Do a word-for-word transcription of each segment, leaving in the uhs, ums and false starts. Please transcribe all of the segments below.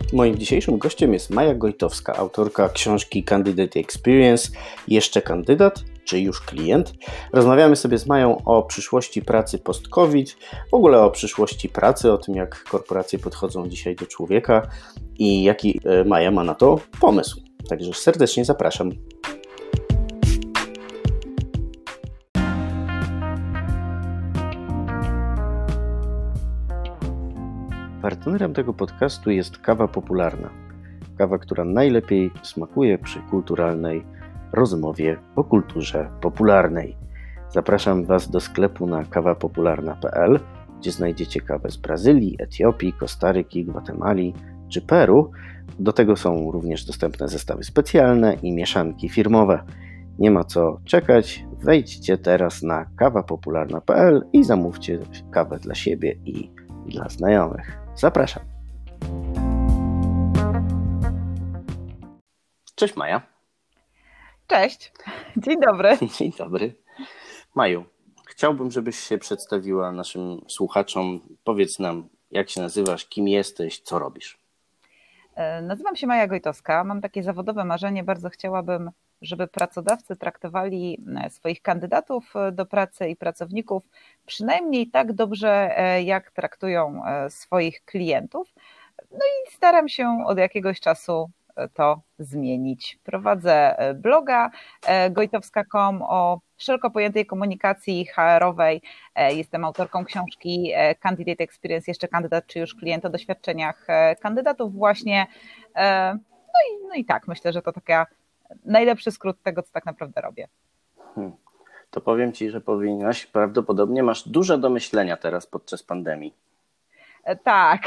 Moim dzisiejszym gościem jest Maja Gojtowska, autorka książki Candidate Experience. Jeszcze kandydat, czy już klient? Rozmawiamy sobie z Mają o przyszłości pracy post-COVID, w ogóle o przyszłości pracy, o tym, jak korporacje podchodzą dzisiaj do człowieka i jaki Maja ma na to pomysł. Także serdecznie zapraszam. Partnerem tego podcastu jest Kawa Popularna. Kawa, która najlepiej smakuje przy kulturalnej rozmowie o kulturze popularnej. Zapraszam Was do sklepu na kawa popularna kropka p l, gdzie znajdziecie kawę z Brazylii, Etiopii, Kostaryki, Gwatemali czy Peru. Do tego są również dostępne zestawy specjalne i mieszanki firmowe. Nie ma co czekać, wejdźcie teraz na kawa popularna kropka p l i zamówcie kawę dla siebie i dla znajomych. Zapraszam. Cześć Maja. Cześć, dzień dobry. Dzień dobry. Maju, chciałbym, żebyś się przedstawiła naszym słuchaczom. Powiedz nam, jak się nazywasz, kim jesteś, co robisz. Nazywam się Maja Gojtowska. Mam takie zawodowe marzenie. Bardzo chciałabym, żeby pracodawcy traktowali swoich kandydatów do pracy i pracowników przynajmniej tak dobrze, jak traktują swoich klientów. No i staram się od jakiegoś czasu to zmienić. Prowadzę bloga gojtowska kropka com o szeroko pojętej komunikacji H R-owej. Jestem autorką książki Candidate Experience, jeszcze kandydat czy już klient, o doświadczeniach kandydatów właśnie. No i, no i tak, myślę, że to taki najlepszy skrót tego, co tak naprawdę robię. Hmm. To powiem Ci, że powinnaś, prawdopodobnie masz dużo do myślenia teraz podczas pandemii. Tak,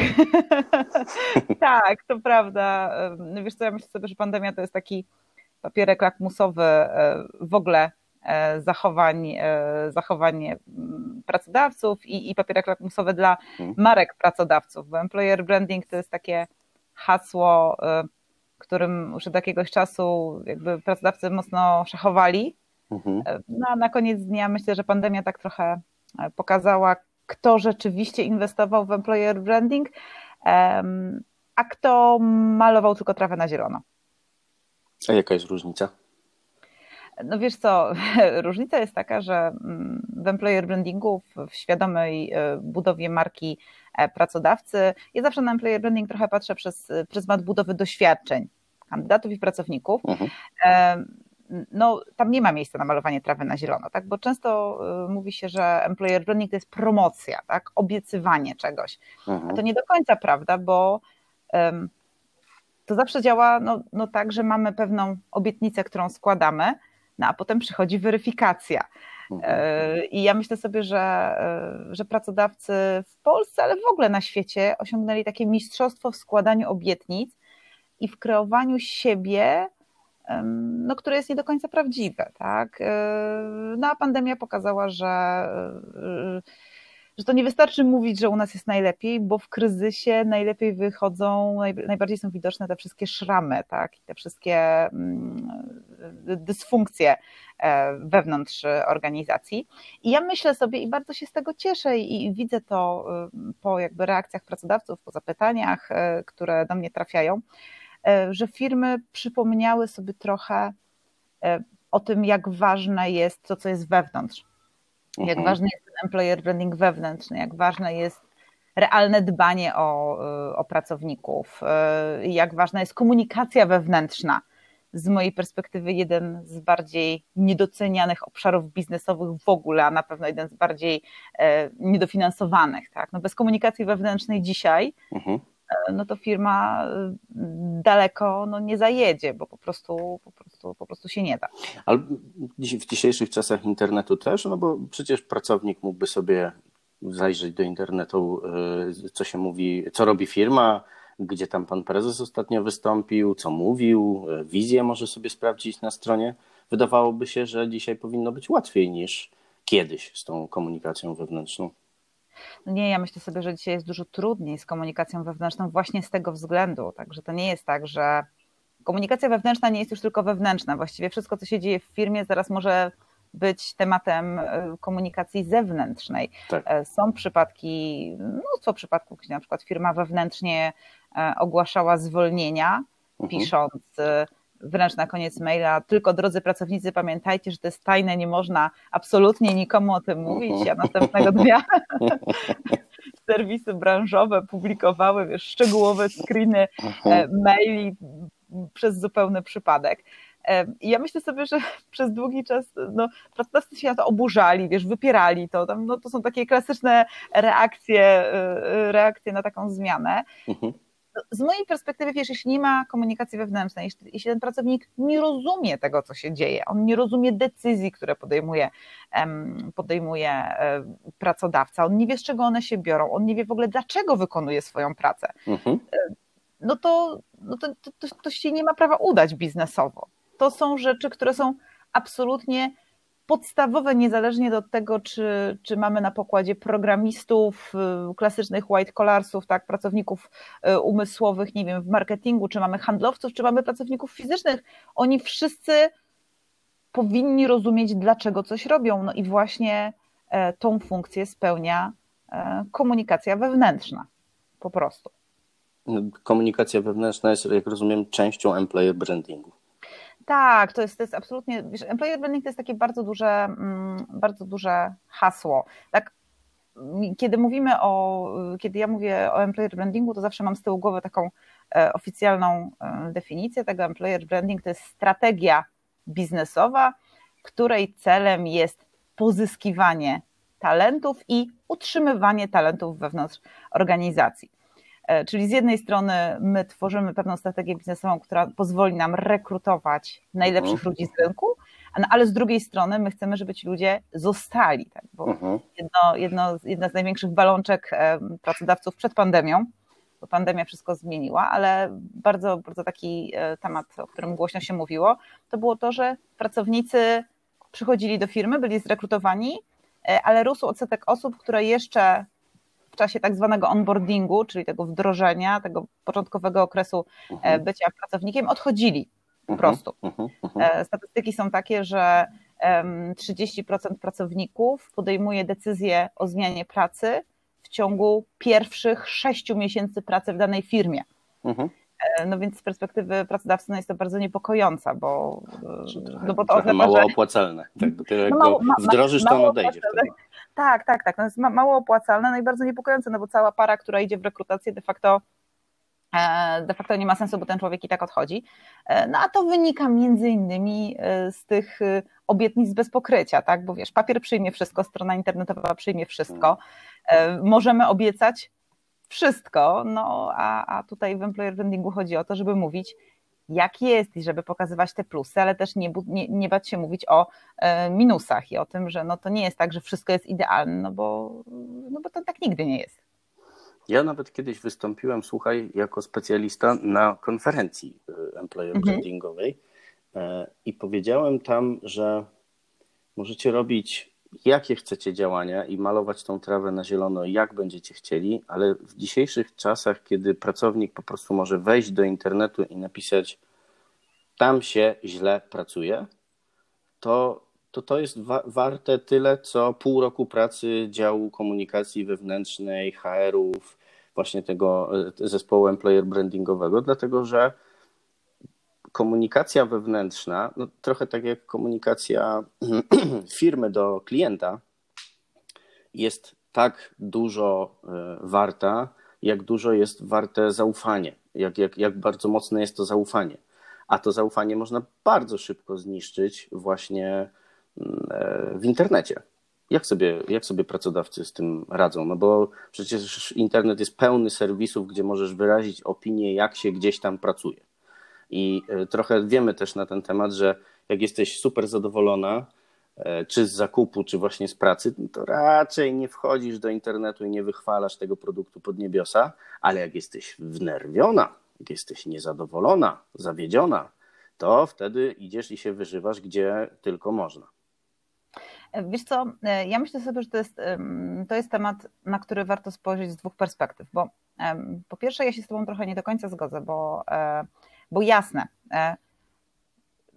tak, to prawda. Wiesz co, ja myślę sobie, że pandemia to jest taki papierek lakmusowy w ogóle zachowań, zachowań pracodawców i, i papierek lakmusowy dla marek pracodawców, bo employer branding to jest takie hasło, którym już od jakiegoś czasu jakby pracodawcy mocno szachowali. Mhm. No a na koniec dnia myślę, że pandemia tak trochę pokazała, kto rzeczywiście inwestował w employer branding, a kto malował tylko trawę na zielono. A jaka jest różnica? No wiesz co, różnica jest taka, że w employer brandingu, w świadomej budowie marki pracodawcy, ja zawsze na employer branding trochę patrzę przez pryzmat budowy doświadczeń kandydatów i pracowników. Mhm. No, tam nie ma miejsca na malowanie trawy na zielono, tak? Bo często mówi się, że employer branding to jest promocja, tak? Obiecywanie czegoś. Mhm. A to nie do końca prawda, bo um, to zawsze działa no, no tak, że mamy pewną obietnicę, którą składamy, no a potem przychodzi weryfikacja. Mhm. I ja myślę sobie, że, że pracodawcy w Polsce, ale w ogóle na świecie osiągnęli takie mistrzostwo w składaniu obietnic i w kreowaniu siebie, no, które jest nie do końca prawdziwe, tak? No a pandemia pokazała, że, że to nie wystarczy mówić, że u nas jest najlepiej, bo w kryzysie najlepiej wychodzą, najbardziej są widoczne te wszystkie szramy, tak? I te wszystkie dysfunkcje wewnątrz organizacji. I ja myślę sobie i bardzo się z tego cieszę i widzę to po jakby reakcjach pracodawców, po zapytaniach, które do mnie trafiają, że firmy przypomniały sobie trochę o tym, jak ważne jest to, co jest wewnątrz. Jak mhm. ważny jest ten employer branding wewnętrzny, jak ważne jest realne dbanie o, o pracowników, jak ważna jest komunikacja wewnętrzna. Z mojej perspektywy jeden z bardziej niedocenianych obszarów biznesowych w ogóle, a na pewno jeden z bardziej niedofinansowanych. Tak? No bez komunikacji wewnętrznej dzisiaj mhm. no to firma daleko no, nie zajedzie, bo po prostu, po prostu, po prostu się nie da. Ale w dzisiejszych czasach internetu też, no bo przecież pracownik mógłby sobie zajrzeć do internetu, co się mówi, co robi firma, gdzie tam pan prezes ostatnio wystąpił, co mówił, wizję może sobie sprawdzić na stronie. Wydawałoby się, że dzisiaj powinno być łatwiej niż kiedyś z tą komunikacją wewnętrzną. No nie, ja myślę sobie, że dzisiaj jest dużo trudniej z komunikacją wewnętrzną właśnie z tego względu, także to nie jest tak, że komunikacja wewnętrzna nie jest już tylko wewnętrzna, właściwie wszystko, co się dzieje w firmie, zaraz może być tematem komunikacji zewnętrznej. Tak. Są przypadki, mnóstwo przypadków, gdzie na przykład firma wewnętrznie ogłaszała zwolnienia, mhm. pisząc wręcz na koniec maila, tylko drodzy pracownicy, pamiętajcie, że to jest tajne, nie można absolutnie nikomu o tym mówić, a następnego dnia serwisy branżowe publikowały, wiesz, szczegółowe screeny maili przez zupełny przypadek. I ja myślę sobie, że przez długi czas no, pracodawcy się na to oburzali, wiesz, wypierali to. Tam, no, to są takie klasyczne reakcje, reakcje na taką zmianę. Mhm. Z mojej perspektywy, wiesz, jeśli nie ma komunikacji wewnętrznej, jeśli, jeśli ten pracownik nie rozumie tego, co się dzieje, on nie rozumie decyzji, które podejmuje, podejmuje pracodawca, on nie wie, z czego one się biorą, on nie wie w ogóle, dlaczego wykonuje swoją pracę, mhm. no, to, no to, to, to, to się nie ma prawa udać biznesowo. To są rzeczy, które są absolutnie podstawowe, niezależnie od tego, czy, czy mamy na pokładzie programistów, klasycznych white collarsów, tak, pracowników umysłowych, nie wiem, w marketingu, czy mamy handlowców, czy mamy pracowników fizycznych. Oni wszyscy powinni rozumieć, dlaczego coś robią. No i właśnie tą funkcję spełnia komunikacja wewnętrzna, po prostu. Komunikacja wewnętrzna jest, jak rozumiem, częścią employer brandingu. Tak, to jest, to jest absolutnie, wiesz, employer branding to jest takie bardzo duże, bardzo duże hasło. Tak, kiedy mówimy o, kiedy ja mówię o employer brandingu, to zawsze mam z tyłu głowy taką oficjalną definicję tego. Employer branding to jest strategia biznesowa, której celem jest pozyskiwanie talentów i utrzymywanie talentów wewnątrz organizacji. Czyli z jednej strony my tworzymy pewną strategię biznesową, która pozwoli nam rekrutować najlepszych uh-huh. ludzi z rynku, ale z drugiej strony my chcemy, żeby ci ludzie zostali, tak? Bo uh-huh. jedno, jedno, jedna z największych balączek pracodawców przed pandemią, bo pandemia wszystko zmieniła, ale bardzo, bardzo taki temat, o którym głośno się mówiło, to było to, że pracownicy przychodzili do firmy, byli zrekrutowani, ale rósł odsetek osób, które jeszcze w czasie tak zwanego onboardingu, czyli tego wdrożenia, tego początkowego okresu uh-huh. bycia pracownikiem, odchodzili po uh-huh. prostu. Uh-huh. Statystyki są takie, że trzydzieści procent pracowników podejmuje decyzję o zmianie pracy w ciągu pierwszych sześciu miesięcy pracy w danej firmie. Uh-huh. No więc z perspektywy pracodawcy no jest to bardzo niepokojące, bo, no bo to oznacza, mało że... opłacalne. Tak, bo tyle, no mało, ma, wdrożysz, to on odejdzie wtedy. Tak, tak, tak. To jest mało opłacalne, no i bardzo niepokojące, no bo cała para, która idzie w rekrutację, de facto, de facto nie ma sensu, bo ten człowiek i tak odchodzi. No a to wynika między innymi z tych obietnic bez pokrycia, tak? Bo wiesz, papier przyjmie wszystko, strona internetowa przyjmie wszystko. Możemy obiecać wszystko, no a, a tutaj w employer brandingu chodzi o to, żeby mówić, jak jest i żeby pokazywać te plusy, ale też nie, nie, nie bać się mówić o e, minusach i o tym, że no to nie jest tak, że wszystko jest idealne, no bo, no bo to tak nigdy nie jest. Ja nawet kiedyś wystąpiłem, słuchaj, jako specjalista na konferencji employer mhm. brandingowej e, i powiedziałem tam, że możecie robić jakie chcecie działania i malować tą trawę na zielono, jak będziecie chcieli, ale w dzisiejszych czasach, kiedy pracownik po prostu może wejść do internetu i napisać tam się źle pracuje, to to, to jest wa- warte tyle, co pół roku pracy działu komunikacji wewnętrznej, H R-ów, właśnie tego zespołu employer brandingowego, dlatego że komunikacja wewnętrzna, no trochę tak jak komunikacja firmy do klienta, jest tak dużo warta, jak dużo jest warte zaufanie, jak, jak, jak bardzo mocne jest to zaufanie. A to zaufanie można bardzo szybko zniszczyć właśnie w internecie. Jak sobie, jak sobie pracodawcy z tym radzą? No bo przecież internet jest pełny serwisów, gdzie możesz wyrazić opinię, jak się gdzieś tam pracuje. I trochę wiemy też na ten temat, że jak jesteś super zadowolona, czy z zakupu, czy właśnie z pracy, to raczej nie wchodzisz do internetu i nie wychwalasz tego produktu pod niebiosa, ale jak jesteś wnerwiona, jak jesteś niezadowolona, zawiedziona, to wtedy idziesz i się wyżywasz, gdzie tylko można. Wiesz co, ja myślę sobie, że to jest, to jest temat, na który warto spojrzeć z dwóch perspektyw, bo po pierwsze ja się z tobą trochę nie do końca zgodzę, bo, bo jasne,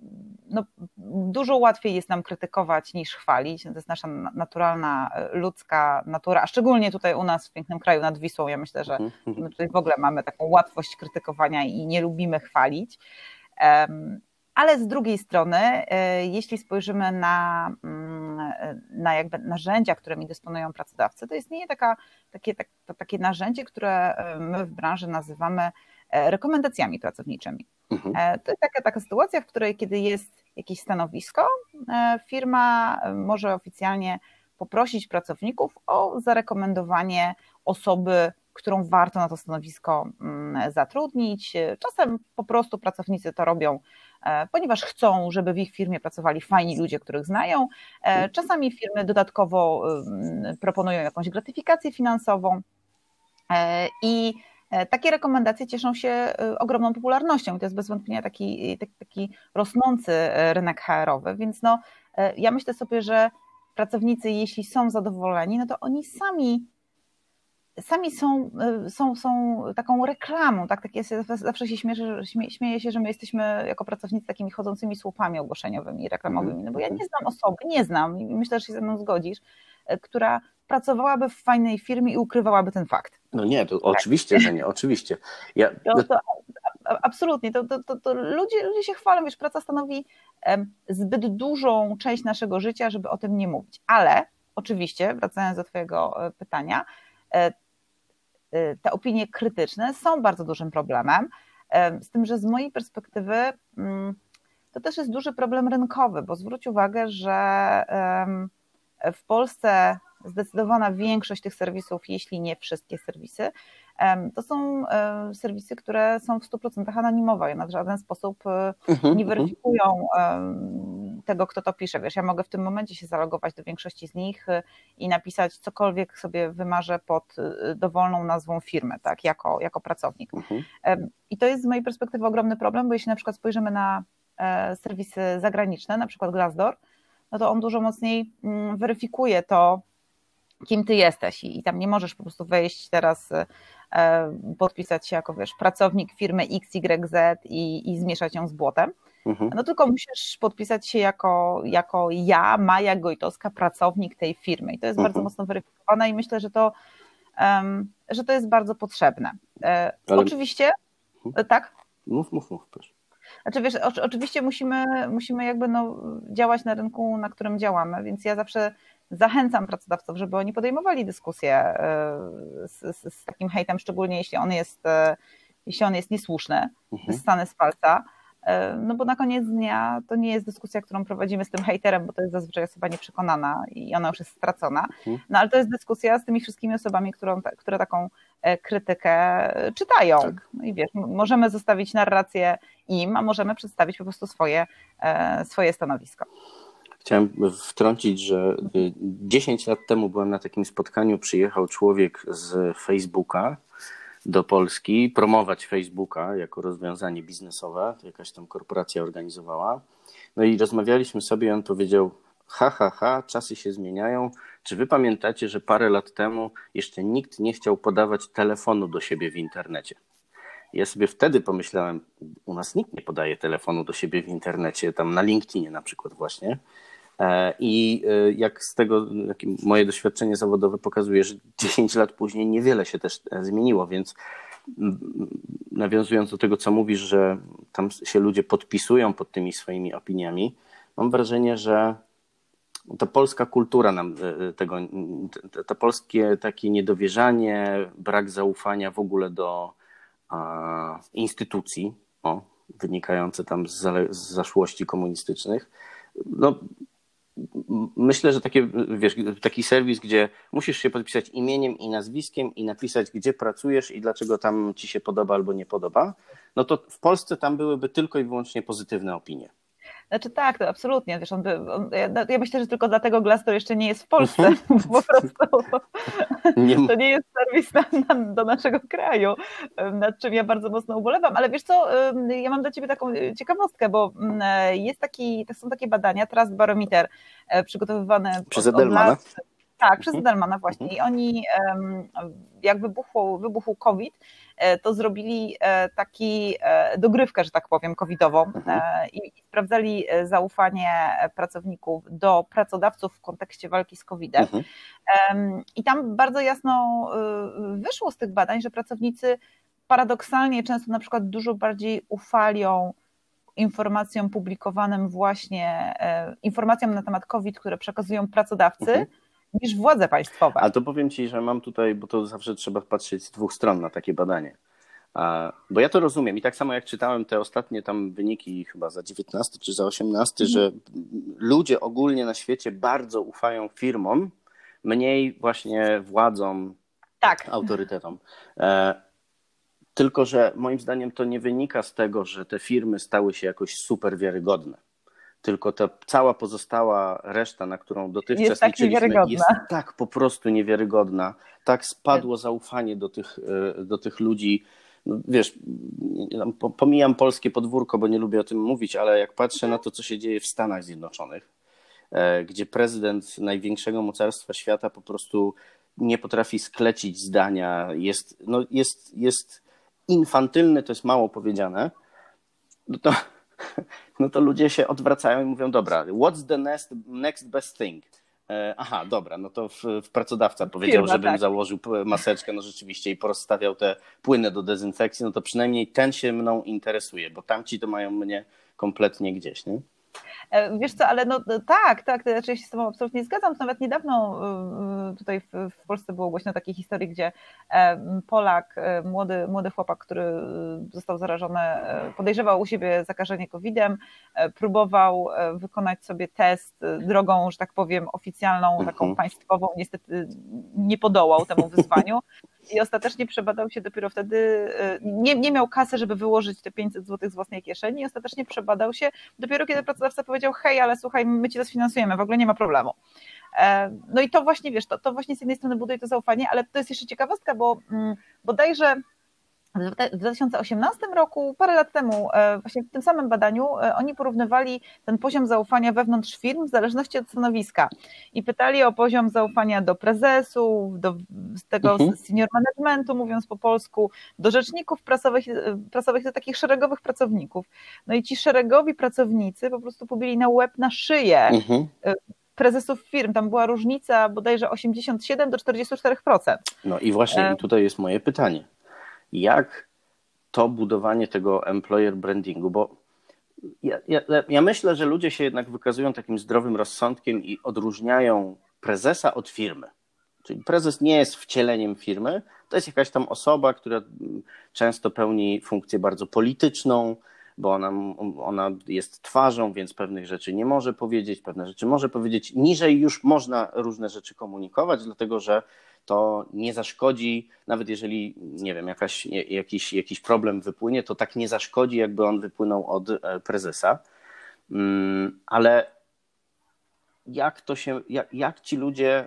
no, dużo łatwiej jest nam krytykować niż chwalić. To jest nasza naturalna, ludzka natura, a szczególnie tutaj u nas w pięknym kraju nad Wisłą. Ja myślę, że my tutaj w ogóle mamy taką łatwość krytykowania i nie lubimy chwalić. Ale z drugiej strony, jeśli spojrzymy na, na jakby narzędzia, którymi dysponują pracodawcy, to jest nie taka, takie, tak, to takie narzędzie, które my w branży nazywamy rekomendacjami pracowniczymi. Mhm. To jest taka, taka sytuacja, w której kiedy jest jakieś stanowisko, firma może oficjalnie poprosić pracowników o zarekomendowanie osoby, którą warto na to stanowisko zatrudnić. Czasem po prostu pracownicy to robią, ponieważ chcą, żeby w ich firmie pracowali fajni ludzie, których znają. Czasami firmy dodatkowo proponują jakąś gratyfikację finansową i takie rekomendacje cieszą się ogromną popularnością. To jest bez wątpienia taki, taki, taki rosnący rynek H R-owy, więc no, ja myślę sobie, że pracownicy, jeśli są zadowoleni, no to oni sami Sami są, są, są taką reklamą, tak, tak jest, zawsze się śmieję, śmie, śmieję się, że my jesteśmy jako pracownicy takimi chodzącymi słupami ogłoszeniowymi, reklamowymi, no bo ja nie znam osoby, nie znam i myślę, że się ze mną zgodzisz, która pracowałaby w fajnej firmie i ukrywałaby ten fakt. No nie, to tak. Oczywiście, że nie, oczywiście. Ja... To, to, absolutnie, to, to, to, to ludzie, ludzie się chwalą, wiesz, praca stanowi zbyt dużą część naszego życia, żeby o tym nie mówić, ale oczywiście, wracając do twojego pytania, te opinie krytyczne są bardzo dużym problemem, z tym, że z mojej perspektywy to też jest duży problem rynkowy, bo zwróć uwagę, że w Polsce zdecydowana większość tych serwisów, jeśli nie wszystkie serwisy, to są serwisy, które są w stu procentach anonimowe, one w żaden sposób nie weryfikują tego, kto to pisze. Wiesz, ja mogę w tym momencie się zalogować do większości z nich i napisać cokolwiek sobie wymarzę pod dowolną nazwą firmy, tak, jako, jako pracownik. I to jest z mojej perspektywy ogromny problem, bo jeśli na przykład spojrzymy na serwisy zagraniczne, na przykład Glassdoor, no to on dużo mocniej weryfikuje to, kim ty jesteś i tam nie możesz po prostu wejść teraz, podpisać się jako, wiesz, pracownik firmy X Y Z i, i zmieszać ją z błotem, mhm. no tylko musisz podpisać się jako, jako ja, Maja Gojtowska, pracownik tej firmy i to jest mhm. bardzo mocno weryfikowane i myślę, że to, um, że to jest bardzo potrzebne. Ale... Oczywiście, mhm. tak? Mów, mów, mów, proszę. Znaczy, wiesz, o, oczywiście musimy, musimy jakby no działać na rynku, na którym działamy, więc ja zawsze zachęcam pracodawców, żeby oni podejmowali dyskusję z, z, z takim hejtem, szczególnie jeśli on jest, jeśli on jest niesłuszny, mhm. wyssany z palca, no bo na koniec dnia to nie jest dyskusja, którą prowadzimy z tym hejterem, bo to jest zazwyczaj osoba nieprzekonana i ona już jest stracona, mhm. no ale to jest dyskusja z tymi wszystkimi osobami, którą, które taką krytykę czytają. Tak. No i wiesz, możemy zostawić narrację im, a możemy przedstawić po prostu swoje, swoje stanowisko. Chciałem wtrącić, że dziesięć lat temu byłem na takim spotkaniu, przyjechał człowiek z Facebooka do Polski, promować Facebooka jako rozwiązanie biznesowe, to jakaś tam korporacja organizowała. No i rozmawialiśmy sobie i on powiedział, ha, ha, ha, czasy się zmieniają. Czy wy pamiętacie, że parę lat temu jeszcze nikt nie chciał podawać telefonu do siebie w internecie? Ja sobie wtedy pomyślałem, u nas nikt nie podaje telefonu do siebie w internecie, tam na LinkedInie na przykład właśnie. I jak z tego moje doświadczenie zawodowe pokazuje, że dziesięć lat później niewiele się też zmieniło, więc nawiązując do tego, co mówisz, że tam się ludzie podpisują pod tymi swoimi opiniami, mam wrażenie, że ta polska kultura nam tego, to polskie takie niedowierzanie, brak zaufania w ogóle do a, instytucji, o, wynikające tam z, zale- z zaszłości komunistycznych, no myślę, że takie, wiesz, taki serwis, gdzie musisz się podpisać imieniem i nazwiskiem i napisać, gdzie pracujesz i dlaczego tam ci się podoba albo nie podoba, no to w Polsce tam byłyby tylko i wyłącznie pozytywne opinie. Znaczy tak, to absolutnie. Wiesz, on by, on, ja, ja myślę, że tylko dlatego Glassdoor jeszcze nie jest w Polsce, bo po prostu nie. To nie jest serwis na, na, do naszego kraju, nad czym ja bardzo mocno ubolewam. Ale wiesz co, ja mam dla ciebie taką ciekawostkę, bo jest taki, to są takie badania, Trust Barometer, przygotowywane przez Edelmana. Tak, przez Edelmana właśnie. I oni, jak wybuchł, wybuchł COVID, to zrobili taki dogrywkę, że tak powiem, covidową i sprawdzali zaufanie pracowników do pracodawców w kontekście walki z kowidem. I tam bardzo jasno wyszło z tych badań, że pracownicy paradoksalnie często na przykład dużo bardziej ufalią informacjom publikowanym właśnie, informacjom na temat COVID, które przekazują pracodawcy, mhm. niż władze państwowe. Ale to powiem Ci, że mam tutaj, bo to zawsze trzeba patrzeć z dwóch stron na takie badanie. Bo ja to rozumiem i tak samo jak czytałem te ostatnie tam wyniki chyba za dziewiętnasty czy za osiemnasty, mhm. że ludzie ogólnie na świecie bardzo ufają firmom, mniej właśnie władzom, tak. autorytetom. Tylko że moim zdaniem to nie wynika z tego, że te firmy stały się jakoś super wiarygodne. Tylko ta cała pozostała reszta, na którą dotychczas jest tak liczyliśmy, jest tak po prostu niewiarygodna. Tak spadło zaufanie do tych, do tych ludzi. No, wiesz, pomijam polskie podwórko, bo nie lubię o tym mówić, ale jak patrzę na to, co się dzieje w Stanach Zjednoczonych, gdzie prezydent największego mocarstwa świata po prostu nie potrafi sklecić zdania, jest, no jest, jest infantylny, to jest mało powiedziane, no to, no to ludzie się odwracają i mówią, dobra, what's the next, next best thing? Aha, dobra, no to w, w pracodawca powiedział, Firma, żebym tak. założył maseczkę, no rzeczywiście i porozstawiał te płyny do dezynfekcji, no to przynajmniej ten się mną interesuje, bo tamci to mają mnie kompletnie gdzieś, nie? Wiesz co, ale no tak, tak, ja się z tobą absolutnie zgadzam. Nawet niedawno tutaj w Polsce było głośno takiej historii, gdzie Polak, młody, młody chłopak, który został zarażony, podejrzewał u siebie zakażenie kowidem, próbował wykonać sobie test drogą, że tak powiem, oficjalną, taką państwową, niestety nie podołał temu wyzwaniu. I ostatecznie przebadał się dopiero wtedy, nie, nie miał kasy, żeby wyłożyć te pięćset złotych z własnej kieszeni i ostatecznie przebadał się dopiero kiedy pracodawca powiedział, hej, ale słuchaj, my ci to sfinansujemy, w ogóle nie ma problemu. No i to właśnie, wiesz, to, to właśnie z jednej strony buduje to zaufanie, ale to jest jeszcze ciekawostka, bo bodajże w dwa tysiące osiemnastym roku, parę lat temu, właśnie w tym samym badaniu, oni porównywali ten poziom zaufania wewnątrz firm w zależności od stanowiska i pytali o poziom zaufania do prezesów, do tego mhm. senior managementu, mówiąc po polsku, do rzeczników prasowych, prasowych, do takich szeregowych pracowników. No i ci szeregowi pracownicy po prostu pobili na łeb, na szyję mhm. prezesów firm. Tam była różnica bodajże osiemdziesiąt siedem do czterdziestu czterech procent. No i właśnie tutaj jest moje pytanie. Jak to budowanie tego employer brandingu, bo ja, ja, ja myślę, że ludzie się jednak wykazują takim zdrowym rozsądkiem i odróżniają prezesa od firmy. Czyli prezes nie jest wcieleniem firmy, to jest jakaś tam osoba, która często pełni funkcję bardzo polityczną, bo ona, ona jest twarzą, więc pewnych rzeczy nie może powiedzieć, pewne rzeczy może powiedzieć. Niżej już można różne rzeczy komunikować, dlatego że to nie zaszkodzi, nawet jeżeli, nie wiem, jakaś, jakiś, jakiś problem wypłynie, to tak nie zaszkodzi, jakby on wypłynął od prezesa. Ale jak to się, jak, jak ci ludzie,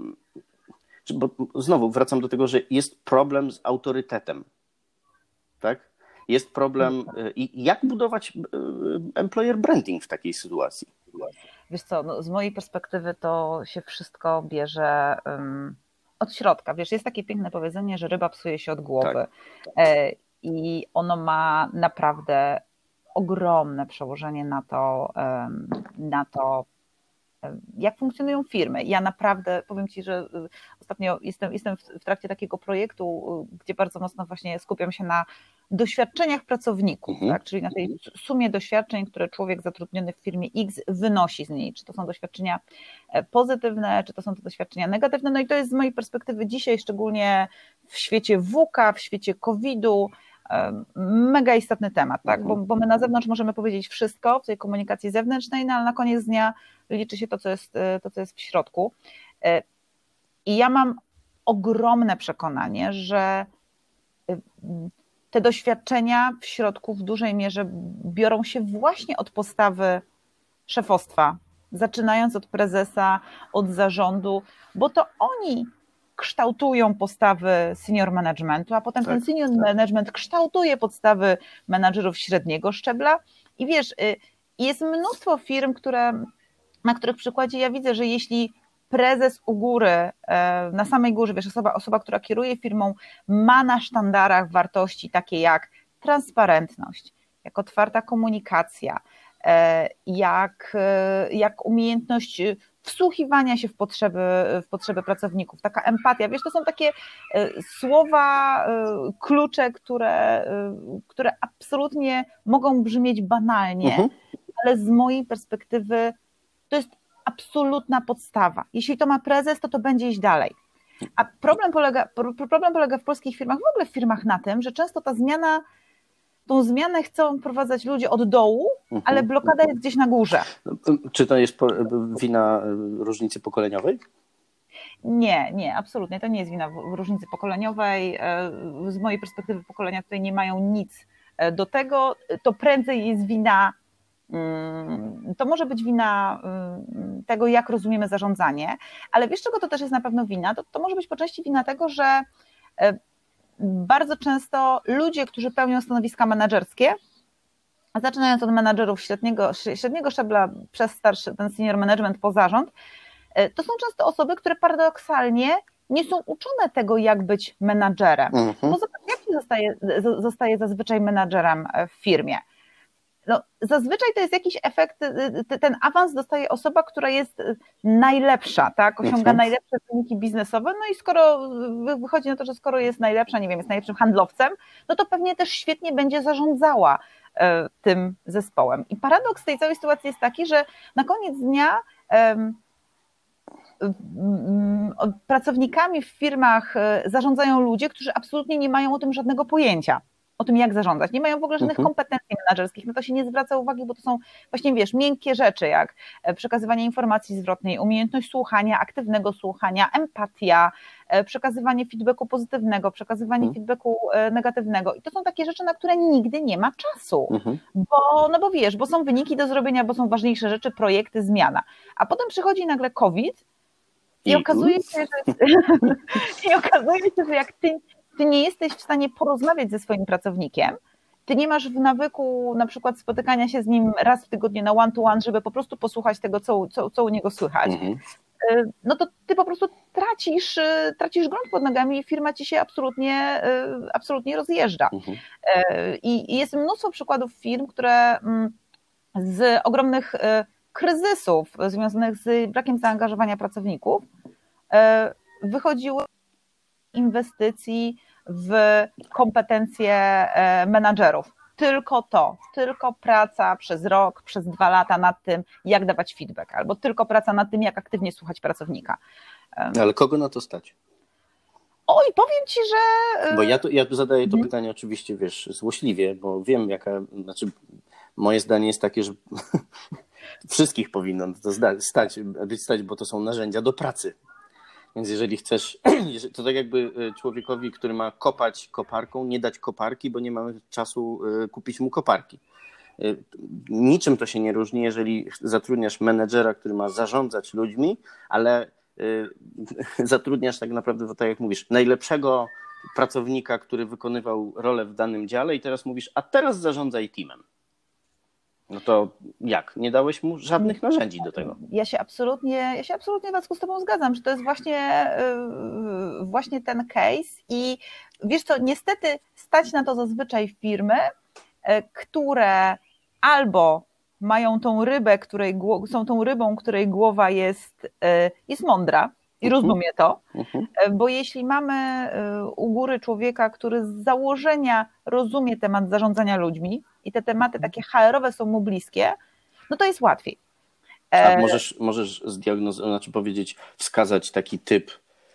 bo znowu wracam do tego, że jest problem z autorytetem, tak? Jest problem i jak budować employer branding w takiej sytuacji? Wiesz co, no z mojej perspektywy to się wszystko bierze um, od środka. Wiesz, jest takie piękne powiedzenie, że ryba psuje się od głowy. Tak. E, i ono ma naprawdę ogromne przełożenie na to, um, na to, jak funkcjonują firmy. Ja naprawdę, powiem Ci, że ostatnio jestem, jestem w trakcie takiego projektu, gdzie bardzo mocno właśnie skupiam się na doświadczeniach pracowników, mhm. tak? Czyli na tej sumie doświadczeń, które człowiek zatrudniony w firmie X wynosi z niej. Czy to są doświadczenia pozytywne, czy to są to doświadczenia negatywne. No i to jest z mojej perspektywy dzisiaj, szczególnie w świecie wuka, w świecie kowida, mega istotny temat, tak? Bo, bo my na zewnątrz możemy powiedzieć wszystko w tej komunikacji zewnętrznej, no ale na koniec dnia liczy się to, co jest, to, co jest w środku. I ja mam ogromne przekonanie, że te doświadczenia w środku w dużej mierze biorą się właśnie od postawy szefostwa, zaczynając od prezesa, od zarządu, bo to oni kształtują postawy senior managementu, a potem tak, ten senior tak. management kształtuje podstawy menadżerów średniego szczebla i wiesz, jest mnóstwo firm, które, na których przykładzie ja widzę, że jeśli prezes u góry, na samej górze, wiesz, osoba, osoba, która kieruje firmą, ma na sztandarach wartości takie jak transparentność, jak otwarta komunikacja, jak, jak umiejętność wsłuchiwania się w potrzeby, w potrzeby pracowników, taka empatia, wiesz, to są takie słowa, klucze, które, które absolutnie mogą brzmieć banalnie, mhm. ale z mojej perspektywy to jest absolutna podstawa. Jeśli to ma prezes, to to będzie iść dalej. A problem polega, problem polega w polskich firmach, w ogóle w firmach na tym, że często ta zmiana, tą zmianę chcą wprowadzać ludzie od dołu, uh-huh, ale blokada uh-huh. jest gdzieś na górze. Czy to jest wina różnicy pokoleniowej? Nie, nie, absolutnie. To nie jest wina różnicy pokoleniowej. Z mojej perspektywy pokolenia tutaj nie mają nic do tego. To prędzej jest wina, to może być wina tego, jak rozumiemy zarządzanie, ale wiesz, czego to też jest na pewno wina? To, to może być po części wina tego, że bardzo często ludzie, którzy pełnią stanowiska menedżerskie, zaczynając od menedżerów średniego, średniego szczebla przez starszy, ten senior management po zarząd, to są często osoby, które paradoksalnie nie są uczone tego, jak być menadżerem. Mhm. Bo zobacz, jak się zostaje, zostaje zazwyczaj menadżerem w firmie? No, zazwyczaj to jest jakiś efekt, ten awans dostaje osoba, która jest najlepsza, tak? Osiąga mhm. najlepsze wyniki biznesowe, no i skoro wychodzi na to, że skoro jest najlepsza, nie wiem, jest najlepszym handlowcem, no to pewnie też świetnie będzie zarządzała tym zespołem. I paradoks tej całej sytuacji jest taki, że na koniec dnia um, pracownikami w firmach zarządzają ludzie, którzy absolutnie nie mają o tym żadnego pojęcia, o tym, jak zarządzać. Nie mają w ogóle żadnych uh-huh. kompetencji menedżerskich, no to się nie zwraca uwagi, bo to są właśnie, wiesz, miękkie rzeczy, jak przekazywanie informacji zwrotnej, umiejętność słuchania, aktywnego słuchania, empatia, przekazywanie feedbacku pozytywnego, przekazywanie uh-huh. feedbacku negatywnego. I to są takie rzeczy, na które nigdy nie ma czasu, uh-huh. bo, no bo wiesz, bo są wyniki do zrobienia, bo są ważniejsze rzeczy, projekty, zmiana. A potem przychodzi nagle COVID i, I okazuje się, że i okazuje się, że jak ty Ty nie jesteś w stanie porozmawiać ze swoim pracownikiem, ty nie masz w nawyku na przykład spotykania się z nim raz w tygodniu na one-to-one, żeby po prostu posłuchać tego, co, co, co u niego słychać, mhm. no to ty po prostu tracisz, tracisz grunt pod nogami i firma ci się absolutnie, absolutnie rozjeżdża. Mhm. I jest mnóstwo przykładów firm, które z ogromnych kryzysów związanych z brakiem zaangażowania pracowników wychodziły inwestycji w kompetencje menadżerów. Tylko to, tylko praca przez rok, przez dwa lata nad tym, jak dawać feedback, albo tylko praca nad tym, jak aktywnie słuchać pracownika. Ale kogo na to stać? Oj, powiem ci, że... Bo ja, to, ja zadaję to hmm. pytanie oczywiście, wiesz, złośliwie, bo wiem, jaka, znaczy moje zdanie jest takie, że wszystkich powinno to stać, być stać, bo to są narzędzia do pracy. Więc jeżeli chcesz, to tak jakby człowiekowi, który ma kopać koparką, nie dać koparki, bo nie mamy czasu kupić mu koparki. Niczym to się nie różni, jeżeli zatrudniasz menedżera, który ma zarządzać ludźmi, ale zatrudniasz tak naprawdę, tak jak mówisz, najlepszego pracownika, który wykonywał rolę w danym dziale i teraz mówisz, a teraz zarządzaj teamem. No to jak? Nie dałeś mu żadnych narzędzi do tego. Ja się absolutnie, ja się absolutnie Wacku z tobą zgadzam, że to jest właśnie, właśnie ten case i wiesz co, niestety stać na to zazwyczaj firmy, które albo mają tą rybę, której, są tą rybą, której głowa jest, jest mądra i uh-huh. rozumie to, uh-huh. bo jeśli mamy u góry człowieka, który z założenia rozumie temat zarządzania ludźmi i te tematy takie H R-owe są mu bliskie, no to jest łatwiej. A możesz, możesz zdiagnozować, znaczy powiedzieć, wskazać taki typ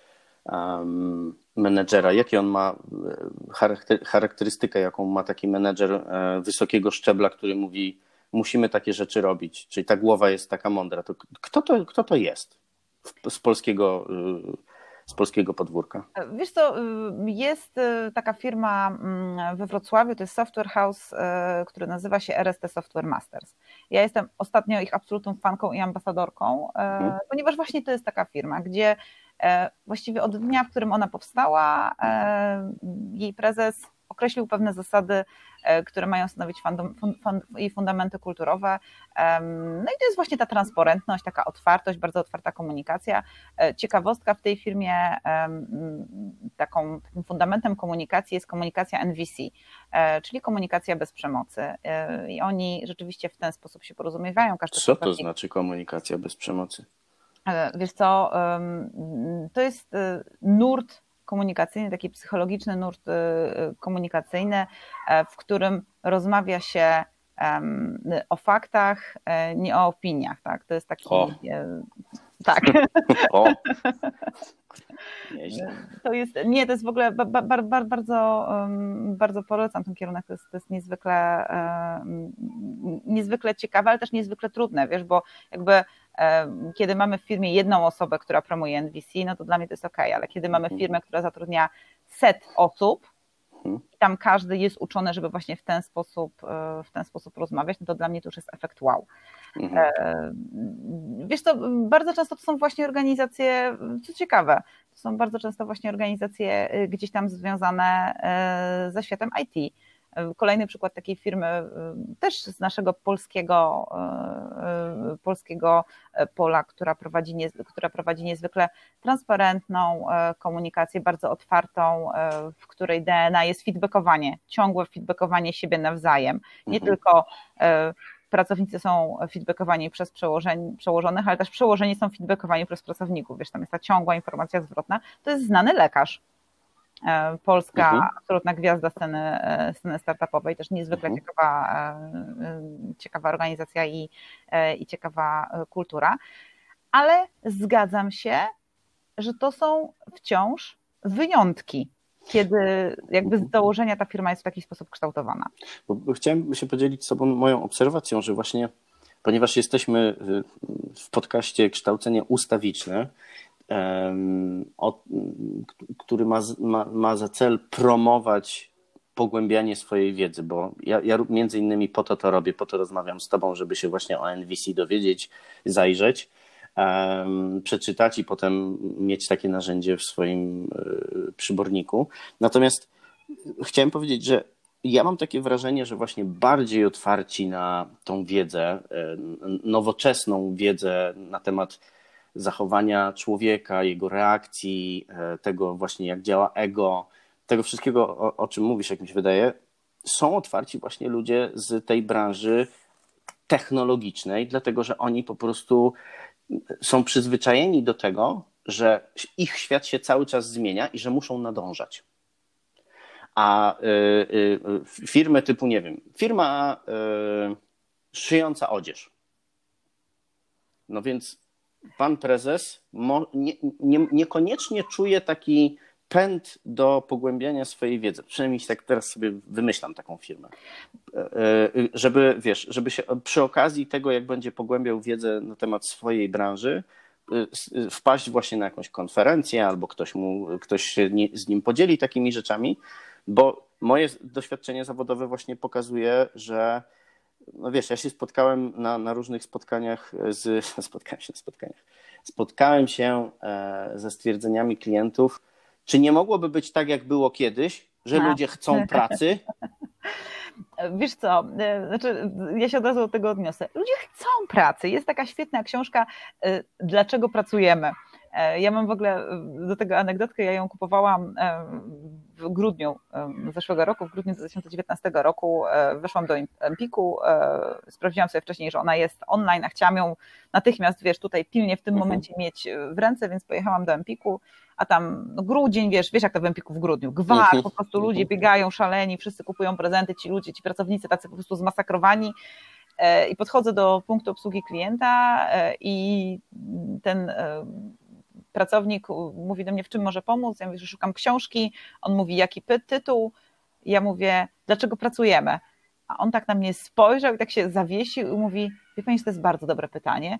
um, menedżera, jaki on ma charakter, charakterystykę, jaką ma taki menedżer wysokiego szczebla, który mówi, musimy takie rzeczy robić, czyli ta głowa jest taka mądra. To kto to, kto to jest z polskiego, z polskiego podwórka? Wiesz co, jest taka firma we Wrocławiu, to jest software house, który nazywa się R S T Software Masters. Ja jestem ostatnio ich absolutną fanką i ambasadorką, hmm. ponieważ właśnie to jest taka firma, gdzie właściwie od dnia, w którym ona powstała, jej prezes określił pewne zasady, które mają stanowić fandom, fund, i fundamenty kulturowe. No i to jest właśnie ta transparentność, taka otwartość, bardzo otwarta komunikacja. Ciekawostka w tej firmie, taką, takim fundamentem komunikacji jest komunikacja N V C, czyli komunikacja bez przemocy. I oni rzeczywiście w ten sposób się porozumiewają. Każdy Co to znaczy komunikacja bez przemocy? Wiesz co, to jest nurt komunikacyjny, taki psychologiczny nurt komunikacyjny, w którym rozmawia się o faktach, nie o opiniach. Tak? To jest taki... O. Tak. O. To jest, nie, to jest w ogóle ba, ba, ba, bardzo, bardzo polecam ten kierunek, to jest, to jest niezwykle, niezwykle ciekawe, ale też niezwykle trudne, wiesz, bo jakby kiedy mamy w firmie jedną osobę, która promuje N V C, no to dla mnie to jest okej, ale kiedy mamy firmę, która zatrudnia set osób, i tam każdy jest uczony, żeby właśnie w ten sposób, w ten sposób rozmawiać, no to dla mnie to już jest efekt wow. Mhm. Wiesz co, bardzo często to są właśnie organizacje, co ciekawe, to są bardzo często właśnie organizacje gdzieś tam związane ze światem I T. Kolejny przykład takiej firmy, też z naszego polskiego, polskiego pola, która prowadzi, nie, która prowadzi niezwykle transparentną komunikację, bardzo otwartą, w której D N A jest feedbackowanie, ciągłe feedbackowanie siebie nawzajem. Nie mhm. tylko pracownicy są feedbackowani przez przełożonych, ale też przełożeni są feedbackowani przez pracowników. Wiesz, tam jest ta ciągła informacja zwrotna. To jest znany lekarz. Polska mhm. absolutna gwiazda sceny, sceny startupowej, też niezwykle mhm. ciekawa, ciekawa organizacja i, i ciekawa kultura, ale zgadzam się, że to są wciąż wyjątki, kiedy jakby z założenia ta firma jest w taki sposób kształtowana. Bo chciałem się podzielić z Tobą moją obserwacją, że właśnie ponieważ jesteśmy w podcaście Kształcenie Ustawiczne, który ma, ma, ma za cel promować pogłębianie swojej wiedzy, bo ja, ja między innymi po to to robię, po to rozmawiam z Tobą, żeby się właśnie o N V C dowiedzieć, zajrzeć, um, przeczytać i potem mieć takie narzędzie w swoim y, przyborniku. Natomiast chciałem powiedzieć, że ja mam takie wrażenie, że właśnie bardziej otwarci na tą wiedzę, nowoczesną wiedzę na temat zachowania człowieka, jego reakcji, tego właśnie jak działa ego, tego wszystkiego, o, o czym mówisz, jak mi się wydaje, są otwarci właśnie ludzie z tej branży technologicznej, dlatego że oni po prostu są przyzwyczajeni do tego, że ich świat się cały czas zmienia i że muszą nadążać. A y, y, firmy typu, nie wiem, firma y, szyjąca odzież. No więc pan prezes mo, nie, nie, niekoniecznie czuje taki pęd do pogłębiania swojej wiedzy. Przynajmniej tak teraz sobie wymyślam taką firmę. Żeby, wiesz, żeby się przy okazji tego, jak będzie pogłębiał wiedzę na temat swojej branży, wpaść właśnie na jakąś konferencję albo ktoś, mu, ktoś się z nim podzieli takimi rzeczami, bo moje doświadczenie zawodowe właśnie pokazuje, że no wiesz, ja się spotkałem na, na różnych spotkaniach z spotkałem się na spotkaniach. Spotkałem się ze stwierdzeniami klientów, czy nie mogłoby być tak, jak było kiedyś, że A. ludzie chcą pracy? Wiesz co, znaczy ja się od razu do tego odniosę. Ludzie chcą pracy. Jest taka świetna książka Dlaczego pracujemy? Ja mam w ogóle do tego anegdotkę, ja ją kupowałam w grudniu zeszłego roku, w grudniu dwa tysiące dziewiętnastego roku weszłam do Empiku, sprawdziłam sobie wcześniej, że ona jest online, a chciałam ją natychmiast, wiesz, tutaj pilnie w tym momencie mieć w ręce, więc pojechałam do Empiku, a tam no, grudzień, wiesz, wiesz jak to w Empiku w grudniu, gwar, po prostu ludzie biegają szaleni, wszyscy kupują prezenty, ci ludzie, ci pracownicy tacy po prostu zmasakrowani. I podchodzę do punktu obsługi klienta i ten pracownik mówi do mnie, w czym może pomóc. Ja mówię, że szukam książki. On mówi, jaki tytuł? Ja mówię, dlaczego pracujemy? A on tak na mnie spojrzał i tak się zawiesił i mówi, wie pani, że to jest bardzo dobre pytanie.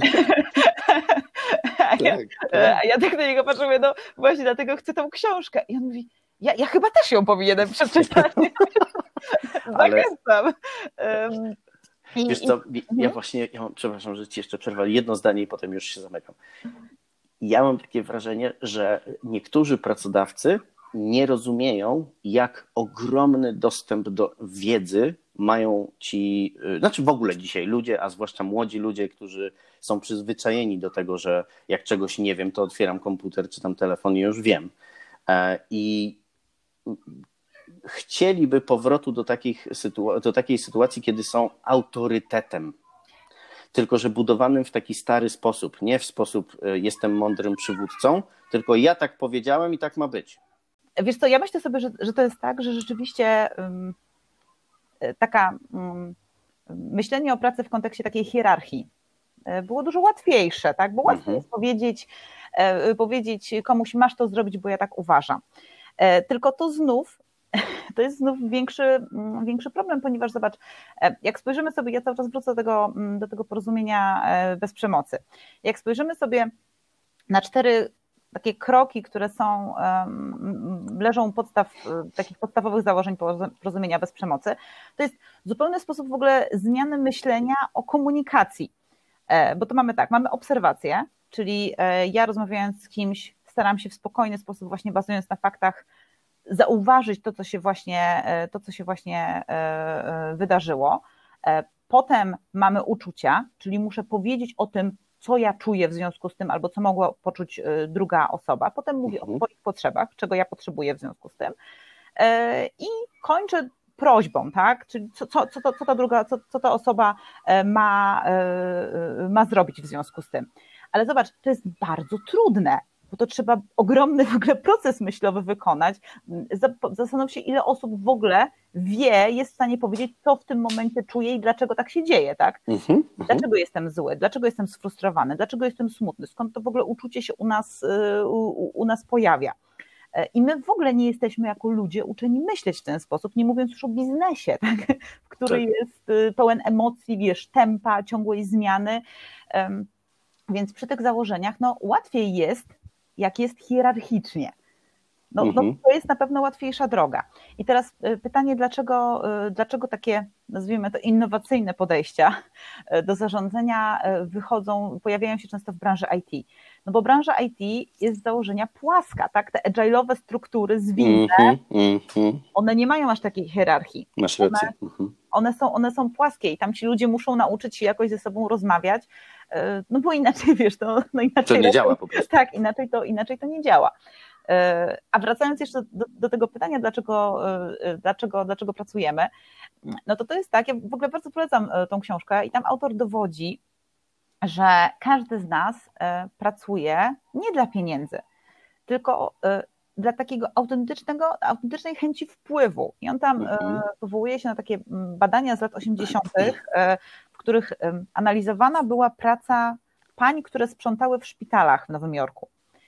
a, ja, a ja tak na niego patrzę, mówię, no właśnie dlatego chcę tą książkę. I on mówi, ja, ja chyba też ją powinienem przeczytać. Zachęcam. Um, I, Wiesz co, i, ja właśnie, ja mam, przepraszam, że ci jeszcze przerwę, jedno zdanie i potem już się zamykam. Ja mam takie wrażenie, że niektórzy pracodawcy nie rozumieją, jak ogromny dostęp do wiedzy mają ci, znaczy w ogóle dzisiaj ludzie, a zwłaszcza młodzi ludzie, którzy są przyzwyczajeni do tego, że jak czegoś nie wiem, to otwieram komputer czy tam telefon i już wiem. I chcieliby powrotu do, takich sytuacji, do takiej sytuacji, kiedy są autorytetem. Tylko że budowanym w taki stary sposób, nie w sposób jestem mądrym przywódcą, tylko ja tak powiedziałem i tak ma być. Wiesz co, ja myślę sobie, że, że to jest tak, że rzeczywiście um, taka um, myślenie o pracy w kontekście takiej hierarchii było dużo łatwiejsze, tak? Bo łatwiej mhm. jest powiedzieć, e, powiedzieć komuś masz to zrobić, bo ja tak uważam. E, tylko to znów to jest znów większy, większy problem, ponieważ zobacz, jak spojrzymy sobie, ja cały czas wrócę do tego, do tego porozumienia bez przemocy, jak spojrzymy sobie na cztery takie kroki, które są, leżą u podstaw takich podstawowych założeń porozumienia bez przemocy, to jest zupełny sposób w ogóle zmiany myślenia o komunikacji, bo to mamy tak, mamy obserwację, czyli ja rozmawiając z kimś staram się w spokojny sposób, właśnie bazując na faktach, zauważyć to, co się właśnie, to, co się właśnie wydarzyło. Potem mamy uczucia, czyli muszę powiedzieć o tym, co ja czuję w związku z tym, albo co mogła poczuć druga osoba. Potem mówię o swoich potrzebach, czego ja potrzebuję w związku z tym. I kończę prośbą, tak? Czyli co, co, co, to, co ta druga, co, co ta osoba ma, ma zrobić w związku z tym. Ale zobacz, to jest bardzo trudne, bo to trzeba ogromny w ogóle proces myślowy wykonać. Zastanów się, ile osób w ogóle wie, jest w stanie powiedzieć, co w tym momencie czuje i dlaczego tak się dzieje, tak? Mm-hmm. Dlaczego jestem zły, dlaczego jestem sfrustrowany, dlaczego jestem smutny, skąd to w ogóle uczucie się u nas, u, u nas pojawia. I my w ogóle nie jesteśmy jako ludzie uczeni myśleć w ten sposób, nie mówiąc już o biznesie, tak? Który tak. jest pełen emocji, wiesz, tempa, ciągłej zmiany. Więc przy tych założeniach no, łatwiej jest, jak jest hierarchicznie. No, no, to jest na pewno łatwiejsza droga. I teraz pytanie, dlaczego, dlaczego takie, nazwijmy to, innowacyjne podejścia do zarządzania wychodzą, pojawiają się często w branży I T? No bo branża I T jest z założenia płaska, tak? Te agile'owe struktury zwinne, mm-hmm, mm-hmm. one nie mają aż takiej hierarchii. Masz rację. One, mm-hmm. one, są, one są płaskie i tam ci ludzie muszą nauczyć się jakoś ze sobą rozmawiać, no bo inaczej, wiesz, to, no inaczej... To nie działa po prostu. Tak, inaczej to, inaczej to nie działa. A wracając jeszcze do, do tego pytania, dlaczego, dlaczego, dlaczego pracujemy, no to to jest tak, ja w ogóle bardzo polecam tą książkę i tam autor dowodzi, że każdy z nas pracuje nie dla pieniędzy, tylko dla takiego autentycznego, autentycznej chęci wpływu. I on tam mhm. powołuje się na takie badania z lat osiemdziesiątych, w których analizowana była praca pań, które sprzątały w szpitalach w Nowym Jorku.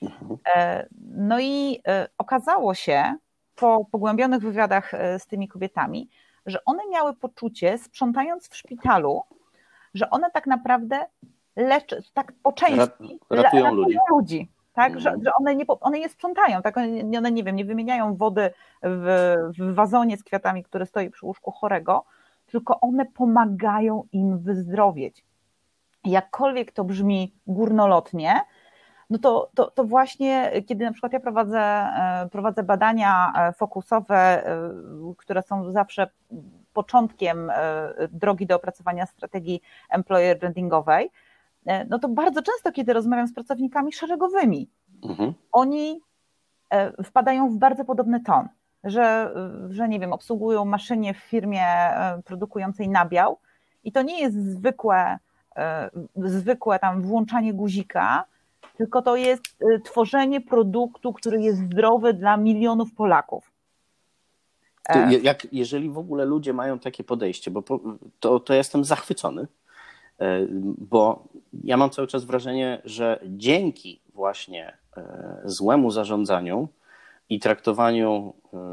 No i okazało się po pogłębionych wywiadach z tymi kobietami, że one miały poczucie, sprzątając w szpitalu, że one tak naprawdę leczą, tak po części ratują, ratują ludzi. ludzi tak? Mhm. Że, że one, nie, one je sprzątają, tak? One, one nie wiem, nie wymieniają wody w, w wazonie z kwiatami, który stoi przy łóżku chorego, tylko one pomagają im wyzdrowieć. Jakkolwiek to brzmi górnolotnie, no to, to, to właśnie, kiedy na przykład ja prowadzę, prowadzę badania fokusowe, które są zawsze początkiem drogi do opracowania strategii employer brandingowej, no to bardzo często, kiedy rozmawiam z pracownikami szeregowymi, mhm. oni wpadają w bardzo podobny ton, że, że nie wiem, obsługują maszynie w firmie produkującej nabiał i to nie jest zwykłe, zwykłe tam włączanie guzika, tylko to jest tworzenie produktu, który jest zdrowy dla milionów Polaków. To jak, jeżeli w ogóle ludzie mają takie podejście, bo to, to jestem zachwycony, bo ja mam cały czas wrażenie, że dzięki właśnie złemu zarządzaniu i traktowaniu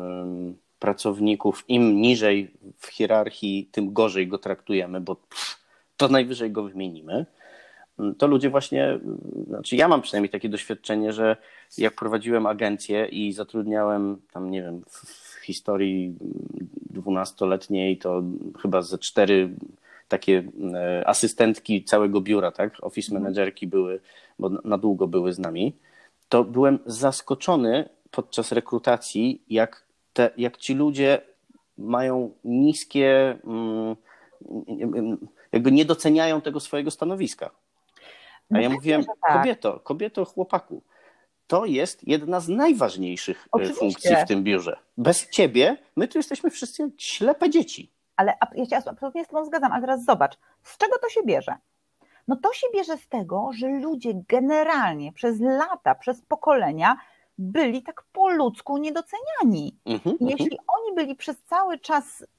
pracowników im niżej w hierarchii, tym gorzej go traktujemy, bo to najwyżej go wymienimy, to ludzie właśnie, znaczy ja mam przynajmniej takie doświadczenie, że jak prowadziłem agencję i zatrudniałem tam, nie wiem, w historii dwunastoletniej to chyba ze cztery takie asystentki całego biura, tak, office managerki były, bo na długo były z nami, to byłem zaskoczony podczas rekrutacji, jak, te, jak ci ludzie mają niskie, jakby nie doceniają tego swojego stanowiska. A No ja pewnie, mówiłem, że tak. kobieto, kobieto, chłopaku, to jest jedna z najważniejszych Oczywiście. funkcji w tym biurze. Bez ciebie my tu jesteśmy wszyscy jak ślepe dzieci. Ale ja się absolutnie z tobą zgadzam, ale teraz zobacz, z czego to się bierze? No to się bierze z tego, że ludzie generalnie przez lata, przez pokolenia byli tak po ludzku niedoceniani. Mhm, I jeśli oni byli przez cały czas y,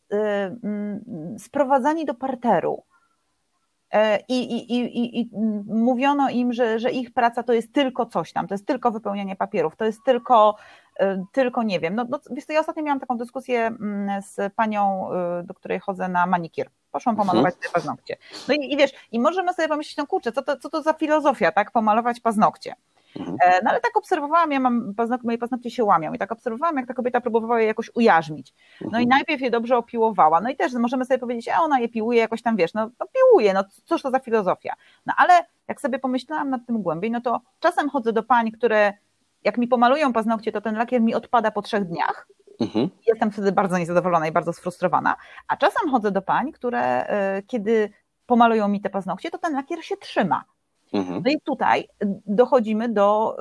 y, sprowadzani do parteru y, i, i, i, i mówiono im, że, że ich praca to jest tylko coś tam, to jest tylko wypełnianie papierów, to jest tylko, y, tylko nie wiem. No, no, wiesz co, ja ostatnio miałam taką dyskusję z panią, y, do której chodzę na manikir. Poszłam pomalować sobie paznokcie. No i, i wiesz, i możemy sobie pomyśleć, no kurczę, co to, co to za filozofia, tak, pomalować paznokcie. No ale tak obserwowałam, ja mam paznokcie, moje paznokcie się łamią i tak obserwowałam, jak ta kobieta próbowała je jakoś ujarzmić. No i najpierw je dobrze opiłowała, no i też możemy sobie powiedzieć, a ona je piłuje jakoś tam, wiesz, no, no piłuje, no cóż to za filozofia. No ale jak sobie pomyślałam nad tym głębiej, no to czasem chodzę do pań, które jak mi pomalują paznokcie, to ten lakier mi odpada po trzech dniach. Mhm. Jestem wtedy bardzo niezadowolona i bardzo sfrustrowana, a czasem chodzę do pań, które kiedy pomalują mi te paznokcie, to ten lakier się trzyma. Mhm. No i tutaj dochodzimy do,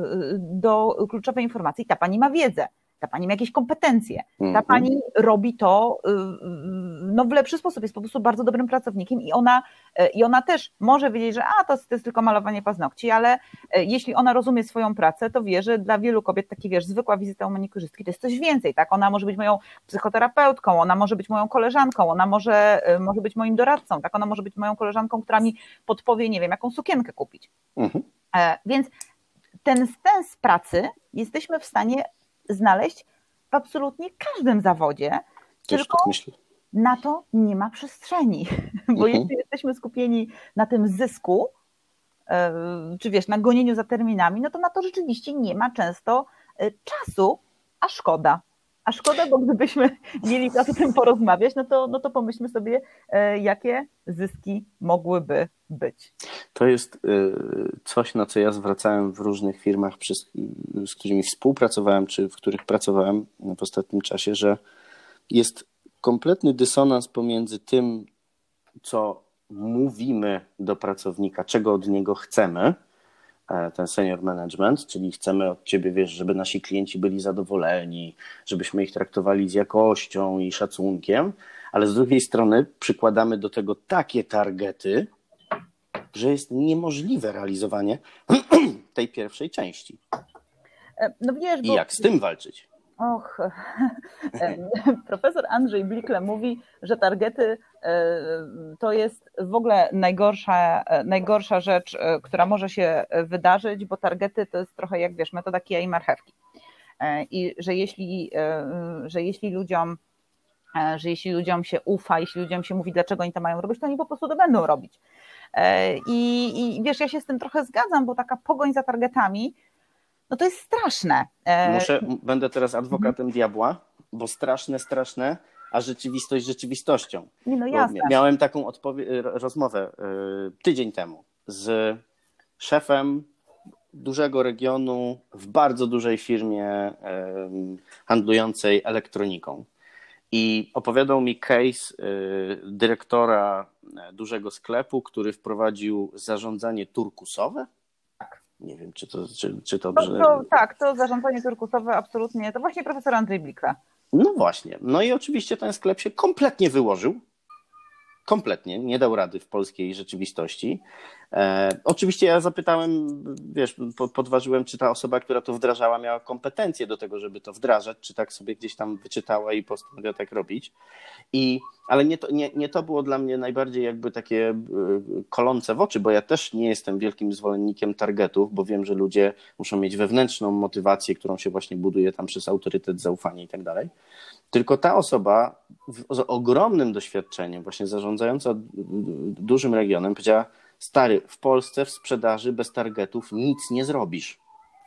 do kluczowej informacji, ta pani ma wiedzę, ta pani ma jakieś kompetencje, ta mhm. pani robi to no, w lepszy sposób, jest po prostu bardzo dobrym pracownikiem i ona, i ona też może wiedzieć, że a, to, to jest tylko malowanie paznokci, ale jeśli ona rozumie swoją pracę, to wie, że dla wielu kobiet taki, wiesz, zwykła wizyta u manikurzystki to jest coś więcej, tak? Ona może być moją psychoterapeutką, ona może być moją koleżanką, ona może, może być moim doradcą, tak? Ona może być moją koleżanką, która mi podpowie, nie wiem, jaką sukienkę kupić. Mhm. Więc ten sens pracy jesteśmy w stanie znaleźć w absolutnie każdym zawodzie, Też tylko tak myślę. Na to nie ma przestrzeni, bo mhm. jeśli jesteśmy skupieni na tym zysku, czy wiesz, na gonieniu za terminami, no to na to rzeczywiście nie ma często czasu, a szkoda. A szkoda, bo gdybyśmy mieli czas o tym porozmawiać, no to, no to pomyślmy sobie, jakie zyski mogłyby być. To jest coś, na co ja zwracałem w różnych firmach, z którymi współpracowałem, czy w których pracowałem w ostatnim czasie, że jest kompletny dysonans pomiędzy tym, co mówimy do pracownika, czego od niego chcemy, ten senior management, czyli chcemy od ciebie, wiesz, żeby nasi klienci byli zadowoleni, żebyśmy ich traktowali z jakością i szacunkiem, ale z drugiej strony przykładamy do tego takie targety, że jest niemożliwe realizowanie tej pierwszej części. No wiesz, I bo... jak z tym walczyć? Och, profesor Andrzej Blikle mówi, że targety to jest w ogóle najgorsza, najgorsza rzecz, która może się wydarzyć, bo targety to jest trochę jak, wiesz, metoda kija i marchewki. I że jeśli, że jeśli ludziom że jeśli ludziom się ufa, jeśli ludziom się mówi, dlaczego oni to mają robić, to oni po prostu to będą robić. I, i wiesz, ja się z tym trochę zgadzam, bo taka pogoń za targetami, no to jest straszne. Muszę, będę teraz adwokatem mhm. diabła, bo straszne, straszne, a rzeczywistość rzeczywistością. Nie, no jasne. Miałem taką odpowie- rozmowę tydzień temu z szefem dużego regionu w bardzo dużej firmie handlującej elektroniką. I opowiadał mi case dyrektora dużego sklepu, który wprowadził zarządzanie turkusowe. Nie wiem, czy to, czy, czy to, to, to Tak, to zarządzanie turkusowe absolutnie, to właśnie profesor Andrzej Blikle. No właśnie. No i oczywiście ten sklep się kompletnie wyłożył. Kompletnie, nie dał rady w polskiej rzeczywistości. E, oczywiście ja zapytałem, wiesz, podważyłem, czy ta osoba, która to wdrażała, miała kompetencje do tego, żeby to wdrażać, czy tak sobie gdzieś tam wyczytała i postanowiła tak robić. I, ale nie to, nie, nie to było dla mnie najbardziej jakby takie kolące w oczy, bo ja też nie jestem wielkim zwolennikiem targetów, bo wiem, że ludzie muszą mieć wewnętrzną motywację, którą się właśnie buduje tam przez autorytet, zaufanie i tak dalej. Tylko ta osoba z ogromnym doświadczeniem, właśnie zarządzająca dużym regionem, powiedziała: stary, w Polsce w sprzedaży bez targetów nic nie zrobisz.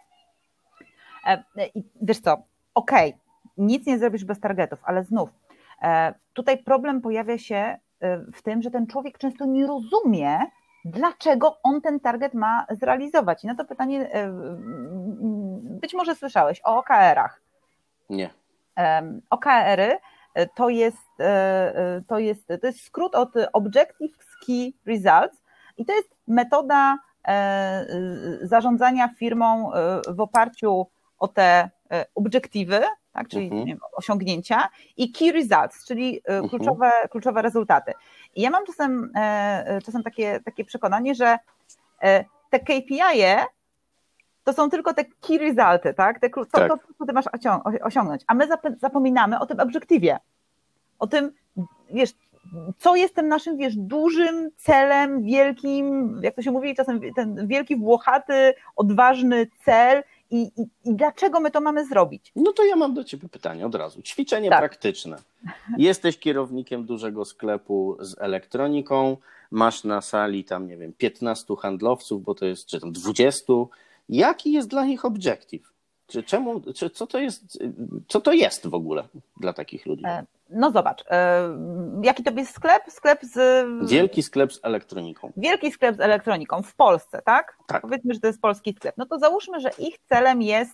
Wiesz co, okej, okay, nic nie zrobisz bez targetów, ale znów tutaj problem pojawia się w tym, że ten człowiek często nie rozumie, dlaczego on ten target ma zrealizować. I na to pytanie być może słyszałeś o O K R-ach. Nie. O K R-y to jest, to jest, to jest skrót od Objective Key Results i to jest metoda zarządzania firmą w oparciu o te obiektywy, tak, czyli mhm. nie wiem, osiągnięcia i key results, czyli mhm. kluczowe, kluczowe rezultaty. I ja mam czasem, czasem takie, takie przekonanie, że te K P I-e to są tylko te key resulty, tak? Te, to, tak. to, co ty masz osiągnąć, a my zapominamy o tym obiektywie, o tym, wiesz, co jest tym naszym, wiesz, dużym celem, wielkim, jak to się mówi czasem, ten wielki, włochaty, odważny cel i, i, i dlaczego my to mamy zrobić? No to ja mam do ciebie pytanie od razu. Ćwiczenie tak. praktyczne. Jesteś kierownikiem dużego sklepu z elektroniką, masz na sali tam, nie wiem, piętnastu handlowców, bo to jest, czy tam dwudziestu. Jaki jest dla nich obiektyw? Czy czemu, czy co to jest, co to jest w ogóle dla takich ludzi? No zobacz, jaki to jest sklep? Sklep z... Wielki sklep z elektroniką. Wielki sklep z elektroniką w Polsce, tak? Tak. Powiedzmy, że to jest polski sklep. No to załóżmy, że ich celem jest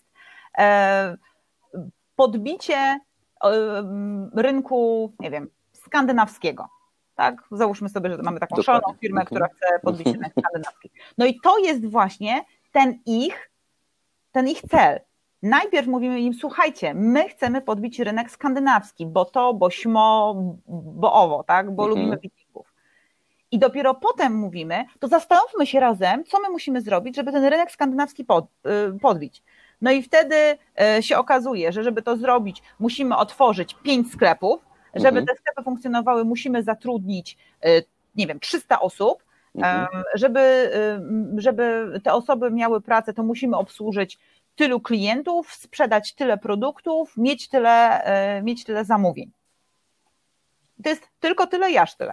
podbicie rynku, nie wiem, skandynawskiego. Tak? Załóżmy sobie, że mamy taką Dokładnie. szaloną firmę, mhm. która chce podbić rynek skandynawski. No i to jest właśnie ten ich, ten ich cel. Najpierw mówimy im, słuchajcie, my chcemy podbić rynek skandynawski, bo to, bo śmo, bo owo, tak? Bo mhm. lubimy wikingów. I dopiero potem mówimy, to zastanówmy się razem, co my musimy zrobić, żeby ten rynek skandynawski pod, podbić. No i wtedy się okazuje, że żeby to zrobić, musimy otworzyć pięć sklepów, żeby mhm. te sklepy funkcjonowały, musimy zatrudnić, nie wiem, trzysta osób, mhm. żeby, żeby te osoby miały pracę, to musimy obsłużyć tylu klientów, sprzedać tyle produktów, mieć tyle, mieć tyle zamówień. To jest tylko tyle i aż tyle.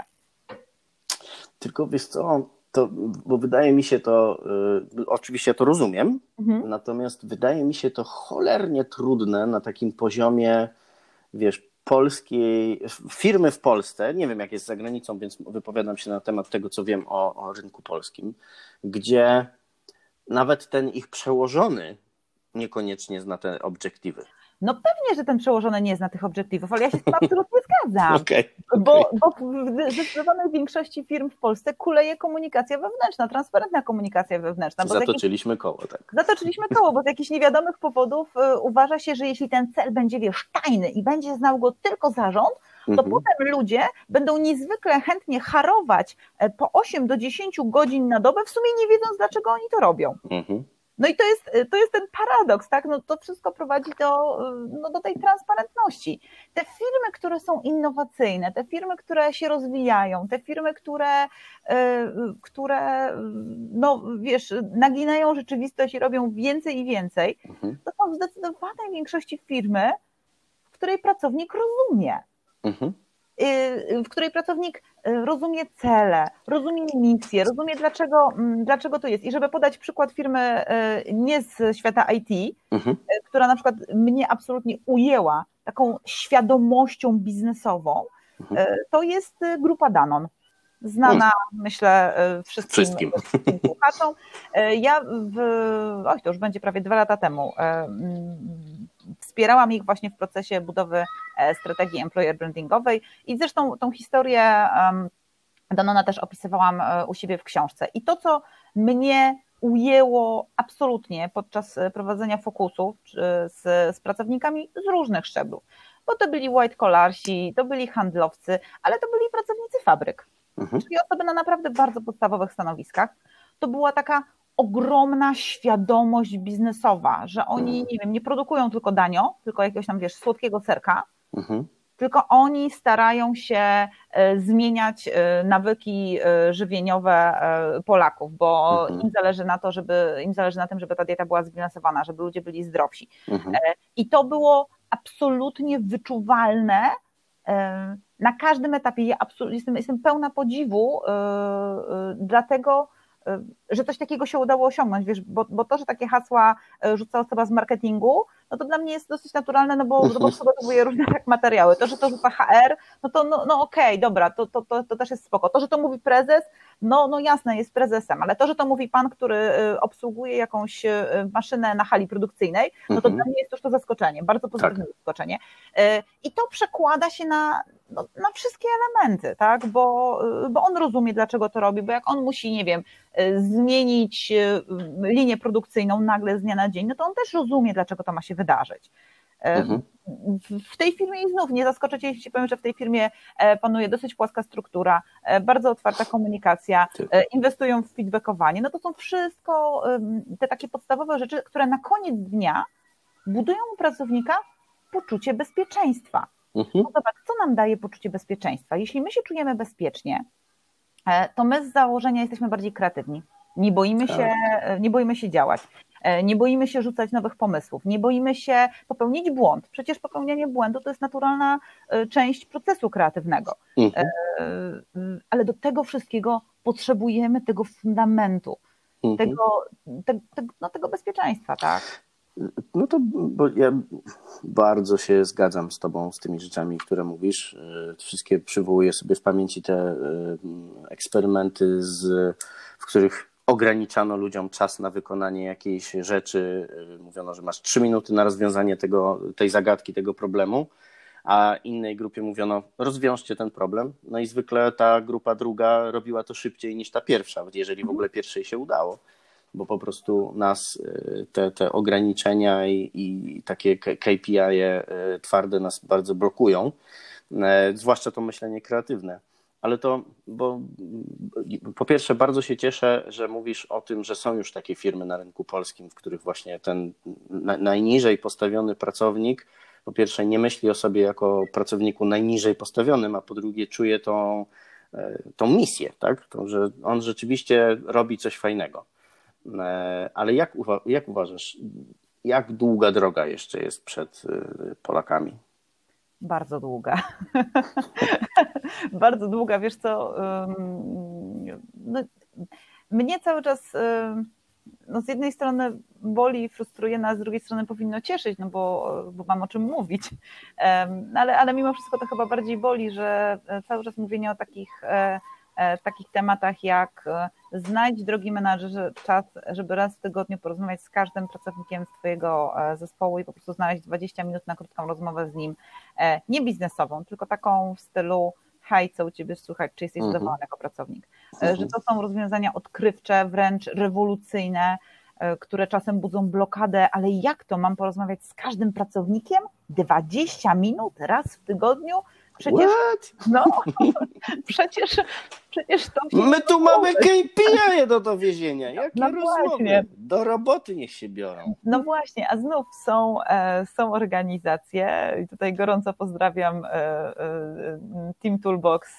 Tylko wiesz co, to, bo wydaje mi się to, y, oczywiście ja to rozumiem, mhm. natomiast wydaje mi się to cholernie trudne na takim poziomie, wiesz, polskiej, firmy w Polsce, nie wiem jak jest za granicą, więc wypowiadam się na temat tego, co wiem o, o rynku polskim, gdzie nawet ten ich przełożony niekoniecznie zna te obiektywy. No pewnie, że ten przełożony nie zna tych obiektywów, ale ja się z tym absolutnie zgadzam. Okay, okay. Bo, bo w zdecydowanej większości firm w Polsce kuleje komunikacja wewnętrzna, transparentna komunikacja wewnętrzna. Bo Zatoczyliśmy jakich, koło, tak. Zatoczyliśmy koło, bo z jakichś niewiadomych powodów y, uważa się, że jeśli ten cel będzie, wiesz, tajny i będzie znał go tylko zarząd, to mhm. potem ludzie będą niezwykle chętnie harować po osiem do dziesięciu godzin na dobę, w sumie nie wiedząc, dlaczego oni to robią. Mhm. No i to jest, to jest ten paradoks, tak? No to wszystko prowadzi do, no do tej transparentności. Te firmy, które są innowacyjne, te firmy, które się rozwijają, te firmy, które, które no wiesz, naginają rzeczywistość i robią więcej i więcej, mhm. to są w zdecydowanej większości firmy, w której pracownik rozumie. Mhm. w której pracownik rozumie cele, rozumie misję, rozumie dlaczego, dlaczego to jest. I żeby podać przykład firmy nie z świata I T, mhm. która na przykład mnie absolutnie ujęła taką świadomością biznesową, mhm. to jest grupa Danone. Znana, hmm. myślę, wszystkim, wszystkim. wszystkim słuchaczom. Ja w, oj, to już będzie prawie dwa lata temu, wspierałam ich właśnie w procesie budowy strategii employer brandingowej i zresztą tą historię Danona też opisywałam u siebie w książce. I to, co mnie ujęło absolutnie podczas prowadzenia fokusów z, z pracownikami z różnych szczeblów, bo to byli white collarsi, to byli handlowcy, ale to byli pracownicy fabryk, mhm. czyli osoby na naprawdę bardzo podstawowych stanowiskach. To była taka ogromna świadomość biznesowa, że oni, nie wiem, nie produkują tylko danio, tylko jakiegoś tam, wiesz, słodkiego serka, mhm. tylko oni starają się zmieniać nawyki żywieniowe Polaków, bo mhm. im zależy na to, żeby, im zależy na tym, żeby ta dieta była zbilansowana, żeby ludzie byli zdrowsi. Mhm. I to było absolutnie wyczuwalne na każdym etapie. Ja absolutnie jestem, jestem pełna podziwu, dlatego że coś takiego się udało osiągnąć, wiesz, bo, bo to, że takie hasła rzuca osoba z marketingu, no to dla mnie jest dosyć naturalne, no bo, no bo przygotowuję różne tak materiały. To, że to rzuca H R, no to no, no okej, okay, dobra, to, to, to, to też jest spoko. To, że to mówi prezes, no, no jasne, jest prezesem, ale to, że to mówi pan, który obsługuje jakąś maszynę na hali produkcyjnej, no to mhm. dla mnie jest już to zaskoczenie, bardzo pozytywne tak. zaskoczenie. I to przekłada się na, no, na wszystkie elementy, tak, bo, bo on rozumie, dlaczego to robi, bo jak on musi, nie wiem, zmienić linię produkcyjną nagle z dnia na dzień, no to on też rozumie, dlaczego to ma się wydarzyć. Mhm. W tej firmie i znów nie zaskoczę cię, jeśli powiem, że w tej firmie panuje dosyć płaska struktura, bardzo otwarta komunikacja, inwestują w feedbackowanie, no to są wszystko te takie podstawowe rzeczy, które na koniec dnia budują u pracownika poczucie bezpieczeństwa. Mhm. No zobacz, co nam daje poczucie bezpieczeństwa? Jeśli my się czujemy bezpiecznie, to my z założenia jesteśmy bardziej kreatywni. Nie boimy się, nie boimy się działać, nie boimy się rzucać nowych pomysłów, nie boimy się popełnić błąd. Przecież popełnianie błędu to jest naturalna część procesu kreatywnego. Mhm. Ale do tego wszystkiego potrzebujemy tego fundamentu, mhm. tego, te, te, no, tego bezpieczeństwa, tak? No to bo ja bardzo się zgadzam z tobą, z tymi rzeczami, które mówisz. Wszystkie przywołuję sobie w pamięci te eksperymenty, z, w których ograniczano ludziom czas na wykonanie jakiejś rzeczy. Mówiono, że masz trzy minuty na rozwiązanie tego, tej zagadki, tego problemu, a innej grupie mówiono, rozwiążcie ten problem. No i zwykle ta grupa druga robiła to szybciej niż ta pierwsza, jeżeli w ogóle pierwszej się udało. Bo po prostu nas te, te ograniczenia i, i takie K P I-e twarde nas bardzo blokują, zwłaszcza to myślenie kreatywne. Ale to, bo po pierwsze bardzo się cieszę, że mówisz o tym, że są już takie firmy na rynku polskim, w których właśnie ten najniżej postawiony pracownik po pierwsze nie myśli o sobie jako pracowniku najniżej postawionym, a po drugie czuje tą, tą misję, tak? To, że on rzeczywiście robi coś fajnego. Ale jak, uwa- jak uważasz, jak długa droga jeszcze jest przed Polakami? Bardzo długa. Bardzo długa, wiesz co, no, mnie cały czas no, z jednej strony boli i frustruje, no, a z drugiej strony powinno cieszyć, no bo, bo mam o czym mówić, ale, ale mimo wszystko to chyba bardziej boli, że cały czas mówienie o takich takich tematach jak znajdź, drogi menadżerze, czas, żeby raz w tygodniu porozmawiać z każdym pracownikiem z twojego zespołu i po prostu znaleźć dwadzieścia minut na krótką rozmowę z nim, nie biznesową, tylko taką w stylu hej, co u ciebie słychać, czy jesteś zadowolony mm-hmm. jako pracownik, mm-hmm. że to są rozwiązania odkrywcze, wręcz rewolucyjne, które czasem budzą blokadę, ale jak to, mam porozmawiać z każdym pracownikiem dwadzieścia minut raz w tygodniu? Przecież, What? no, przecież, przecież to się My tu mamy K P I do dowiezienia. Jakie no rozmowy? Właśnie. Do roboty niech się biorą. No właśnie, a znów są, są organizacje i tutaj gorąco pozdrawiam Team Toolbox,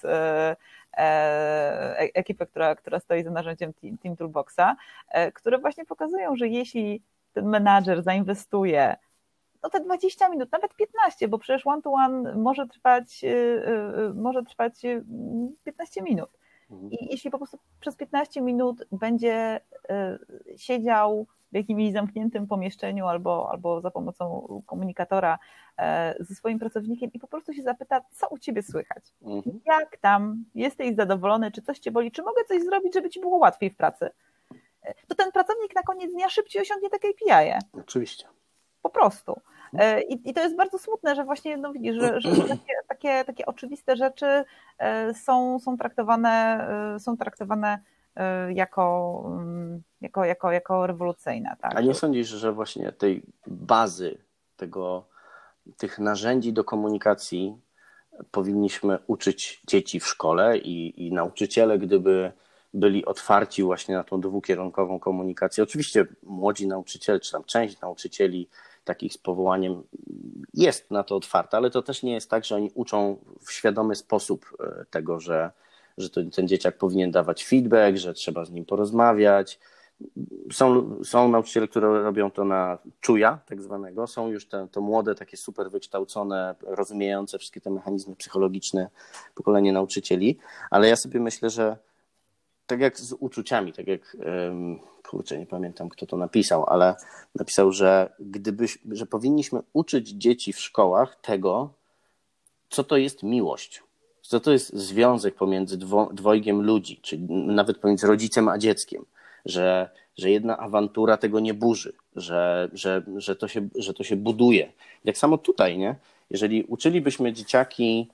ekipę, która, która stoi za narzędziem Team Toolboxa, które właśnie pokazują, że jeśli ten menadżer zainwestuje no te dwadzieścia minut, nawet piętnaście, bo przecież one-to-one może trwać, może trwać piętnaście minut. I jeśli po prostu przez piętnaście minut będzie siedział w jakimś zamkniętym pomieszczeniu albo, albo za pomocą komunikatora ze swoim pracownikiem i po prostu się zapyta, co u ciebie słychać? Mhm. Jak tam? Jesteś zadowolony? Czy coś cię boli? Czy mogę coś zrobić, żeby ci było łatwiej w pracy? To ten pracownik na koniec dnia szybciej osiągnie te K P I-e. Oczywiście. Po prostu. I, i to jest bardzo smutne, że właśnie no widzisz, że, że takie, takie, takie oczywiste rzeczy są, są traktowane, są traktowane jako, jako, jako, jako rewolucyjne. Tak? A nie sądzisz, że właśnie tej bazy, tego, tych narzędzi do komunikacji powinniśmy uczyć dzieci w szkole i, i nauczyciele, gdyby byli otwarci właśnie na tą dwukierunkową komunikację. Oczywiście młodzi nauczyciele, czy tam część nauczycieli takich z powołaniem jest na to otwarta, ale to też nie jest tak, że oni uczą w świadomy sposób tego, że, że to, ten dzieciak powinien dawać feedback, że trzeba z nim porozmawiać. Są, są nauczyciele, które robią to na czuja tak zwanego, są już te, to młode, takie super wykształcone, rozumiejące wszystkie te mechanizmy psychologiczne pokolenie nauczycieli, ale ja sobie myślę, że tak jak z uczuciami, tak jak, kurczę, nie pamiętam kto to napisał, ale napisał, że gdybyś, że powinniśmy uczyć dzieci w szkołach tego, co to jest miłość, co to jest związek pomiędzy dwo, dwojgiem ludzi, czy nawet pomiędzy rodzicem a dzieckiem, że, że jedna awantura tego nie burzy, że, że, że, to się, że to się buduje. Jak samo tutaj, nie? Jeżeli uczylibyśmy dzieciaki,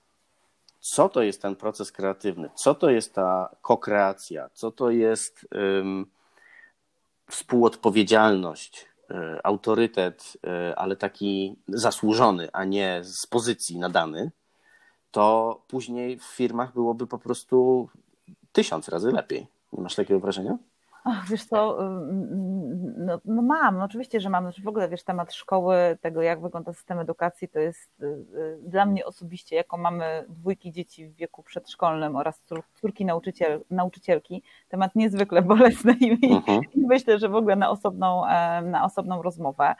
co to jest ten proces kreatywny, co to jest ta kokreacja, co to jest um, współodpowiedzialność, y, autorytet, y, ale taki zasłużony, a nie z pozycji nadany, to później w firmach byłoby po prostu tysiąc razy lepiej. Nie masz takiego wrażenia? Ach, wiesz co, no, no mam, no oczywiście, że mam. Znaczy w ogóle, wiesz, temat szkoły, tego jak wygląda system edukacji, to jest dla mnie osobiście, jako mamy dwójki dzieci w wieku przedszkolnym oraz córki nauczyciel, nauczycielki, temat niezwykle bolesny i, uh-huh. i myślę, że w ogóle na osobną, na osobną rozmowę.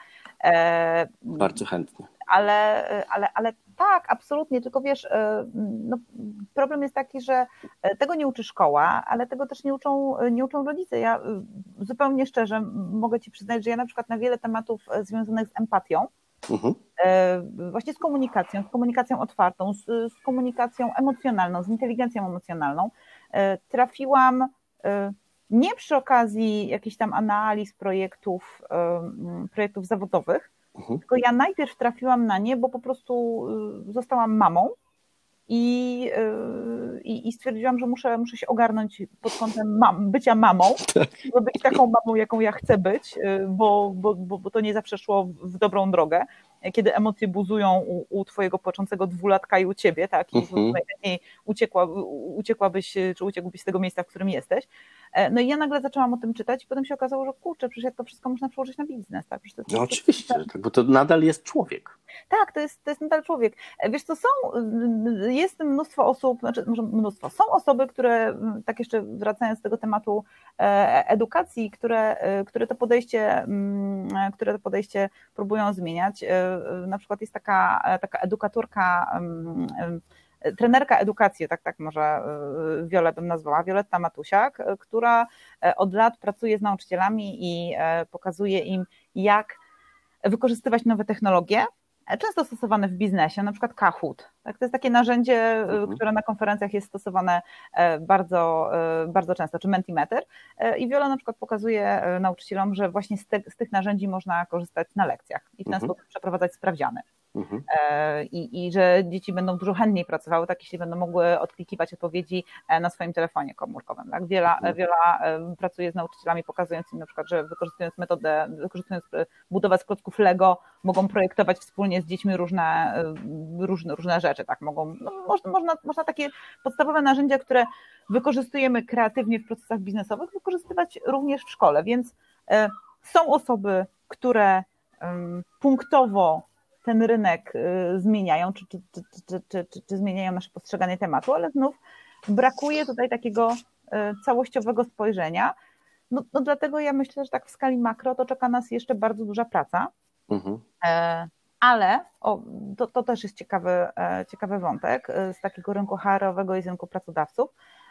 Bardzo chętnie. Ale, ale, ale tak, absolutnie, tylko wiesz, no, problem jest taki, że tego nie uczy szkoła, ale tego też nie uczą, nie uczą rodzice. Ja zupełnie szczerze mogę Ci przyznać, że ja na przykład na wiele tematów związanych z empatią, mhm. właśnie z komunikacją, z komunikacją otwartą, z, z komunikacją emocjonalną, z inteligencją emocjonalną, trafiłam nie przy okazji jakichś tam analiz projektów, projektów zawodowych, Mhm. tylko ja najpierw trafiłam na nie, bo po prostu zostałam mamą i, i, i stwierdziłam, że muszę, muszę się ogarnąć pod kątem mam, bycia mamą, żeby być taką mamą, jaką ja chcę być, bo, bo, bo, bo to nie zawsze szło w dobrą drogę, kiedy emocje buzują u, u twojego płaczącego dwulatka i u ciebie, tak, i mhm. najchętniej uciekła, uciekłabyś, czy uciekłbyś z tego miejsca, w którym jesteś. No i ja nagle zaczęłam o tym czytać i potem się okazało, że kurczę, przecież jak to wszystko można przełożyć na biznes, tak? To, no to, oczywiście, to, tak, bo to nadal jest człowiek. Tak, to jest, to jest nadal człowiek. Wiesz co, są, jest mnóstwo osób, znaczy może mnóstwo, są osoby, które, tak jeszcze wracając do tego tematu edukacji, które, które to podejście, które to podejście próbują zmieniać. Na przykład jest taka, taka edukatorka, trenerka edukacji, tak, tak może Wiolę bym nazwała, Wioletta Matusiak, która od lat pracuje z nauczycielami i pokazuje im, jak wykorzystywać nowe technologie, często stosowane w biznesie, na przykład Kahoot. Tak, to jest takie narzędzie, mhm. które na konferencjach jest stosowane bardzo, bardzo często, czy Mentimeter. I Wiola na przykład pokazuje nauczycielom, że właśnie z, te, z tych narzędzi można korzystać na lekcjach i w ten mhm. sposób przeprowadzać sprawdziany. Mhm. I, I że dzieci będą dużo chętniej pracowały, tak jeśli będą mogły odklikiwać odpowiedzi na swoim telefonie komórkowym. Tak? Wiela, mhm. Wiela pracuje z nauczycielami, pokazując im na przykład, że wykorzystując metodę, wykorzystując budowę z klocków Lego, mogą projektować wspólnie z dziećmi różne, różne, różne rzeczy. Tak? Mogą, no, można, można, można takie podstawowe narzędzia, które wykorzystujemy kreatywnie w procesach biznesowych, wykorzystywać również w szkole, więc są osoby, które punktowo ten rynek zmieniają, czy, czy, czy, czy, czy, czy, czy zmieniają nasze postrzeganie tematu, ale znów brakuje tutaj takiego całościowego spojrzenia. No, no dlatego ja myślę, że tak w skali makro to czeka nas jeszcze bardzo duża praca, mhm. ale o, to, to też jest ciekawy, ciekawy wątek z takiego rynku H R-owego i z rynku pracodawców.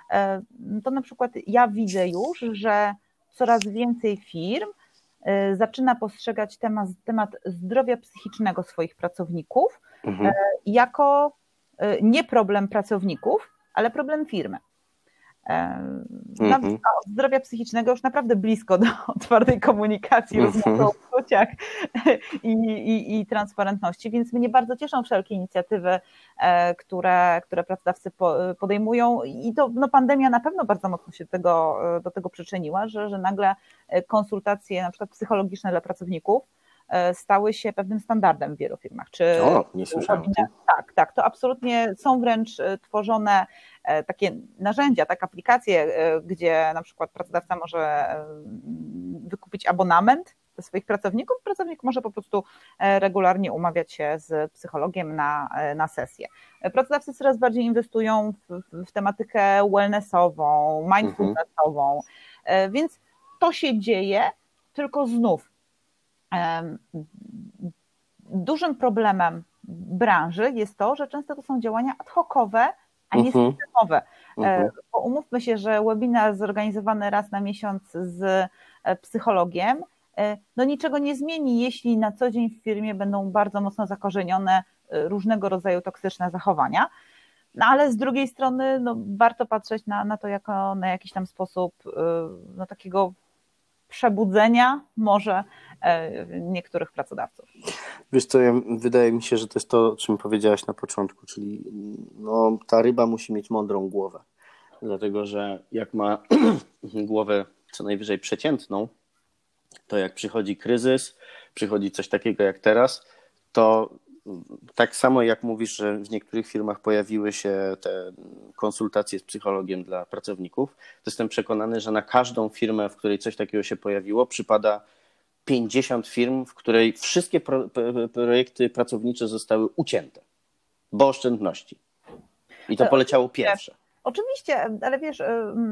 To na przykład ja widzę już, że coraz więcej firm zaczyna postrzegać temat, temat zdrowia psychicznego swoich pracowników mhm. jako nie problem pracowników, ale problem firmy. Mhm. Od zdrowia psychicznego już naprawdę blisko do otwartej komunikacji, mhm. rozmowy o uczuciach i, i, i transparentności, więc mnie bardzo cieszą wszelkie inicjatywy, które, które pracodawcy podejmują i to no, pandemia na pewno bardzo mocno się do tego, do tego przyczyniła, że, że nagle konsultacje na przykład psychologiczne dla pracowników stały się pewnym standardem w wielu firmach. Czy o, nie słyszałem. Tak, tak, to absolutnie są wręcz tworzone takie narzędzia, tak, aplikacje, gdzie na przykład pracodawca może wykupić abonament do swoich pracowników, pracownik może po prostu regularnie umawiać się z psychologiem na, na sesję. Pracodawcy coraz bardziej inwestują w, w tematykę wellnessową, mindfulnessową, mhm. więc to się dzieje, tylko znów dużym problemem branży jest to, że często to są działania ad hocowe, a nie Mhm. systemowe. Mhm. Bo umówmy się, że webinar zorganizowany raz na miesiąc z psychologiem, no niczego nie zmieni, jeśli na co dzień w firmie będą bardzo mocno zakorzenione różnego rodzaju toksyczne zachowania. No ale z drugiej strony no, warto patrzeć na, na to jako na jakiś tam sposób no, takiego przebudzenia może niektórych pracodawców. Wiesz co, ja, wydaje mi się, że to jest to, o czym powiedziałaś na początku, czyli no, ta ryba musi mieć mądrą głowę, dlatego że jak ma głowę co najwyżej przeciętną, to jak przychodzi kryzys, przychodzi coś takiego jak teraz, to tak samo jak mówisz, że w niektórych firmach pojawiły się te konsultacje z psychologiem dla pracowników, to jestem przekonany, że na każdą firmę, w której coś takiego się pojawiło, przypada pięćdziesiąt firm, w której wszystkie pro, projekty pracownicze zostały ucięte, bo oszczędności. I to poleciało pierwsze. Oczywiście, ale wiesz,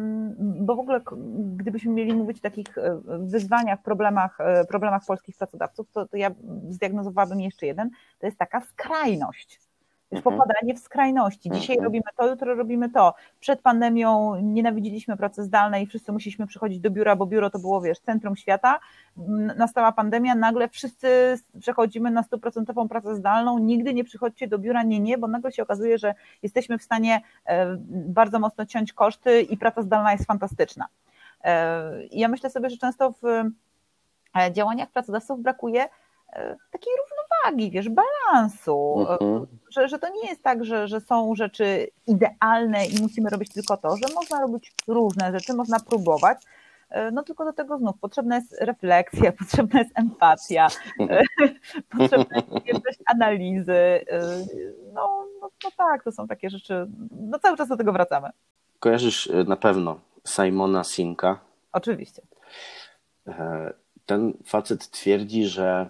bo w ogóle gdybyśmy mieli mówić o takich wyzwaniach, problemach, problemach polskich pracodawców, to, to ja zdiagnozowałabym jeszcze jeden, to jest taka skrajność. Wiesz, popadanie w skrajności. Dzisiaj Mhm. robimy to, jutro robimy to. Przed pandemią nienawidziliśmy pracy zdalnej i wszyscy musieliśmy przychodzić do biura, bo biuro to było, wiesz, centrum świata. Nastała pandemia, nagle wszyscy przechodzimy na stuprocentową pracę zdalną. Nigdy nie przychodźcie do biura, nie, nie, bo nagle się okazuje, że jesteśmy w stanie bardzo mocno ciąć koszty i praca zdalna jest fantastyczna. Ja myślę sobie, że często w działaniach pracodawców brakuje takiej równowagi, wiesz, balansu, Mhm. że, że to nie jest tak, że, że są rzeczy idealne i musimy robić tylko to, że można robić różne rzeczy, można próbować, no tylko do tego znów potrzebna jest refleksja, potrzebna jest empatia, potrzebna jest umiejętność analizy, no, no, no tak, to są takie rzeczy, no cały czas do tego wracamy. Kojarzysz na pewno Simona Sinka? Oczywiście. Ten facet twierdzi, że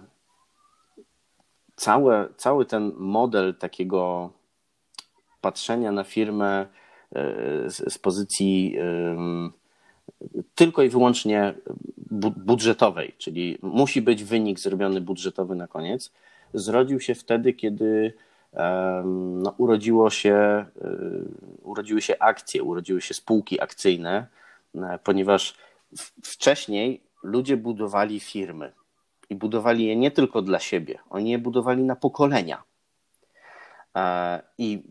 Cały, cały ten model takiego patrzenia na firmę z, z pozycji um, tylko i wyłącznie bu- budżetowej, czyli musi być wynik zrobiony budżetowy na koniec, zrodził się wtedy, kiedy um, no, urodziło się, um, urodziły się akcje, urodziły się spółki akcyjne, ponieważ w, wcześniej ludzie budowali firmy. I budowali je nie tylko dla siebie, oni je budowali na pokolenia. I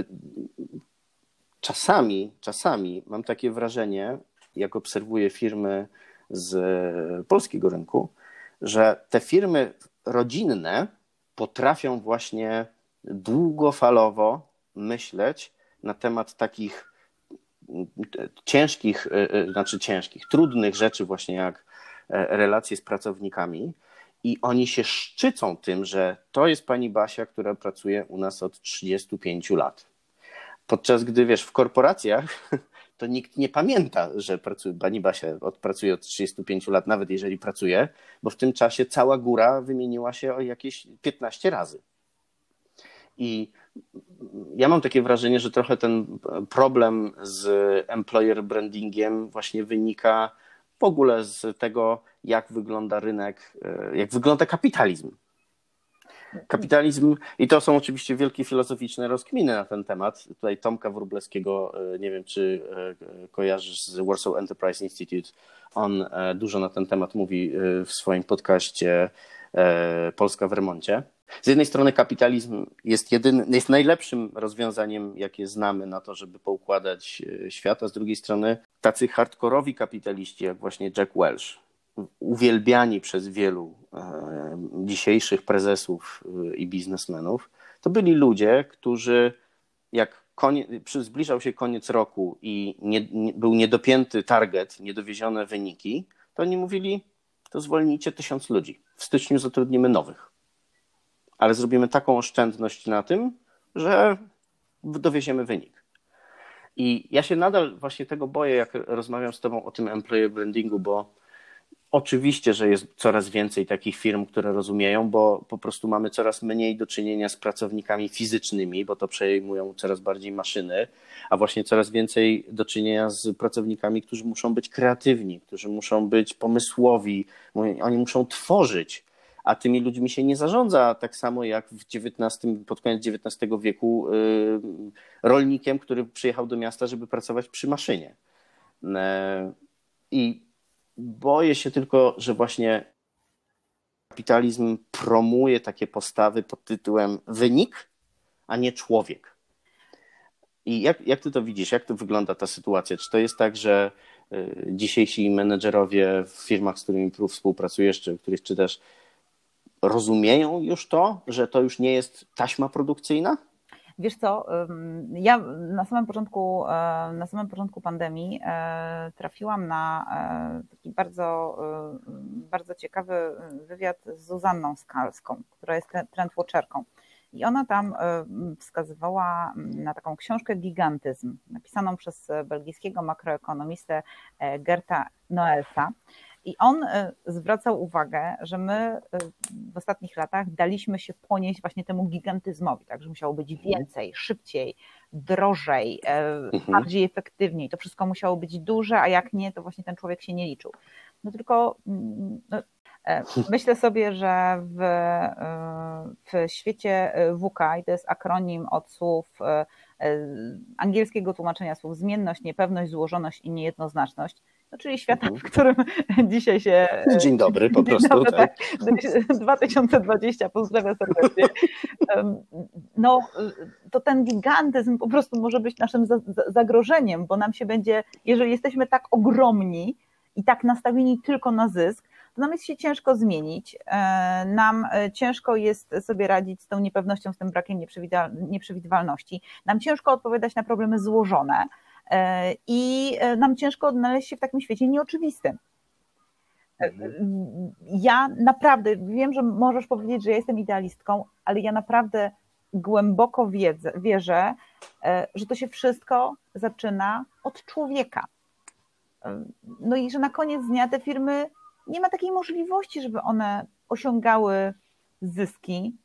czasami, czasami mam takie wrażenie, jak obserwuję firmy z polskiego rynku, że te firmy rodzinne potrafią właśnie długofalowo myśleć na temat takich ciężkich, znaczy ciężkich, trudnych rzeczy właśnie jak relacje z pracownikami. I oni się szczycą tym, że to jest pani Basia, która pracuje u nas od trzydziestu pięciu lat. Podczas gdy, wiesz, w korporacjach to nikt nie pamięta, że pracuje, pani Basia od, pracuje od trzydziestu pięciu lat, nawet jeżeli pracuje, bo w tym czasie cała góra wymieniła się o jakieś piętnaście razy. I ja mam takie wrażenie, że trochę ten problem z employer brandingiem właśnie wynika w ogóle z tego, jak wygląda rynek, jak wygląda kapitalizm. Kapitalizm, i to są oczywiście wielkie filozoficzne rozkminy na ten temat. Tutaj Tomka Wróblewskiego, nie wiem czy kojarzysz z Warsaw Enterprise Institute, on dużo na ten temat mówi w swoim podcaście Polska w remoncie. Z jednej strony kapitalizm jest, jedyny, jest najlepszym rozwiązaniem, jakie znamy na to, żeby poukładać świat, a z drugiej strony tacy hardkorowi kapitaliści, jak właśnie Jack Welch, uwielbiani przez wielu dzisiejszych prezesów i biznesmenów, to byli ludzie, którzy jak konie, zbliżał się koniec roku i nie, nie, był niedopięty target, niedowiezione wyniki, to oni mówili, to zwolnijcie tysiąc ludzi, w styczniu zatrudnimy nowych. Ale zrobimy taką oszczędność na tym, że dowieziemy wynik. I ja się nadal właśnie tego boję, jak rozmawiam z tobą o tym employer brandingu, bo oczywiście, że jest coraz więcej takich firm, które rozumieją, bo po prostu mamy coraz mniej do czynienia z pracownikami fizycznymi, bo to przejmują coraz bardziej maszyny, a właśnie coraz więcej do czynienia z pracownikami, którzy muszą być kreatywni, którzy muszą być pomysłowi, oni muszą tworzyć. a tymi ludźmi się nie zarządza tak samo jak w dziewiętnastym, pod koniec dziewiętnastego wieku rolnikiem, który przyjechał do miasta, żeby pracować przy maszynie. I boję się tylko, że właśnie kapitalizm promuje takie postawy pod tytułem wynik, a nie człowiek. I jak, jak ty to widzisz? Jak to wygląda ta sytuacja? Czy to jest tak, że dzisiejsi menedżerowie w firmach, z którymi współpracujesz, czy których czytasz, rozumieją już to, że to już nie jest taśma produkcyjna? Wiesz co, ja na samym początku, na samym początku pandemii trafiłam na taki bardzo, bardzo ciekawy wywiad z Zuzanną Skalską, która jest trendwatcherką. I ona tam wskazywała na taką książkę Gigantyzm, napisaną przez belgijskiego makroekonomistę Gerta Noelsa. I on zwracał uwagę, że my w ostatnich latach daliśmy się ponieść właśnie temu gigantyzmowi, tak, że musiało być więcej, szybciej, drożej, bardziej efektywniej. To wszystko musiało być duże, a jak nie, to właśnie ten człowiek się nie liczył. No tylko no, myślę sobie, że w, w świecie wuka, i to jest akronim od słów angielskiego tłumaczenia słów zmienność, niepewność, złożoność i niejednoznaczność, no, czyli świata, w którym dzisiaj się... Dzień dobry, po prostu. Dobry, tak. dwa tysiące dwudziesty, pozdrawiam serdecznie. No, to ten gigantyzm po prostu może być naszym zagrożeniem, bo nam się będzie, jeżeli jesteśmy tak ogromni i tak nastawieni tylko na zysk, to nam jest się ciężko zmienić, nam ciężko jest sobie radzić z tą niepewnością, z tym brakiem nieprzewidywalności, nam ciężko odpowiadać na problemy złożone, i nam ciężko odnaleźć się w takim świecie nieoczywistym. Ja naprawdę, wiem, że możesz powiedzieć, że ja jestem idealistką, ale ja naprawdę głęboko wiedzę, wierzę, że to się wszystko zaczyna od człowieka. No i że na koniec dnia te firmy, nie ma takiej możliwości, żeby one osiągały zyski,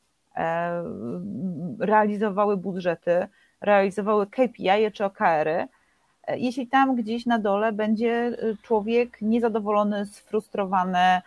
realizowały budżety, realizowały K P I czy O K R-y, jeśli tam gdzieś na dole będzie człowiek niezadowolony, sfrustrowany,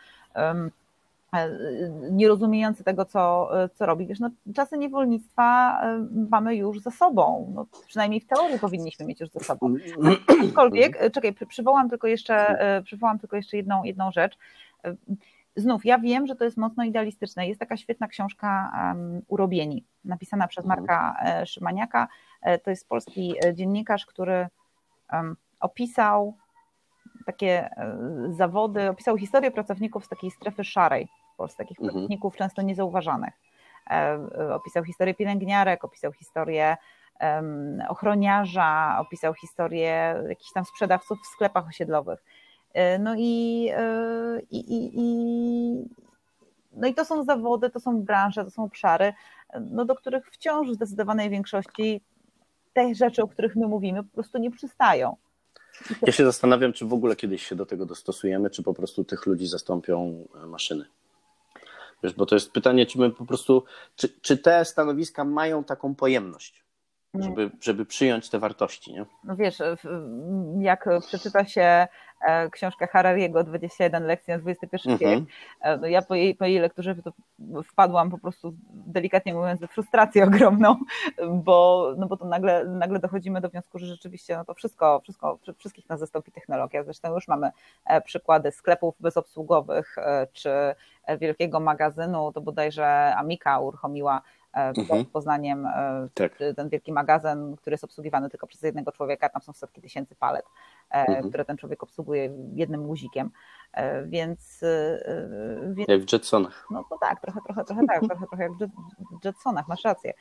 nierozumiejący tego, co, co robi. Wiesz, no, czasy niewolnictwa mamy już za sobą, no, przynajmniej w teorii powinniśmy mieć już za sobą. Aczkolwiek, czekaj, przywołam tylko jeszcze, przywołam tylko jeszcze jedną, jedną rzecz. Znów, ja wiem, że to jest mocno idealistyczne. Jest taka świetna książka um, Urobieni, napisana przez Marka Szymaniaka. To jest polski dziennikarz, który um, opisał takie zawody, opisał historię pracowników z takiej strefy szarej w Polsce, takich mhm. pracowników często niezauważanych. Opisał historię pielęgniarek, opisał historię um, ochroniarza, opisał historię jakichś tam sprzedawców w sklepach osiedlowych. No i, i, i, i, no i to są zawody, to są branże, to są obszary, no do których wciąż w zdecydowanej większości te rzeczy, o których my mówimy, po prostu nie przystają. Ja się zastanawiam, czy w ogóle kiedyś się do tego dostosujemy, czy po prostu tych ludzi zastąpią maszyny. Wiesz, bo to jest pytanie, czy my po prostu, czy, czy te stanowiska mają taką pojemność, żeby, żeby przyjąć te wartości, nie? No wiesz, jak przeczyta się książkę Harariego dwadzieścia jeden lekcji na dwudziesty pierwszy mm-hmm. wiek, no ja po jej, po jej lekturze to wpadłam po prostu, delikatnie mówiąc, w frustrację ogromną, bo, no bo to nagle, nagle dochodzimy do wniosku, że rzeczywiście no to wszystko, wszystko, wszystkich nas zastąpi technologia. Zresztą już mamy przykłady sklepów bezobsługowych czy wielkiego magazynu, to bodajże Amica uruchomiła pod Poznaniem tak. ten wielki magazyn, który jest obsługiwany tylko przez jednego człowieka, tam są setki tysięcy palet, mhm. które ten człowiek obsługuje jednym guzikiem, więc... więc jak w Jetsonach. No to tak, trochę, trochę, trochę tak, trochę, trochę jak w Jetsonach, masz rację.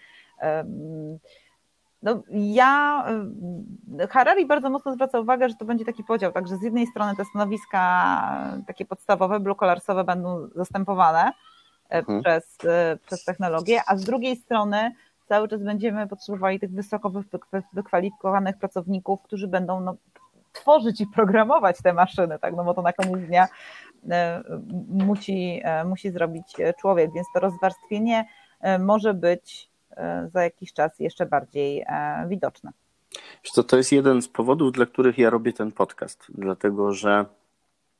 No ja, Harari bardzo mocno zwraca uwagę, że to będzie taki podział, także z jednej strony te stanowiska takie podstawowe, blue-collarsowe będą zastępowane Hmm. przez, przez technologię, a z drugiej strony cały czas będziemy potrzebowali tych wysoko wykwalifikowanych pracowników, którzy będą no, tworzyć i programować te maszyny, tak? No bo to na koniec dnia musi, musi zrobić człowiek, więc to rozwarstwienie może być za jakiś czas jeszcze bardziej widoczne. Wiesz co, to jest jeden z powodów, dla których ja robię ten podcast, dlatego że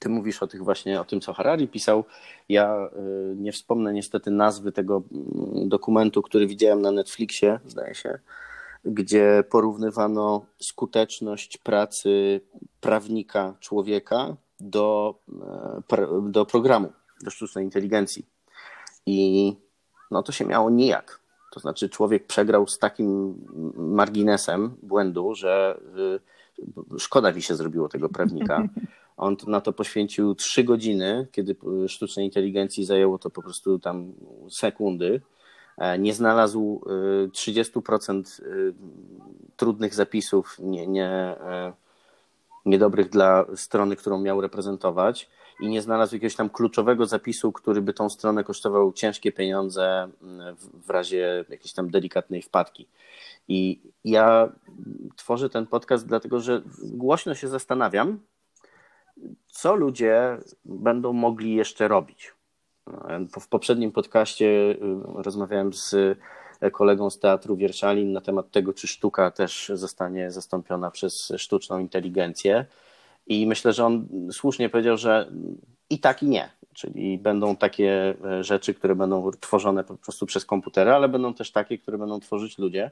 Ty mówisz o tych właśnie, o tym, co Harari pisał. Ja nie wspomnę niestety nazwy tego dokumentu, który widziałem na Netflixie, zdaje się, gdzie porównywano skuteczność pracy prawnika człowieka do, do programu, do sztucznej inteligencji. I no to się miało nijak. To znaczy człowiek przegrał z takim marginesem błędu, że szkoda mi się zrobiło tego prawnika. On na to poświęcił trzy godziny, kiedy sztucznej inteligencji zajęło to po prostu tam sekundy. Nie znalazł trzydzieści procent trudnych zapisów, nie, nie, niedobrych dla strony, którą miał reprezentować, i nie znalazł jakiegoś tam kluczowego zapisu, który by tą stronę kosztował ciężkie pieniądze w razie jakiejś tam delikatnej wpadki. I ja tworzę ten podcast dlatego, że głośno się zastanawiam, co ludzie będą mogli jeszcze robić. W poprzednim podcaście rozmawiałem z kolegą z Teatru Wierszalin na temat tego, czy sztuka też zostanie zastąpiona przez sztuczną inteligencję. I myślę, że on słusznie powiedział, że i tak, i nie. Czyli będą takie rzeczy, które będą tworzone po prostu przez komputery, ale będą też takie, które będą tworzyć ludzie.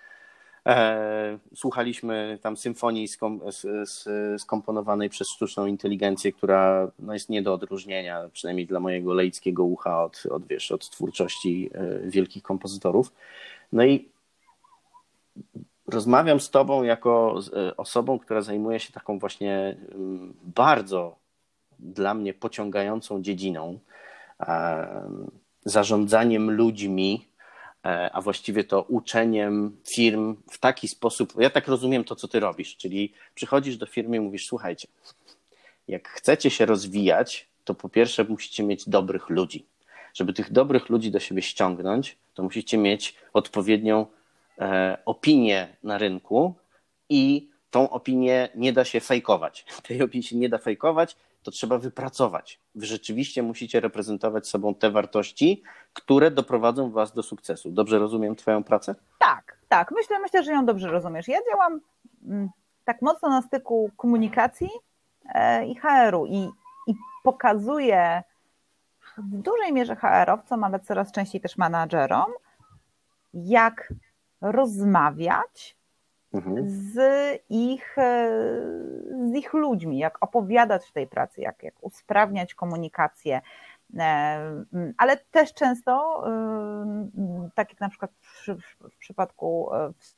Słuchaliśmy tam symfonii skomponowanej przez sztuczną inteligencję, która no jest nie do odróżnienia, przynajmniej dla mojego laickiego ucha, od, od, wiesz, od twórczości wielkich kompozytorów. No i rozmawiam z tobą jako z osobą, która zajmuje się taką właśnie bardzo dla mnie pociągającą dziedziną, zarządzaniem ludźmi, a właściwie to uczeniem firm w taki sposób. Ja tak rozumiem to, co ty robisz, czyli przychodzisz do firmy i mówisz: słuchajcie, jak chcecie się rozwijać, to po pierwsze musicie mieć dobrych ludzi. Żeby tych dobrych ludzi do siebie ściągnąć, to musicie mieć odpowiednią e, opinię na rynku i tą opinię nie da się fejkować. Tej opinii się nie da fejkować, to trzeba wypracować. Wy rzeczywiście musicie reprezentować sobą te wartości, które doprowadzą was do sukcesu. Dobrze rozumiem twoją pracę? Tak, tak. Myślę, myślę, że ją dobrze rozumiesz. Ja działam mm, tak mocno na styku komunikacji e, i H R-u i, i pokazuję w dużej mierze H R-owcom, ale coraz częściej też menadżerom, jak rozmawiać z ich, z ich ludźmi, jak opowiadać w tej pracy, jak, jak usprawniać komunikację, ale też często, tak jak na przykład w, w przypadku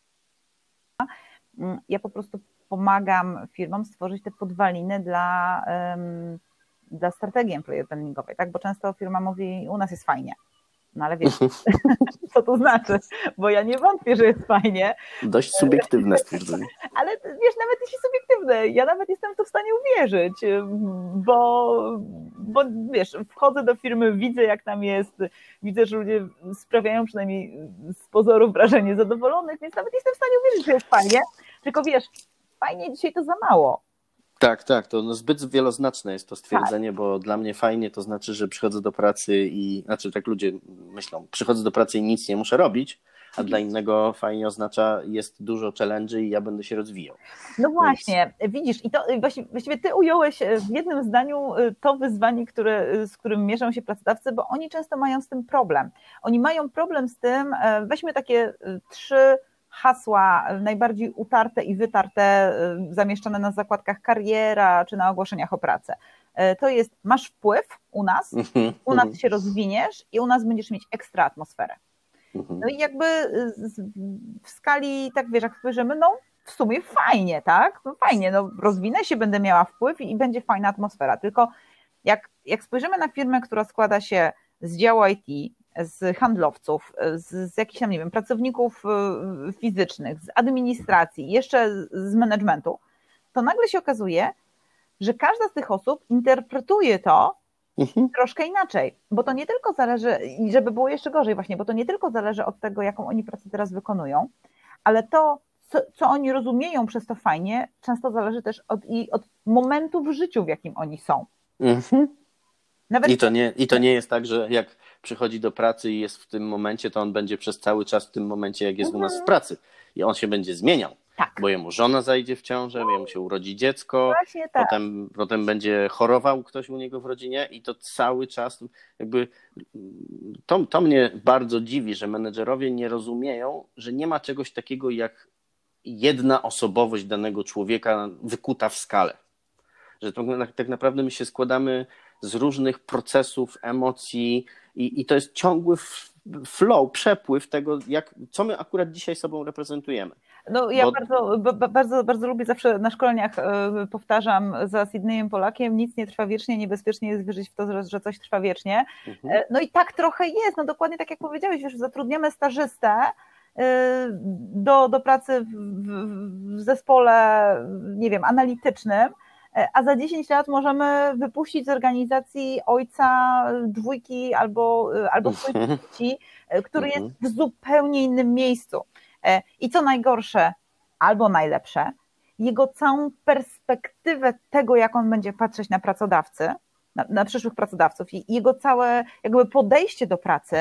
ja po prostu pomagam firmom stworzyć te podwaliny dla, dla strategii employer brandingowej, tak? Bo często firma mówi: u nas jest fajnie. No ale wiesz, co to znaczy, bo ja nie wątpię, że jest fajnie. Dość subiektywne stwierdzenie. Ale wiesz, nawet jeśli subiektywne, ja nawet jestem w to w stanie uwierzyć, bo, bo wiesz, wchodzę do firmy, widzę jak tam jest, widzę, że ludzie sprawiają przynajmniej z pozoru wrażenie zadowolonych, więc nawet jestem w stanie uwierzyć, że jest fajnie, tylko wiesz, fajnie dzisiaj to za mało. Tak, tak, to no zbyt wieloznaczne jest to stwierdzenie, tak. Bo dla mnie fajnie to znaczy, że przychodzę do pracy i, znaczy tak ludzie myślą, przychodzę do pracy i nic nie muszę robić, a dla innego fajnie oznacza, jest dużo challenge'y i ja będę się rozwijał. No właśnie, Więc... widzisz, i to właściwie ty ująłeś w jednym zdaniu to wyzwanie, które, z którym mierzą się pracodawcy, bo oni często mają z tym problem. Oni mają problem z tym, weźmy takie trzy hasła najbardziej utarte i wytarte, zamieszczone na zakładkach kariera czy na ogłoszeniach o pracę. To jest: masz wpływ u nas, u nas się rozwiniesz i u nas będziesz mieć ekstra atmosferę. No i jakby w skali, tak wiesz, jak spojrzymy, no w sumie fajnie, tak? No fajnie, no rozwinę się, będę miała wpływ i będzie fajna atmosfera. Tylko jak, jak spojrzymy na firmę, która składa się z działu I T, z handlowców, z, z jakichś tam, nie wiem, pracowników fizycznych, z administracji, jeszcze z managementu, to nagle się okazuje, że każda z tych osób interpretuje to mhm. troszkę inaczej, bo to nie tylko zależy, żeby było jeszcze gorzej właśnie, bo to nie tylko zależy od tego, jaką oni pracę teraz wykonują, ale to, co, co oni rozumieją przez to fajnie, często zależy też od, i od momentu w życiu, w jakim oni są. Mhm. Nawet... I, to nie, I to nie jest tak, że jak przychodzi do pracy i jest w tym momencie, to on będzie przez cały czas w tym momencie, jak jest mhm. u nas w pracy. I on się będzie zmieniał. Tak. Bo jemu żona zajdzie w ciążę, jemu się urodzi dziecko, Właśnie tak. potem, potem będzie chorował ktoś u niego w rodzinie i to cały czas jakby to, to mnie bardzo dziwi, że menedżerowie nie rozumieją, że nie ma czegoś takiego jak jedna osobowość danego człowieka wykuta w skale. Że to, tak naprawdę my się składamy z różnych procesów, emocji i, i to jest ciągły flow, przepływ tego, jak, co my akurat dzisiaj sobą reprezentujemy. No ja Bo... bardzo, b- bardzo, bardzo lubię, zawsze na szkoleniach powtarzam za Sydneyem Polakiem, nic nie trwa wiecznie, niebezpiecznie jest wierzyć w to, że, że coś trwa wiecznie. Mhm. No i tak trochę jest, no dokładnie tak jak powiedziałeś, wiesz, zatrudniamy stażystę do, do pracy w, w zespole, nie wiem, analitycznym, a za dziesięć lat możemy wypuścić z organizacji ojca dwójki albo, albo swojej dzieci, który jest w zupełnie innym miejscu. I co najgorsze, albo najlepsze, jego całą perspektywę tego, jak on będzie patrzeć na pracodawcy, na, na przyszłych pracodawców i jego całe jakby podejście do pracy,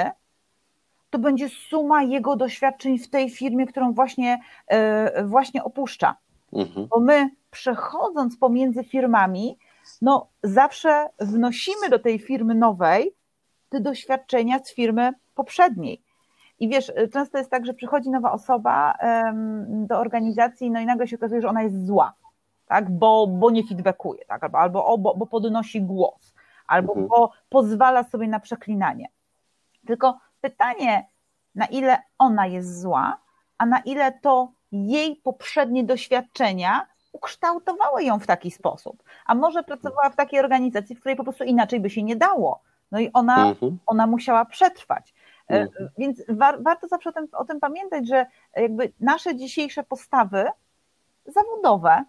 to będzie suma jego doświadczeń w tej firmie, którą właśnie, właśnie opuszcza. Mhm. Bo my przechodząc pomiędzy firmami, no zawsze wnosimy do tej firmy nowej te doświadczenia z firmy poprzedniej. I wiesz, często jest tak, że przychodzi nowa osoba do organizacji, no i nagle się okazuje, że ona jest zła, tak? bo, bo nie feedbackuje, tak? albo, albo o, bo, bo podnosi głos, albo mhm. bo pozwala sobie na przeklinanie. Tylko pytanie, na ile ona jest zła, a na ile to jej poprzednie doświadczenia ukształtowały ją w taki sposób. A może pracowała w takiej organizacji, w której po prostu inaczej by się nie dało. No i ona, mhm. ona musiała przetrwać. Mhm. Więc war, warto zawsze o tym, o tym pamiętać, że jakby nasze dzisiejsze postawy zawodowe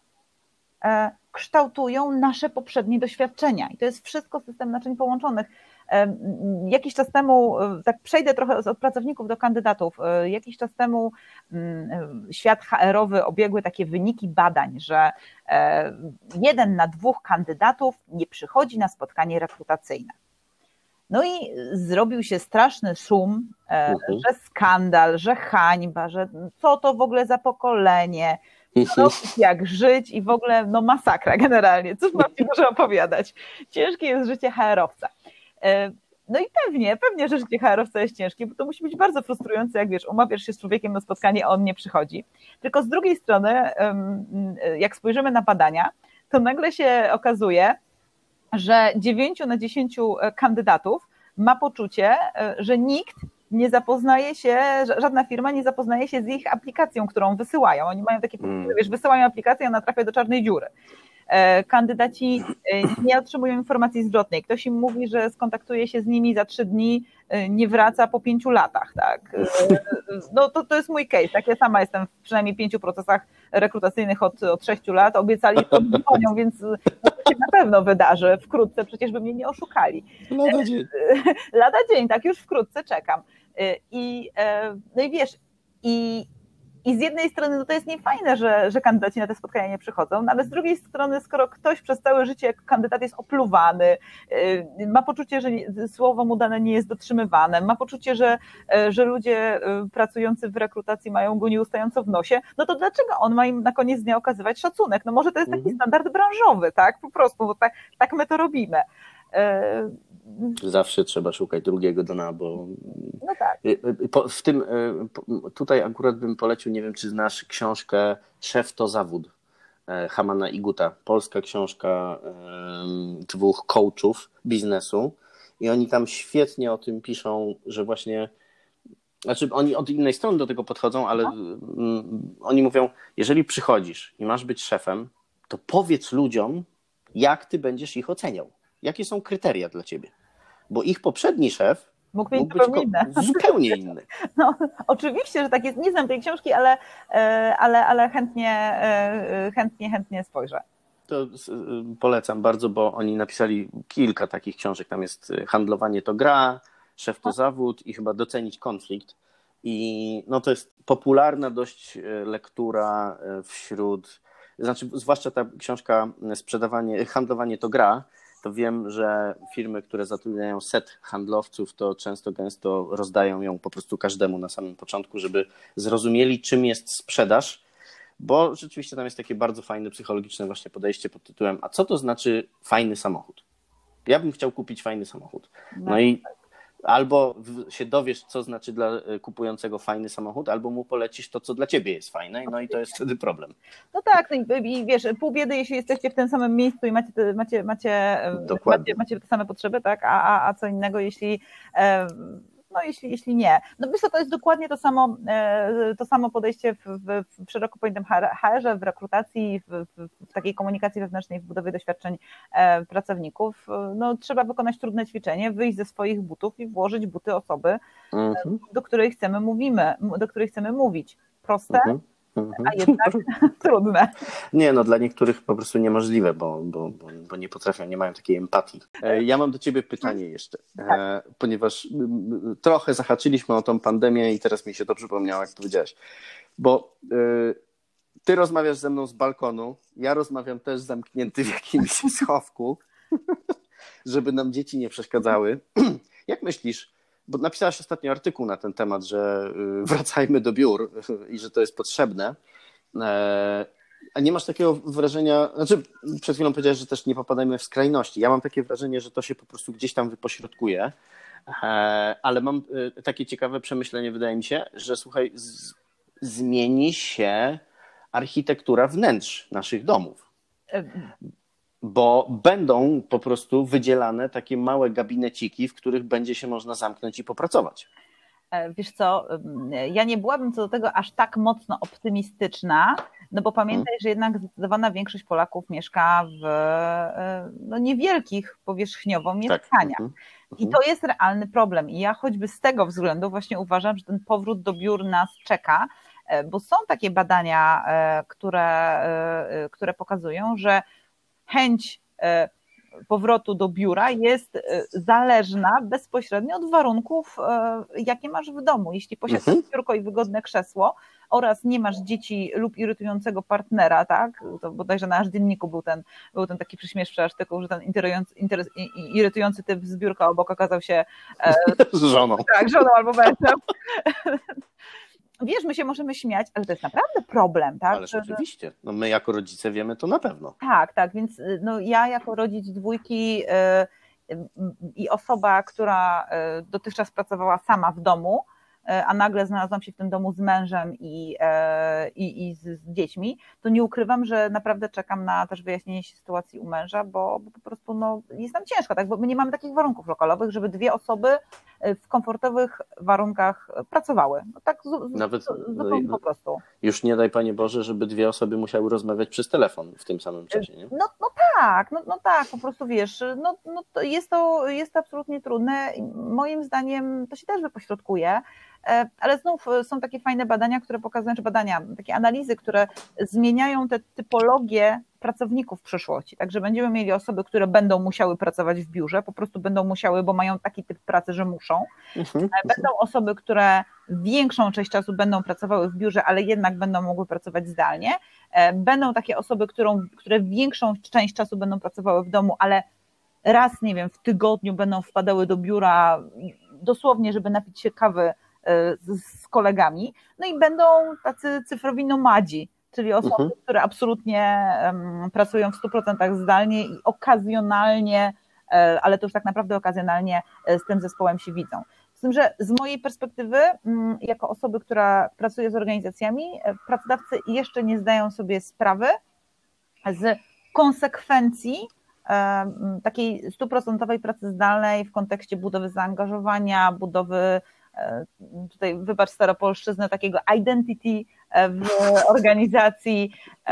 e, kształtują nasze poprzednie doświadczenia. I to jest wszystko system naczyń połączonych. E, jakiś czas temu, tak przejdę trochę od pracowników do kandydatów, e, jakiś czas temu m, świat H R-owy obiegły takie wyniki badań, że e, jeden na dwóch kandydatów nie przychodzi na spotkanie rekrutacyjne. No i zrobił się straszny szum, e, uh-huh. że skandal, że hańba, że co to w ogóle za pokolenie, no, jak żyć i w ogóle no masakra generalnie, cóż mam ci może opowiadać. Ciężkie jest życie H R-owca. E, no i pewnie, pewnie, że życie H R-owca jest ciężkie, bo to musi być bardzo frustrujące, jak wiesz, umawiasz się z człowiekiem na spotkanie, a on nie przychodzi. Tylko z drugiej strony, jak spojrzymy na badania, to nagle się okazuje, że dziewięciu na dziesięciu kandydatów ma poczucie, że nikt nie zapoznaje się, żadna firma nie zapoznaje się z ich aplikacją, którą wysyłają. Oni mają takie poczucie, wiesz, wysyłają aplikację, ona trafia do czarnej dziury. Kandydaci nie otrzymują informacji zwrotnej. Ktoś im mówi, że skontaktuje się z nimi za trzy dni, nie wraca po pięciu latach. Tak? No to, to jest mój case. Tak? Ja sama jestem w przynajmniej pięciu procesach rekrutacyjnych od, od sześciu lat. Obiecali, że dzwonią, więc no, to się na pewno wydarzy wkrótce. Przecież by mnie nie oszukali. Lada dzień. Lada dzień, tak, już wkrótce czekam. I, no i wiesz, i I z jednej strony no to jest niefajne, że, że kandydaci na te spotkania nie przychodzą, no ale z drugiej strony, skoro ktoś przez całe życie jako kandydat jest opluwany, yy, ma poczucie, że nie, słowo mu dane nie jest dotrzymywane, ma poczucie, że, yy, że ludzie yy, pracujący w rekrutacji mają go nieustająco w nosie, no to dlaczego on ma im na koniec dnia okazywać szacunek? No może to jest taki standard branżowy, tak? Po prostu, bo tak, tak my to robimy. Yy, Zawsze trzeba szukać drugiego dna, bo no tak. w tym tutaj akurat bym polecił, nie wiem czy znasz książkę Szef to zawód Hamana i Guta, polska książka dwóch coachów biznesu i oni tam świetnie o tym piszą, że właśnie, znaczy oni od innej strony do tego podchodzą, ale no. Oni mówią, jeżeli przychodzisz i masz być szefem, to powiedz ludziom, jak ty będziesz ich oceniał. Jakie są kryteria dla ciebie? Bo ich poprzedni szef mógł, mógł być zupełnie, inne. zupełnie inny. No, oczywiście, że tak jest. Nie znam tej książki, ale, ale, ale chętnie, chętnie, chętnie spojrzę. To polecam bardzo, bo oni napisali kilka takich książek. Tam jest Handlowanie to gra, Szef to zawód i chyba Docenić konflikt. I no to jest popularna dość lektura wśród, znaczy zwłaszcza ta książka Sprzedawanie, Handlowanie to gra, to wiem, że firmy, które zatrudniają set handlowców, to często gęsto rozdają ją po prostu każdemu na samym początku, żeby zrozumieli, czym jest sprzedaż, bo rzeczywiście tam jest takie bardzo fajne psychologiczne właśnie podejście pod tytułem, a co to znaczy fajny samochód? Ja bym chciał kupić fajny samochód. No, no i albo się dowiesz, co znaczy dla kupującego fajny samochód, albo mu polecisz to, co dla ciebie jest fajne, no i to jest wtedy problem. No tak, no i, i wiesz, pół biedy, jeśli jesteście w tym samym miejscu i macie, te, macie, macie, macie, macie te same potrzeby, tak, a, a, a co innego, jeśli... E, No jeśli, jeśli nie. No myślę, to jest dokładnie to samo, to samo podejście w, w, w szeroko pojętym H R-ze, w rekrutacji, w, w, w takiej komunikacji wewnętrznej, w budowie doświadczeń pracowników. No, trzeba wykonać trudne ćwiczenie, wyjść ze swoich butów i włożyć buty osoby, mhm. do której chcemy mówimy, do której chcemy mówić. Proste, mhm. a jednak trudne. Nie, no dla niektórych po prostu niemożliwe, bo, bo, bo, bo nie potrafią, nie mają takiej empatii. Ja mam do ciebie pytanie jeszcze, tak. ponieważ trochę zahaczyliśmy o tą pandemię i teraz mi się to przypomniało, jak powiedziałeś, bo ty rozmawiasz ze mną z balkonu, ja rozmawiam też zamknięty w jakimś schowku, żeby nam dzieci nie przeszkadzały. Jak myślisz, bo napisałaś ostatnio artykuł na ten temat, że wracajmy do biur i że to jest potrzebne, a nie masz takiego wrażenia, znaczy przed chwilą powiedziałeś, że też nie popadajmy w skrajności. Ja mam takie wrażenie, że to się po prostu gdzieś tam wypośrodkuje, ale mam takie ciekawe przemyślenie, wydaje mi się, że słuchaj, z, zmieni się architektura wnętrz naszych domów. Bo będą po prostu wydzielane takie małe gabineciki, w których będzie się można zamknąć i popracować. Wiesz co, ja nie byłabym co do tego aż tak mocno optymistyczna, no bo pamiętaj, hmm. że jednak zdecydowana większość Polaków mieszka w no, niewielkich powierzchniowo mieszkaniach. Tak. I to jest realny problem. I ja choćby z tego względu właśnie uważam, że ten powrót do biur nas czeka, bo są takie badania, które, które pokazują, że chęć powrotu do biura jest zależna bezpośrednio od warunków, jakie masz w domu. Jeśli posiadasz mhm. biurko i wygodne krzesło oraz nie masz dzieci lub irytującego partnera, tak, to bodajże na Aż Dzienniku był ten, był ten taki przyśmieszny artykuł, że ten irytujący, irytujący typ z biurka obok okazał się z żoną. Tak, żoną albo mężem. Wiesz, my się możemy śmiać, ale to jest naprawdę problem, tak? Ależ oczywiście. No my jako rodzice wiemy to na pewno. Tak, tak, więc no ja jako rodzic dwójki yy, yy, i osoba, która yy, dotychczas pracowała sama w domu, yy, a nagle znalazłam się w tym domu z mężem i, yy, i, i z, z dziećmi, to nie ukrywam, że naprawdę czekam na też wyjaśnienie się sytuacji u męża, bo, bo po prostu no, jest nam ciężko, tak? Bo my nie mamy takich warunków lokalowych, żeby dwie osoby w komfortowych warunkach pracowały. No tak z, Nawet zupełnie no, po prostu. Już nie daj Panie Boże, żeby dwie osoby musiały rozmawiać przez telefon w tym samym czasie, nie? No, no tak, no, no tak, po prostu wiesz, no, no to jest, to, jest to absolutnie trudne. Moim zdaniem to się też wypośrodkuje, ale znów są takie fajne badania, które pokazują, czy badania, takie analizy, które zmieniają te typologie pracowników w przyszłości. Także będziemy mieli osoby, które będą musiały pracować w biurze, po prostu będą musiały, bo mają taki typ pracy, że muszą. Mhm, będą osoby, które większą część czasu będą pracowały w biurze, ale jednak będą mogły pracować zdalnie. Będą takie osoby, którą, które większą część czasu będą pracowały w domu, ale raz, nie wiem, w tygodniu będą wpadały do biura dosłownie, żeby napić się kawy z, z kolegami. No i będą tacy cyfrowi nomadzi, czyli osoby, mhm. które absolutnie um, pracują w stu procentach zdalnie i okazjonalnie, e, ale to już tak naprawdę okazjonalnie z tym zespołem się widzą. Z tym, że z mojej perspektywy, m, jako osoby, która pracuje z organizacjami, pracodawcy jeszcze nie zdają sobie sprawy z konsekwencji e, takiej stuprocentowej pracy zdalnej w kontekście budowy zaangażowania, budowy tutaj wybacz staropolszczyznę, takiego identity w organizacji,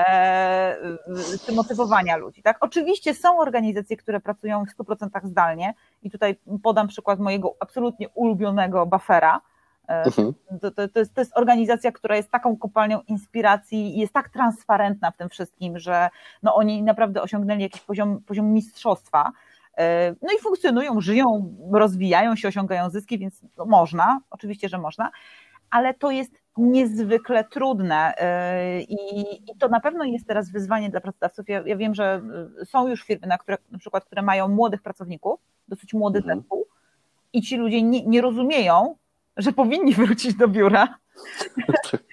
czy motywowania ludzi. Tak? Oczywiście są organizacje, które pracują w stu procentach zdalnie i tutaj podam przykład mojego absolutnie ulubionego Buffera. Mhm. To, to, to, jest, to jest organizacja, która jest taką kopalnią inspiracji i jest tak transparentna w tym wszystkim, że no oni naprawdę osiągnęli jakiś poziom, poziom mistrzostwa. No i funkcjonują, żyją, rozwijają się, osiągają zyski, więc no można, oczywiście, że można, ale to jest niezwykle trudne i, i to na pewno jest teraz wyzwanie dla pracodawców. Ja, ja wiem, że są już firmy, na, które, na przykład, które mają młodych pracowników, dosyć młody mhm. zespół i ci ludzie nie, nie rozumieją, że powinni wrócić do biura.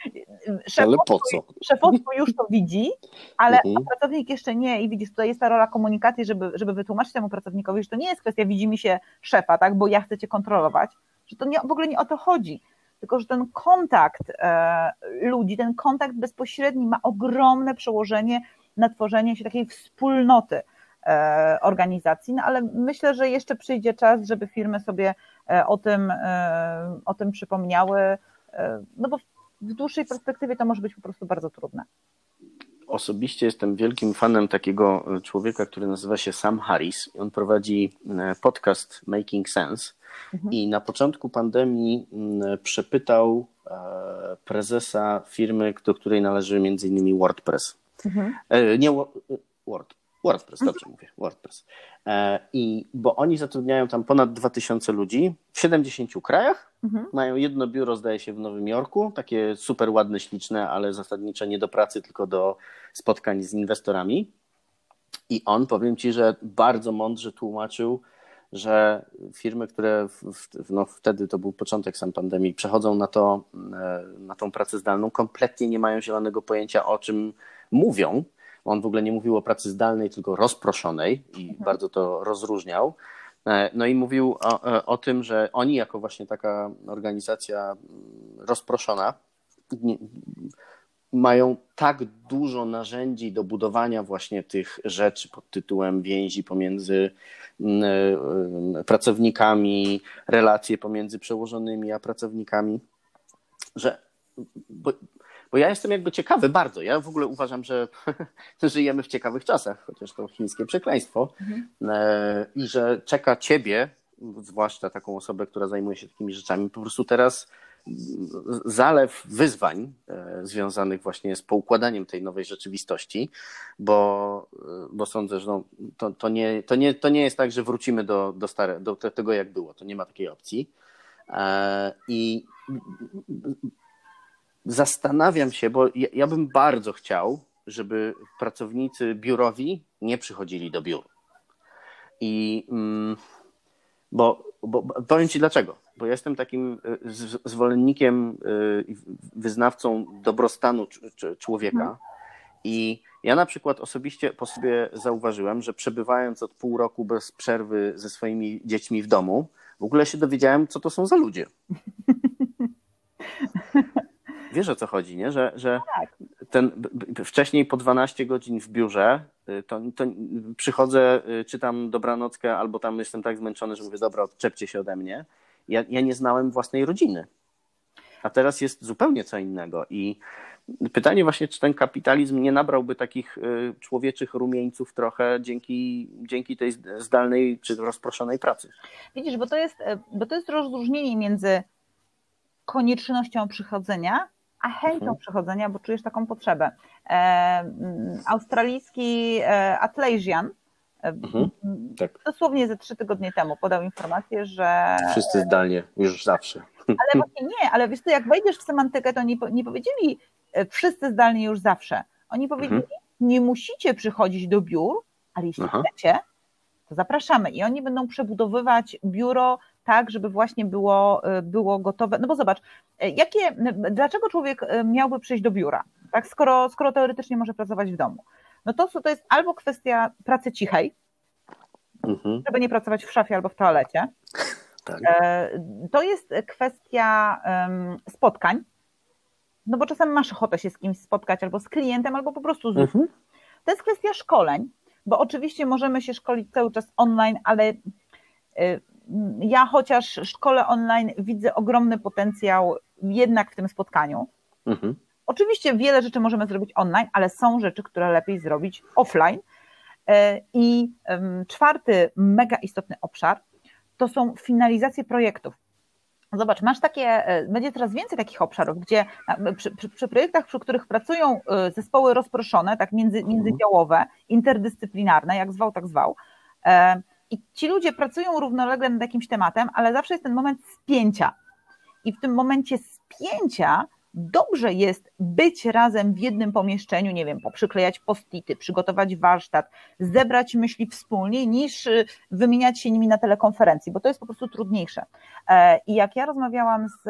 ale po co? Szefostwo już to widzi, ale Mhm. pracownik jeszcze nie i widzisz, tutaj jest ta rola komunikacji, żeby, żeby wytłumaczyć temu pracownikowi, że to nie jest kwestia widzi mi się szefa, tak, bo ja chcę cię kontrolować, że to nie, w ogóle nie o to chodzi, tylko że ten kontakt e, ludzi, ten kontakt bezpośredni ma ogromne przełożenie na tworzenie się takiej wspólnoty e, organizacji, no ale myślę, że jeszcze przyjdzie czas, żeby firmy sobie e, o tym, e, o tym przypomniały, e, no bo w dłuższej perspektywie to może być po prostu bardzo trudne. Osobiście jestem wielkim fanem takiego człowieka, który nazywa się Sam Harris. On prowadzi podcast Making Sense mhm. i na początku pandemii przepytał prezesa firmy, do której należy między innymi WordPress. Mhm. Nie Word, WordPress, dobrze mhm. mówię, WordPress. I bo oni zatrudniają tam ponad dwa tysiące ludzi w siedemdziesięciu krajach. Mhm. Mają jedno biuro, zdaje się, w Nowym Jorku, takie super ładne, śliczne, ale zasadniczo nie do pracy, tylko do spotkań z inwestorami. I on, powiem Ci, że bardzo mądrze tłumaczył, że firmy, które w, w, no wtedy to był początek sam pandemii, przechodzą na to, na tą pracę zdalną, kompletnie nie mają zielonego pojęcia, o czym mówią. On w ogóle nie mówił o pracy zdalnej, tylko rozproszonej i mhm. bardzo to rozróżniał. No i mówił o, o tym, że oni jako właśnie taka organizacja rozproszona mają tak dużo narzędzi do budowania właśnie tych rzeczy pod tytułem więzi pomiędzy pracownikami, relacje pomiędzy przełożonymi a pracownikami, że bo, bo ja jestem jakby ciekawy bardzo. Ja w ogóle uważam, że żyjemy w ciekawych czasach, chociaż to chińskie przekleństwo mhm. i że czeka ciebie, zwłaszcza taką osobę, która zajmuje się takimi rzeczami, po prostu teraz zalew wyzwań związanych właśnie z poukładaniem tej nowej rzeczywistości, bo, bo sądzę, że no, to, to, nie, to, nie, to nie jest tak, że wrócimy do, do, stare, do tego, jak było. To nie ma takiej opcji. I zastanawiam się, bo ja, ja bym bardzo chciał, żeby pracownicy biurowi nie przychodzili do biur. I bo, bo powiem Ci dlaczego. Bo ja jestem takim zwolennikiem, wyznawcą dobrostanu człowieka i ja na przykład osobiście po sobie zauważyłem, że przebywając od pół roku bez przerwy ze swoimi dziećmi w domu, w ogóle się dowiedziałem, co to są za ludzie. Wiesz, o co chodzi, nie? Że, że ten, wcześniej po dwanaście godzin w biurze to, to przychodzę, czytam dobranockę albo tam jestem tak zmęczony, że mówię, dobra, odczepcie się ode mnie. Ja, ja nie znałem własnej rodziny, a teraz jest zupełnie co innego i pytanie właśnie, czy ten kapitalizm nie nabrałby takich człowieczych rumieńców trochę dzięki, dzięki tej zdalnej czy rozproszonej pracy. Widzisz, bo to jest, bo to jest rozróżnienie między koniecznością przychodzenia, a chęcią mhm. przychodzenia, bo czujesz taką potrzebę. E, australijski e, Atlassian mhm. tak. dosłownie ze trzy tygodnie temu podał informację, że... Wszyscy zdalnie, już zawsze. Ale właśnie nie, ale wiesz co, jak wejdziesz w semantykę, to nie, nie powiedzieli wszyscy zdalnie już zawsze. Oni powiedzieli, mhm. nie musicie przychodzić do biur, ale jeśli Aha. chcecie, to zapraszamy. I oni będą przebudowywać biuro tak, żeby właśnie było, było gotowe. No bo zobacz, jakie, dlaczego człowiek miałby przyjść do biura, tak? Skoro, skoro teoretycznie może pracować w domu. No to, to jest albo kwestia pracy cichej, mhm. żeby nie pracować w szafie albo w toalecie. Tak. To jest kwestia spotkań, no bo czasem masz ochotę się z kimś spotkać albo z klientem, albo po prostu z mhm. To jest kwestia szkoleń, bo oczywiście możemy się szkolić cały czas online, ale ja chociaż szkole online widzę ogromny potencjał jednak w tym spotkaniu. Mhm. Oczywiście wiele rzeczy możemy zrobić online, ale są rzeczy, które lepiej zrobić offline. I czwarty mega istotny obszar to są finalizacje projektów. Zobacz, masz takie, będzie coraz więcej takich obszarów, gdzie przy, przy, przy projektach, przy których pracują zespoły rozproszone, tak między, międzydziałowe, interdyscyplinarne, jak zwał, tak zwał. I ci ludzie pracują równolegle nad jakimś tematem, ale zawsze jest ten moment spięcia. I w tym momencie spięcia dobrze jest być razem w jednym pomieszczeniu, nie wiem, poprzyklejać post-ity, przygotować warsztat, zebrać myśli wspólnie, niż wymieniać się nimi na telekonferencji, bo to jest po prostu trudniejsze. I jak ja rozmawiałam z,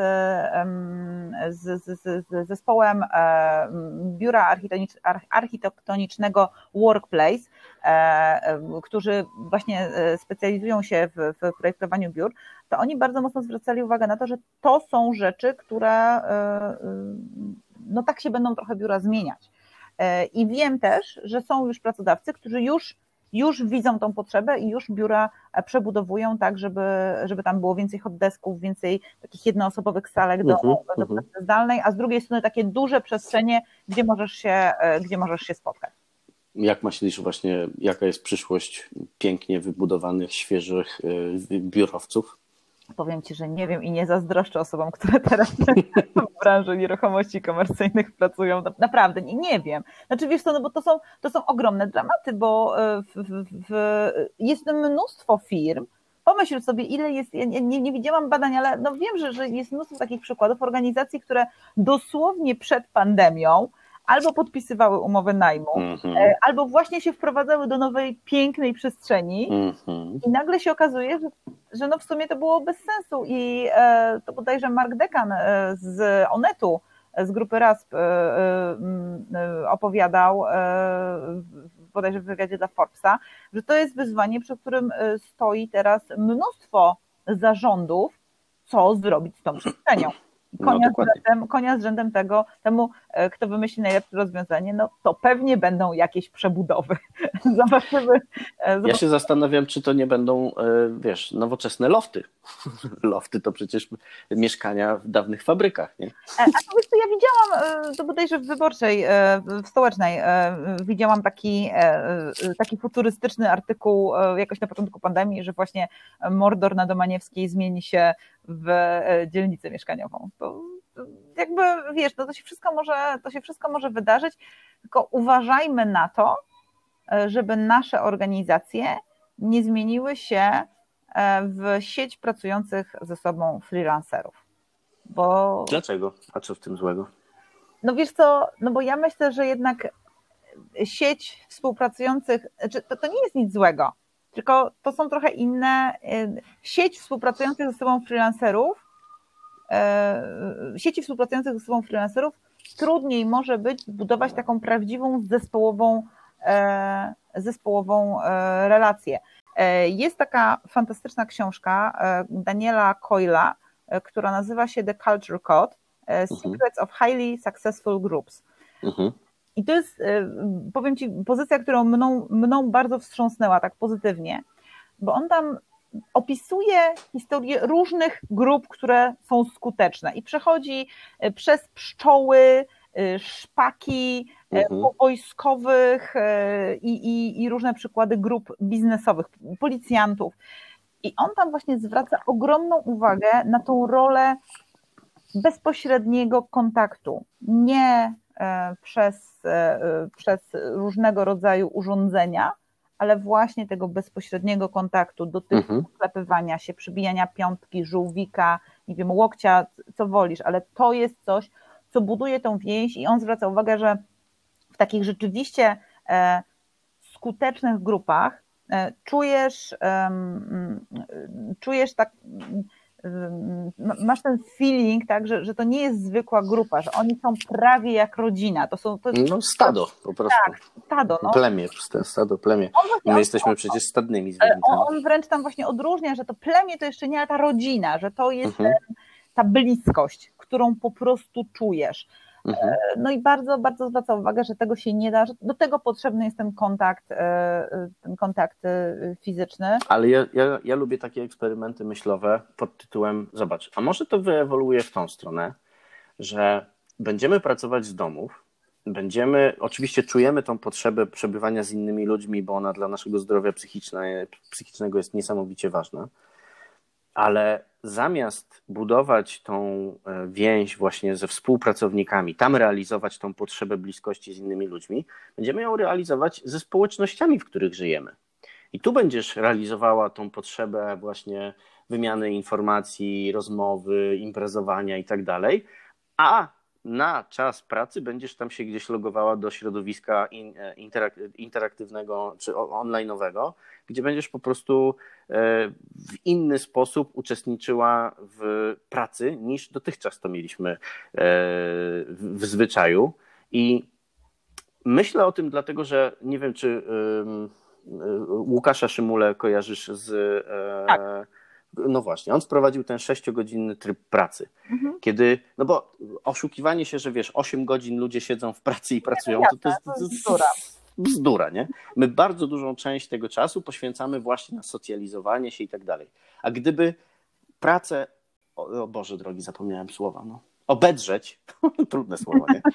z, z, z zespołem biura architektonicznego Workplace, którzy właśnie specjalizują się w, w projektowaniu biur, to oni bardzo mocno zwracali uwagę na to, że to są rzeczy, które no tak się będą trochę biura zmieniać. I wiem też, że są już pracodawcy, którzy już, już widzą tą potrzebę i już biura przebudowują tak, żeby, żeby tam było więcej hot desków, więcej takich jednoosobowych salek do, uh-huh, do pracy uh-huh. zdalnej, a z drugiej strony takie duże przestrzenie, gdzie możesz się, gdzie możesz się spotkać. Jak myślisz właśnie, jaka jest przyszłość pięknie wybudowanych, świeżych biurowców? Powiem Ci, że nie wiem i nie zazdroszczę osobom, które teraz w branży nieruchomości komercyjnych pracują. Naprawdę, nie, nie wiem. Znaczy wiesz co, no bo to są, to są ogromne dramaty, bo w, w, w, jest mnóstwo firm. Pomyśl sobie, ile jest, ja nie, nie widziałam badań, ale no wiem, że, że jest mnóstwo takich przykładów organizacji, które dosłownie przed pandemią albo podpisywały umowę najmu, mm-hmm. albo właśnie się wprowadzały do nowej, pięknej przestrzeni mm-hmm. i nagle się okazuje, że, że no w sumie to było bez sensu i e, to bodajże Mark Dekan e, z Onetu, z grupy R A S P e, e, opowiadał e, bodajże w wywiadzie dla Forbesa, że to jest wyzwanie, przed którym stoi teraz mnóstwo zarządów, co zrobić z tą przestrzenią. Konia, no, z rzędem, konia z rzędem tego, temu, kto wymyśli najlepsze rozwiązanie, no to pewnie będą jakieś przebudowy. Zobaczymy. Ja się zastanawiam, czy to nie będą, wiesz, nowoczesne lofty. Lofty to przecież mieszkania w dawnych fabrykach, nie? A to wiesz co, ja widziałam, to bodajże w Wyborczej, w Stołecznej, widziałam taki, taki futurystyczny artykuł jakoś na początku pandemii, że właśnie Mordor na Domaniewskiej zmieni się w dzielnicę mieszkaniową. To jakby, wiesz, no to się wszystko może, to się wszystko może wydarzyć, tylko uważajmy na to, żeby nasze organizacje nie zmieniły się w sieć pracujących ze sobą freelancerów. Bo... Dlaczego? A co w tym złego? No wiesz co, no bo ja myślę, że jednak sieć współpracujących, to, to nie jest nic złego, tylko to są trochę inne, sieć współpracujących ze sobą freelancerów, sieci współpracujących ze sobą freelancerów trudniej może być zbudować taką prawdziwą zespołową, zespołową relację. Jest taka fantastyczna książka Daniela Coyla, która nazywa się The Culture Code, Secrets of Highly Successful Groups. Uh-huh. I to jest, powiem Ci, pozycja, którą mną, mną bardzo wstrząsnęła tak pozytywnie, bo on tam opisuje historię różnych grup, które są skuteczne i przechodzi przez pszczoły, szpaki, uh-huh. wojskowych i, i, i różne przykłady grup biznesowych, policjantów. I on tam właśnie zwraca ogromną uwagę na tą rolę bezpośredniego kontaktu, nie przez, przez różnego rodzaju urządzenia, ale właśnie tego bezpośredniego kontaktu, dotyku, mhm. klepywania się, przybijania piątki, żółwika, nie wiem, łokcia, co wolisz, ale to jest coś, co buduje tą więź i on zwraca uwagę, że w takich rzeczywiście skutecznych grupach czujesz, czujesz tak, masz ten feeling, tak, że, że to nie jest zwykła grupa, że oni są prawie jak rodzina. To są, to jest, no stado po prostu. Tak, stado. No. Plemię, stado, plemię. My on, jesteśmy on, przecież stadnymi zwierzętami. On, on wręcz tam właśnie odróżnia, że to plemię to jeszcze nie, ale ta rodzina, że to jest mhm. ten, ta bliskość, którą po prostu czujesz. Mhm. No i bardzo, bardzo zwraca uwagę, że tego się nie da, że do tego potrzebny jest ten kontakt, ten kontakt fizyczny. Ale ja, ja, ja lubię takie eksperymenty myślowe pod tytułem, zobacz, a może to wyewoluuje w tą stronę, że będziemy pracować z domów, będziemy, oczywiście czujemy tą potrzebę przebywania z innymi ludźmi, bo ona dla naszego zdrowia psychiczne, psychicznego jest niesamowicie ważna, ale zamiast budować tą więź właśnie ze współpracownikami, tam realizować tą potrzebę bliskości z innymi ludźmi, będziemy ją realizować ze społecznościami, w których żyjemy. I tu będziesz realizowała tą potrzebę właśnie wymiany informacji, rozmowy, imprezowania i tak dalej, a na czas pracy będziesz tam się gdzieś logowała do środowiska interak- interaktywnego czy online'owego, gdzie będziesz po prostu w inny sposób uczestniczyła w pracy niż dotychczas to mieliśmy w zwyczaju. I myślę o tym dlatego, że nie wiem, czy Łukasza Szymulę kojarzysz z... Tak. No właśnie, on wprowadził ten sześciogodzinny tryb pracy, Mhm. kiedy, no bo oszukiwanie się, że wiesz, osiem godzin ludzie siedzą w pracy i pracują, no to, to, jest, jasne, to to jest jest bzdura. bzdura, nie? My bardzo dużą część tego czasu poświęcamy właśnie na socjalizowanie się i tak dalej. A gdyby pracę, o, o Boże drogi, zapomniałem słowa, no, obedrzeć, trudne słowo, nie?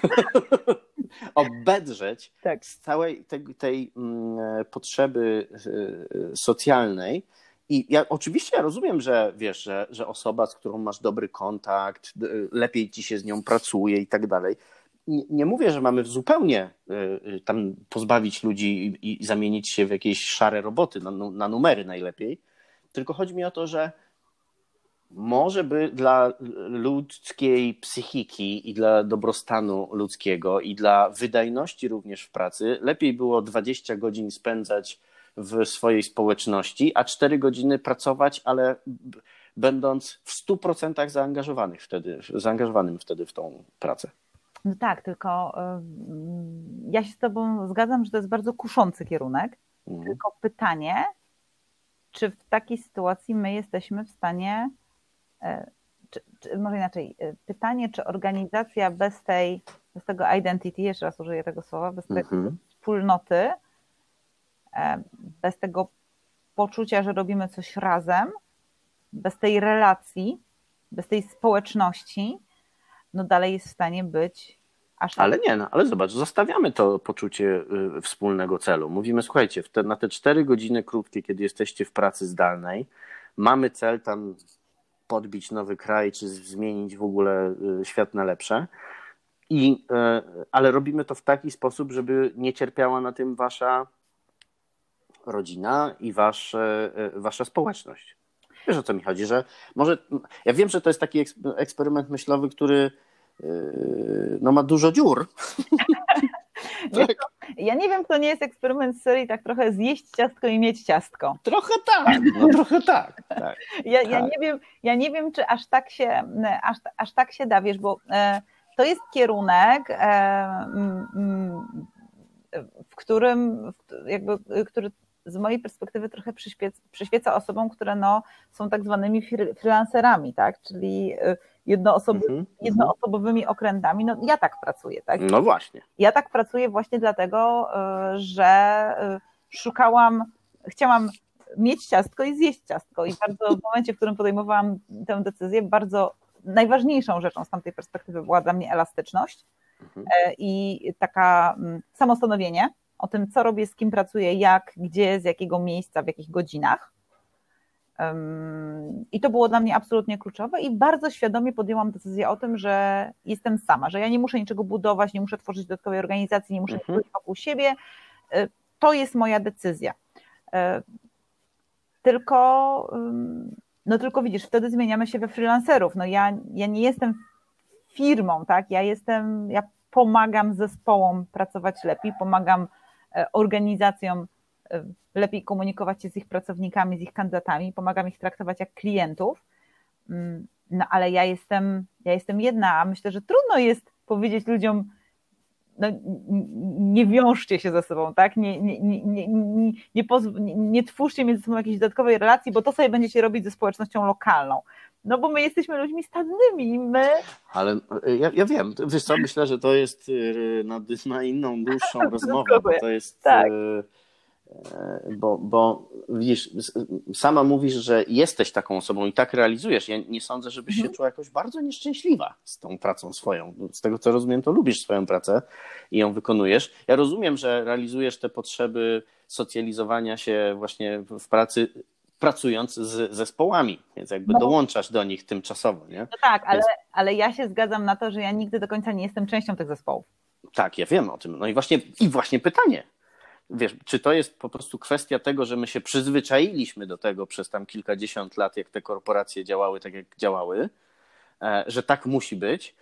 obedrzeć Tak. z całej tej, tej potrzeby socjalnej. I ja oczywiście ja rozumiem, że wiesz, że, że osoba, z którą masz dobry kontakt, lepiej ci się z nią pracuje i tak dalej. Nie, nie mówię, że mamy zupełnie y, tam pozbawić ludzi i, i zamienić się w jakieś szare roboty na, na numery najlepiej, tylko chodzi mi o to, że może by dla ludzkiej psychiki i dla dobrostanu ludzkiego i dla wydajności również w pracy lepiej było dwadzieścia godzin spędzać w swojej społeczności, a cztery godziny pracować, ale będąc w stu procentach zaangażowanych wtedy, zaangażowanym wtedy w tą pracę. No tak, tylko ja się z tobą zgadzam, że to jest bardzo kuszący kierunek, mhm. tylko pytanie, czy w takiej sytuacji my jesteśmy w stanie, czy, czy, może inaczej, pytanie, czy organizacja bez tej, bez tego identity, jeszcze raz użyję tego słowa, bez tej mhm. wspólnoty, bez tego poczucia, że robimy coś razem, bez tej relacji, bez tej społeczności, no dalej jest w stanie być aż tak. Ale nie, no, ale zobacz, zostawiamy to poczucie wspólnego celu. Mówimy, słuchajcie, w te, na te cztery godziny krótkie, kiedy jesteście w pracy zdalnej, mamy cel tam podbić nowy kraj, czy zmienić w ogóle świat na lepsze. I, ale robimy to w taki sposób, żeby nie cierpiała na tym wasza rodzina i wasze, wasza społeczność. Wiesz, o co mi chodzi, że może, ja wiem, że to jest taki eksperyment myślowy, który no, ma dużo dziur. Tak. Ja nie wiem, to nie jest eksperyment z serii tak trochę zjeść ciastko i mieć ciastko. Trochę tak, no trochę tak. tak ja, tak. ja, nie wiem, ja nie wiem, czy aż tak się, aż, aż tak się da, wiesz, bo e, to jest kierunek, e, m, w którym, jakby, który z mojej perspektywy trochę przyświeca, przyświeca osobom, które no, są tak zwanymi freelancerami, tak? Czyli jednoosoby, mm-hmm. jednoosobowymi okrętami. No, ja tak pracuję, tak? No właśnie. Ja tak pracuję właśnie dlatego, że szukałam, chciałam mieć ciastko i zjeść ciastko i bardzo w momencie, w którym podejmowałam tę decyzję, bardzo najważniejszą rzeczą z tamtej perspektywy była dla mnie elastyczność mm-hmm. i taka samostanowienie o tym, co robię, z kim pracuję, jak, gdzie, z jakiego miejsca, w jakich godzinach. I to było dla mnie absolutnie kluczowe i bardzo świadomie podjęłam decyzję o tym, że jestem sama, że ja nie muszę niczego budować, nie muszę tworzyć dodatkowej organizacji, nie muszę mhm. niczego wokół siebie. To jest moja decyzja. Tylko, no tylko widzisz, wtedy zmieniamy się we freelancerów. No ja, ja nie jestem firmą, tak? Ja jestem, ja pomagam zespołom pracować lepiej, pomagam organizacjom lepiej komunikować się z ich pracownikami, z ich kandydatami, pomagam ich traktować jak klientów, no ale ja jestem, ja jestem jedna, a myślę, że trudno jest powiedzieć ludziom, no nie wiążcie się ze sobą, tak? Nie, nie, nie, nie, nie, nie, pozw- nie, nie twórzcie między sobą jakiejś dodatkowej relacji, bo to sobie będziecie robić ze społecznością lokalną. No bo my jesteśmy ludźmi stadnymi, my... Ale ja, ja wiem, wiesz co, myślę, że to jest na, na inną, dłuższą rozmowę, bo to jest... Tak. Bo, bo widzisz, sama mówisz, że jesteś taką osobą i tak realizujesz. Ja nie sądzę, żebyś mhm. się czuła jakoś bardzo nieszczęśliwa z tą pracą swoją. Z tego, co rozumiem, to lubisz swoją pracę i ją wykonujesz. Ja rozumiem, że realizujesz te potrzeby socjalizowania się właśnie w pracy, pracując z zespołami, więc jakby no. dołączasz do nich tymczasowo, nie? No tak, ale, więc... ale ja się zgadzam na to, że ja nigdy do końca nie jestem częścią tych zespołów. Tak, ja wiem o tym. No i właśnie, i właśnie pytanie. Wiesz, czy to jest po prostu kwestia tego, że my się przyzwyczailiśmy do tego przez tam kilkadziesiąt lat, jak te korporacje działały tak, jak działały, że tak musi być,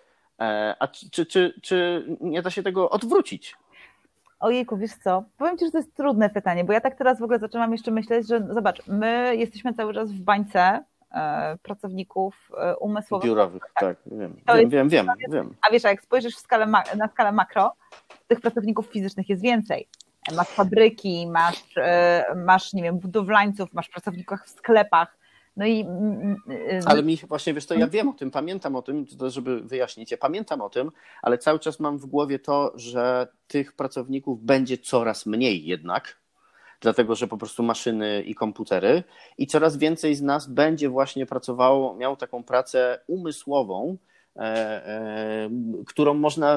A czy, czy, czy, czy nie da się tego odwrócić? Ojejku, wiesz co, powiem Ci, że to jest trudne pytanie, bo ja tak teraz w ogóle zaczęłam jeszcze myśleć, że zobacz, my jesteśmy cały czas w bańce e, pracowników e, umysłowych. Biurowych, tak, wiem, To wiem, jest, wiem, wiem, wiem. A wiesz, a jak spojrzysz w skalę, na skalę makro, tych pracowników fizycznych jest więcej. Masz fabryki, masz, e, masz nie wiem, budowlańców, masz pracowników w sklepach, no i... Ale mi właśnie, wiesz to ja wiem o tym, pamiętam o tym, to żeby wyjaśnić, ja pamiętam o tym, ale cały czas mam w głowie to, że tych pracowników będzie coraz mniej jednak, dlatego że po prostu maszyny i komputery i coraz więcej z nas będzie właśnie pracowało, miało taką pracę umysłową, e, e, którą można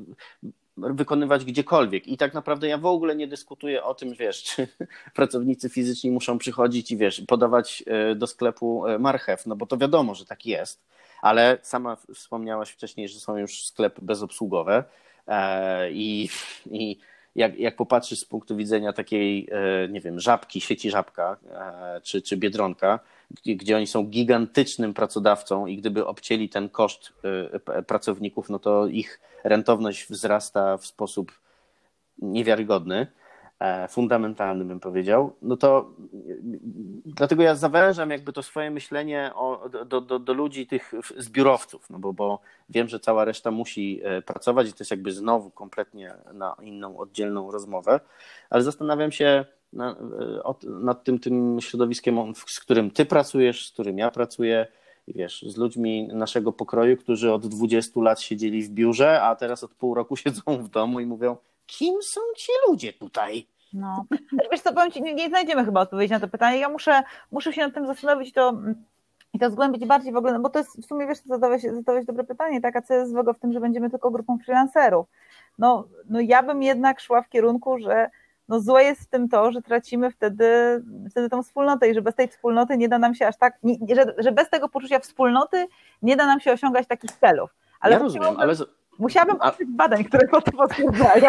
wykonywać gdziekolwiek. I tak naprawdę ja w ogóle nie dyskutuję o tym, wiesz, czy pracownicy fizyczni muszą przychodzić i wiesz, podawać do sklepu marchew, no bo to wiadomo, że tak jest, ale sama wspomniałaś wcześniej, że są już sklepy bezobsługowe i, i jak, jak popatrzysz z punktu widzenia takiej, nie wiem, Żabki, sieci Żabka czy, czy Biedronka, gdzie, gdzie oni są gigantycznym pracodawcą i gdyby obcięli ten koszt pracowników, no to ich rentowność wzrasta w sposób niewiarygodny, fundamentalny bym powiedział, no to dlatego ja zawężam jakby to swoje myślenie o, do, do, do ludzi tych zbiurowców, no bo, bo wiem, że cała reszta musi pracować i to jest jakby znowu kompletnie na inną, oddzielną rozmowę, ale zastanawiam się na, nad tym, tym środowiskiem, z którym ty pracujesz, z którym ja pracuję, i wiesz, z ludźmi naszego pokroju, którzy od dwudziestu lat siedzieli w biurze, a teraz od pół roku siedzą w domu i mówią, kim są ci ludzie tutaj? No, wiesz co, powiem Ci, nie, nie znajdziemy chyba odpowiedzi na to pytanie. Ja muszę, muszę się nad tym zastanowić to, i to zgłębić bardziej w ogóle, no bo to jest w sumie, wiesz, zadałeś, zadałeś dobre pytanie, tak, a co jest złego w tym, że będziemy tylko grupą freelancerów? No, no ja bym jednak szła w kierunku, że no złe jest w tym to, że tracimy wtedy, wtedy tą wspólnotę i że bez tej wspólnoty nie da nam się aż tak, nie, że, że bez tego poczucia wspólnoty nie da nam się osiągać takich celów. Ale ja rozumiem, ale... Musiałabym uczyć badań, które to potwierdzają.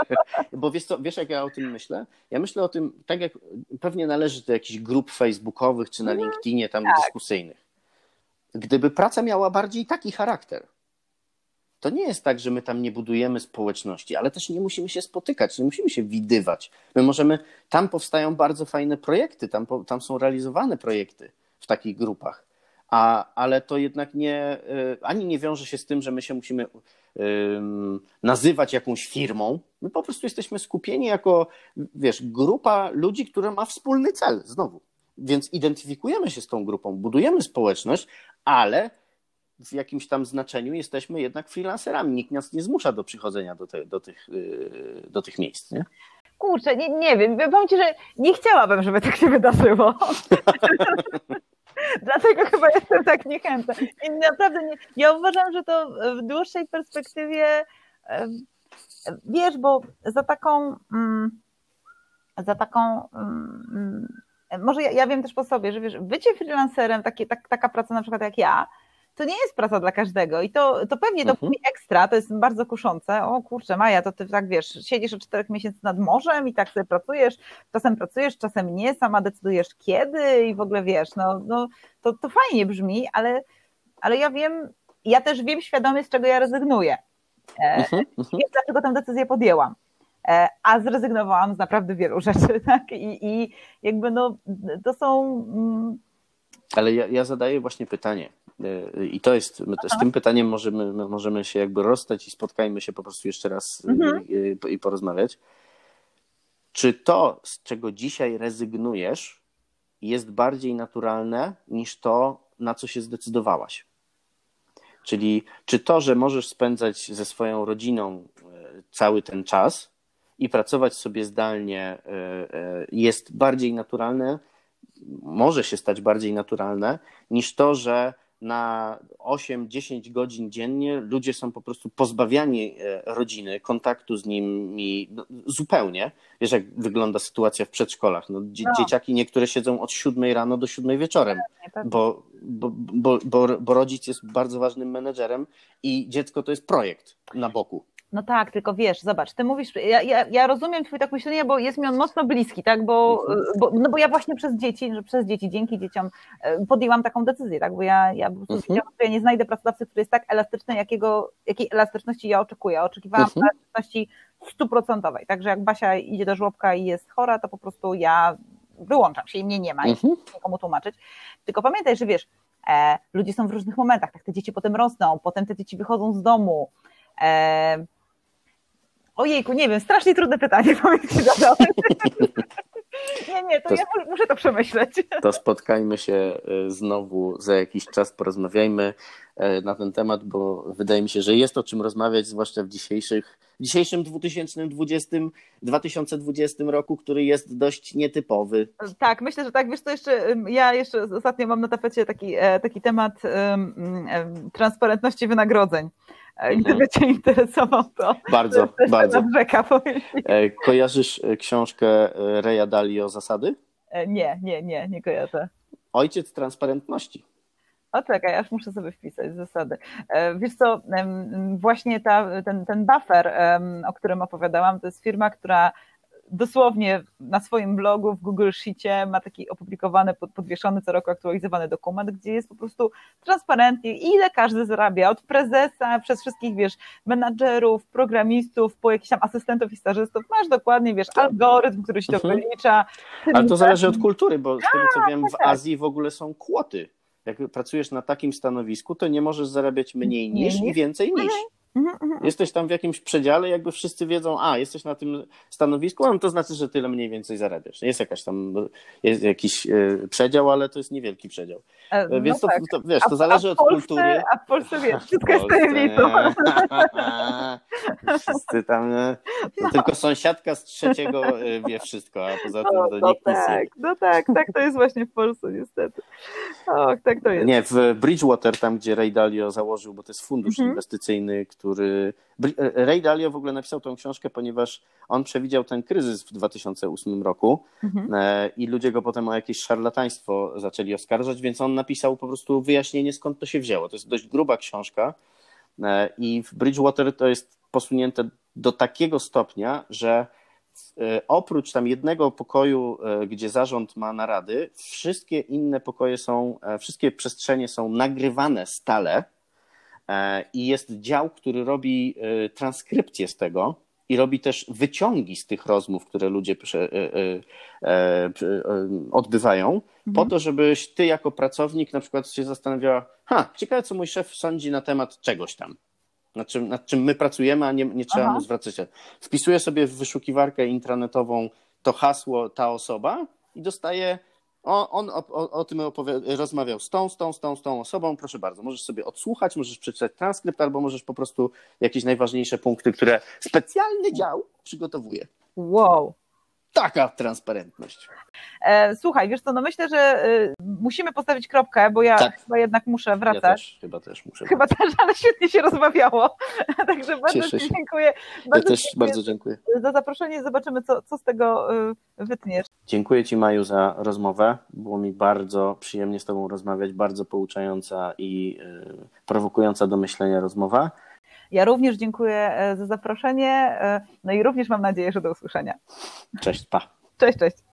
Bo wiesz, co, wiesz, jak ja o tym myślę? Ja myślę o tym, tak jak pewnie należy do jakichś grup facebookowych czy na LinkedInie tam tak. dyskusyjnych. Gdyby praca miała bardziej taki charakter, to nie jest tak, że my tam nie budujemy społeczności, ale też nie musimy się spotykać, nie musimy się widywać. My możemy, tam powstają bardzo fajne projekty, tam, tam są realizowane projekty w takich grupach. A, ale to jednak nie, ani nie wiąże się z tym, że my się musimy um, nazywać jakąś firmą. My po prostu jesteśmy skupieni jako, wiesz, grupa ludzi, która ma wspólny cel, znowu. Więc identyfikujemy się z tą grupą, budujemy społeczność, ale w jakimś tam znaczeniu jesteśmy jednak freelancerami. Nikt nas nie zmusza do przychodzenia do, te, do, tych, do tych miejsc, nie? Kurczę, nie, nie wiem, powiem Ci, że nie chciałabym, żeby tak się wydarzyło. Dlatego chyba jestem tak niechętna. I naprawdę nie, ja uważam, że to w dłuższej perspektywie, wiesz, bo za taką, za taką, może ja, ja wiem też po sobie, że wiesz, bycie freelancerem, takie, tak, taka praca na przykład jak ja, to nie jest praca dla każdego i to, to pewnie to mówi ekstra, to jest bardzo kuszące. O kurczę, Maja, to ty tak wiesz, siedzisz od czterech miesięcy nad morzem i tak sobie pracujesz, czasem pracujesz, czasem nie, sama decydujesz kiedy i w ogóle wiesz, no, no to, to fajnie brzmi, ale, ale ja wiem, ja też wiem świadomie, z czego ja rezygnuję. E, uh-huh, uh-huh. Wiem, dlaczego tę decyzję podjęłam. E, a zrezygnowałam z naprawdę wielu rzeczy, tak? I, i jakby no, to są... Mm... Ale ja, ja zadaję właśnie pytanie. I to jest, z tym pytaniem możemy, możemy się jakby rozstać i spotkajmy się po prostu jeszcze raz mhm. i, i porozmawiać. Czy to, z czego dzisiaj rezygnujesz, jest bardziej naturalne niż to, na co się zdecydowałaś? Czyli czy to, że możesz spędzać ze swoją rodziną cały ten czas i pracować sobie zdalnie, jest bardziej naturalne, może się stać bardziej naturalne niż to, że na osiem dziesięć godzin dziennie ludzie są po prostu pozbawiani rodziny, kontaktu z nimi zupełnie. Wiesz, jak wygląda sytuacja w przedszkolach. No, dzie- no. Dzieciaki niektóre siedzą od siódmej rano do siódmej wieczorem, bo, bo, bo, bo, bo rodzic jest bardzo ważnym menedżerem i dziecko to jest projekt na boku. No tak, tylko wiesz, zobacz, ty mówisz, ja, ja, ja rozumiem twój tak myślenie, bo jest mi on mocno bliski, tak, bo, bo, no bo ja właśnie przez dzieci, że przez dzieci, dzięki dzieciom podjęłam taką decyzję, tak, bo ja, ja po prostu Mhm. wiedziałam, że ja nie znajdę pracodawcy, który jest tak elastyczny, jakiego, jakiej elastyczności ja oczekuję. Oczekiwałam Mhm. elastyczności stuprocentowej, także jak Basia idzie do żłobka i jest chora, to po prostu ja wyłączam się i mnie nie ma i Mhm. nie komu tłumaczyć. Tylko pamiętaj, że wiesz, e, ludzie są w różnych momentach, tak, te dzieci potem rosną, potem te dzieci wychodzą z domu. E, ojejku, nie wiem, strasznie trudne pytanie, powiem ci zadałem. Nie, nie, to, to ja muszę to przemyśleć. To spotkajmy się znowu za jakiś czas, porozmawiajmy na ten temat, bo wydaje mi się, że jest o czym rozmawiać, zwłaszcza w dzisiejszych, w dzisiejszym dwa tysiące dwudziestym roku, który jest dość nietypowy. Tak, myślę, że tak. Wiesz, to jeszcze ja jeszcze ostatnio mam na tapecie taki, taki temat um, um, transparentności wynagrodzeń. Gdyby Cię interesował, to bardzo, to bardzo. Rzeka, kojarzysz książkę Raya Dalio Zasady? Nie, nie, nie, nie kojarzę. Ojciec transparentności. O czekaj, aż muszę sobie wpisać zasady. Wiesz co, właśnie ta, ten, ten buffer, o którym opowiadałam, to jest firma, która dosłownie na swoim blogu w Google Sheetie ma taki opublikowany, podwieszony co roku aktualizowany dokument, gdzie jest po prostu transparentnie, ile każdy zarabia, od prezesa przez wszystkich, wiesz, menadżerów, programistów, po jakichś tam asystentów i stażystów, masz dokładnie, wiesz, algorytm, który się to Mhm. wylicza. Ale to zależy od kultury, bo z tego co wiem, w Azji w ogóle są kwoty. Jak pracujesz na takim stanowisku, to nie możesz zarabiać mniej niż i więcej niż. Jesteś tam w jakimś przedziale, jakby wszyscy wiedzą, a jesteś na tym stanowisku, no to znaczy, że tyle mniej więcej zarabiasz. Jest jakaś tam, jest jakiś przedział, ale to jest niewielki przedział. No Więc tak. to, to wiesz, to zależy a od Polsce, kultury. A w Polsce wiesz, wszystko jest tajemnicą. Wszyscy tam, no. Tylko sąsiadka z trzeciego wie wszystko, a poza tym No, to no nikt tak, nic nie wie. no tak, tak to jest właśnie w Polsce niestety. Och, tak to jest. Nie, w Bridgewater, tam gdzie Ray Dalio założył, bo to jest fundusz Mhm. inwestycyjny, który... Ray Dalio w ogóle napisał tą książkę, ponieważ on przewidział ten kryzys w dwa tysiące ósmym roku Mhm. i ludzie go potem o jakieś szarlataństwo zaczęli oskarżać, więc on napisał po prostu wyjaśnienie, skąd to się wzięło. To jest dość gruba książka i w Bridgewater to jest posunięte do takiego stopnia, że oprócz tam jednego pokoju, gdzie zarząd ma narady, wszystkie inne pokoje są, wszystkie przestrzenie są nagrywane stale i jest dział, który robi transkrypcję z tego i robi też wyciągi z tych rozmów, które ludzie odbywają, mhm. po to, żebyś ty jako pracownik na przykład się zastanawiała, ha, ciekawe co mój szef sądzi na temat czegoś tam. Nad czym, nad czym my pracujemy, a nie, nie trzeba Aha. mu zwracać. Wpisuję sobie w wyszukiwarkę intranetową to hasło, ta osoba i dostaję, o, on o, o, o tym opowi- rozmawiał z tą, z tą, z tą, z tą osobą, proszę bardzo, możesz sobie odsłuchać, możesz przeczytać transkrypt, albo możesz po prostu jakieś najważniejsze punkty, które specjalny dział przygotowuje. Wow. Taka transparentność. Słuchaj, wiesz co, no myślę, że musimy postawić kropkę, bo ja tak. chyba jednak muszę wracać. Ja też, chyba też muszę Chyba wracać. Też, ale świetnie się rozmawiało. Także bardzo Ci dziękuję. Bardzo ja też dziękuję bardzo dziękuję za zaproszenie. Zobaczymy, co, co z tego wytniesz. Dziękuję Ci, Maju, za rozmowę. Było mi bardzo przyjemnie z Tobą rozmawiać, bardzo pouczająca i prowokująca do myślenia rozmowa. Ja również dziękuję za zaproszenie, no i również mam nadzieję, że do usłyszenia. Cześć, pa. Cześć, cześć.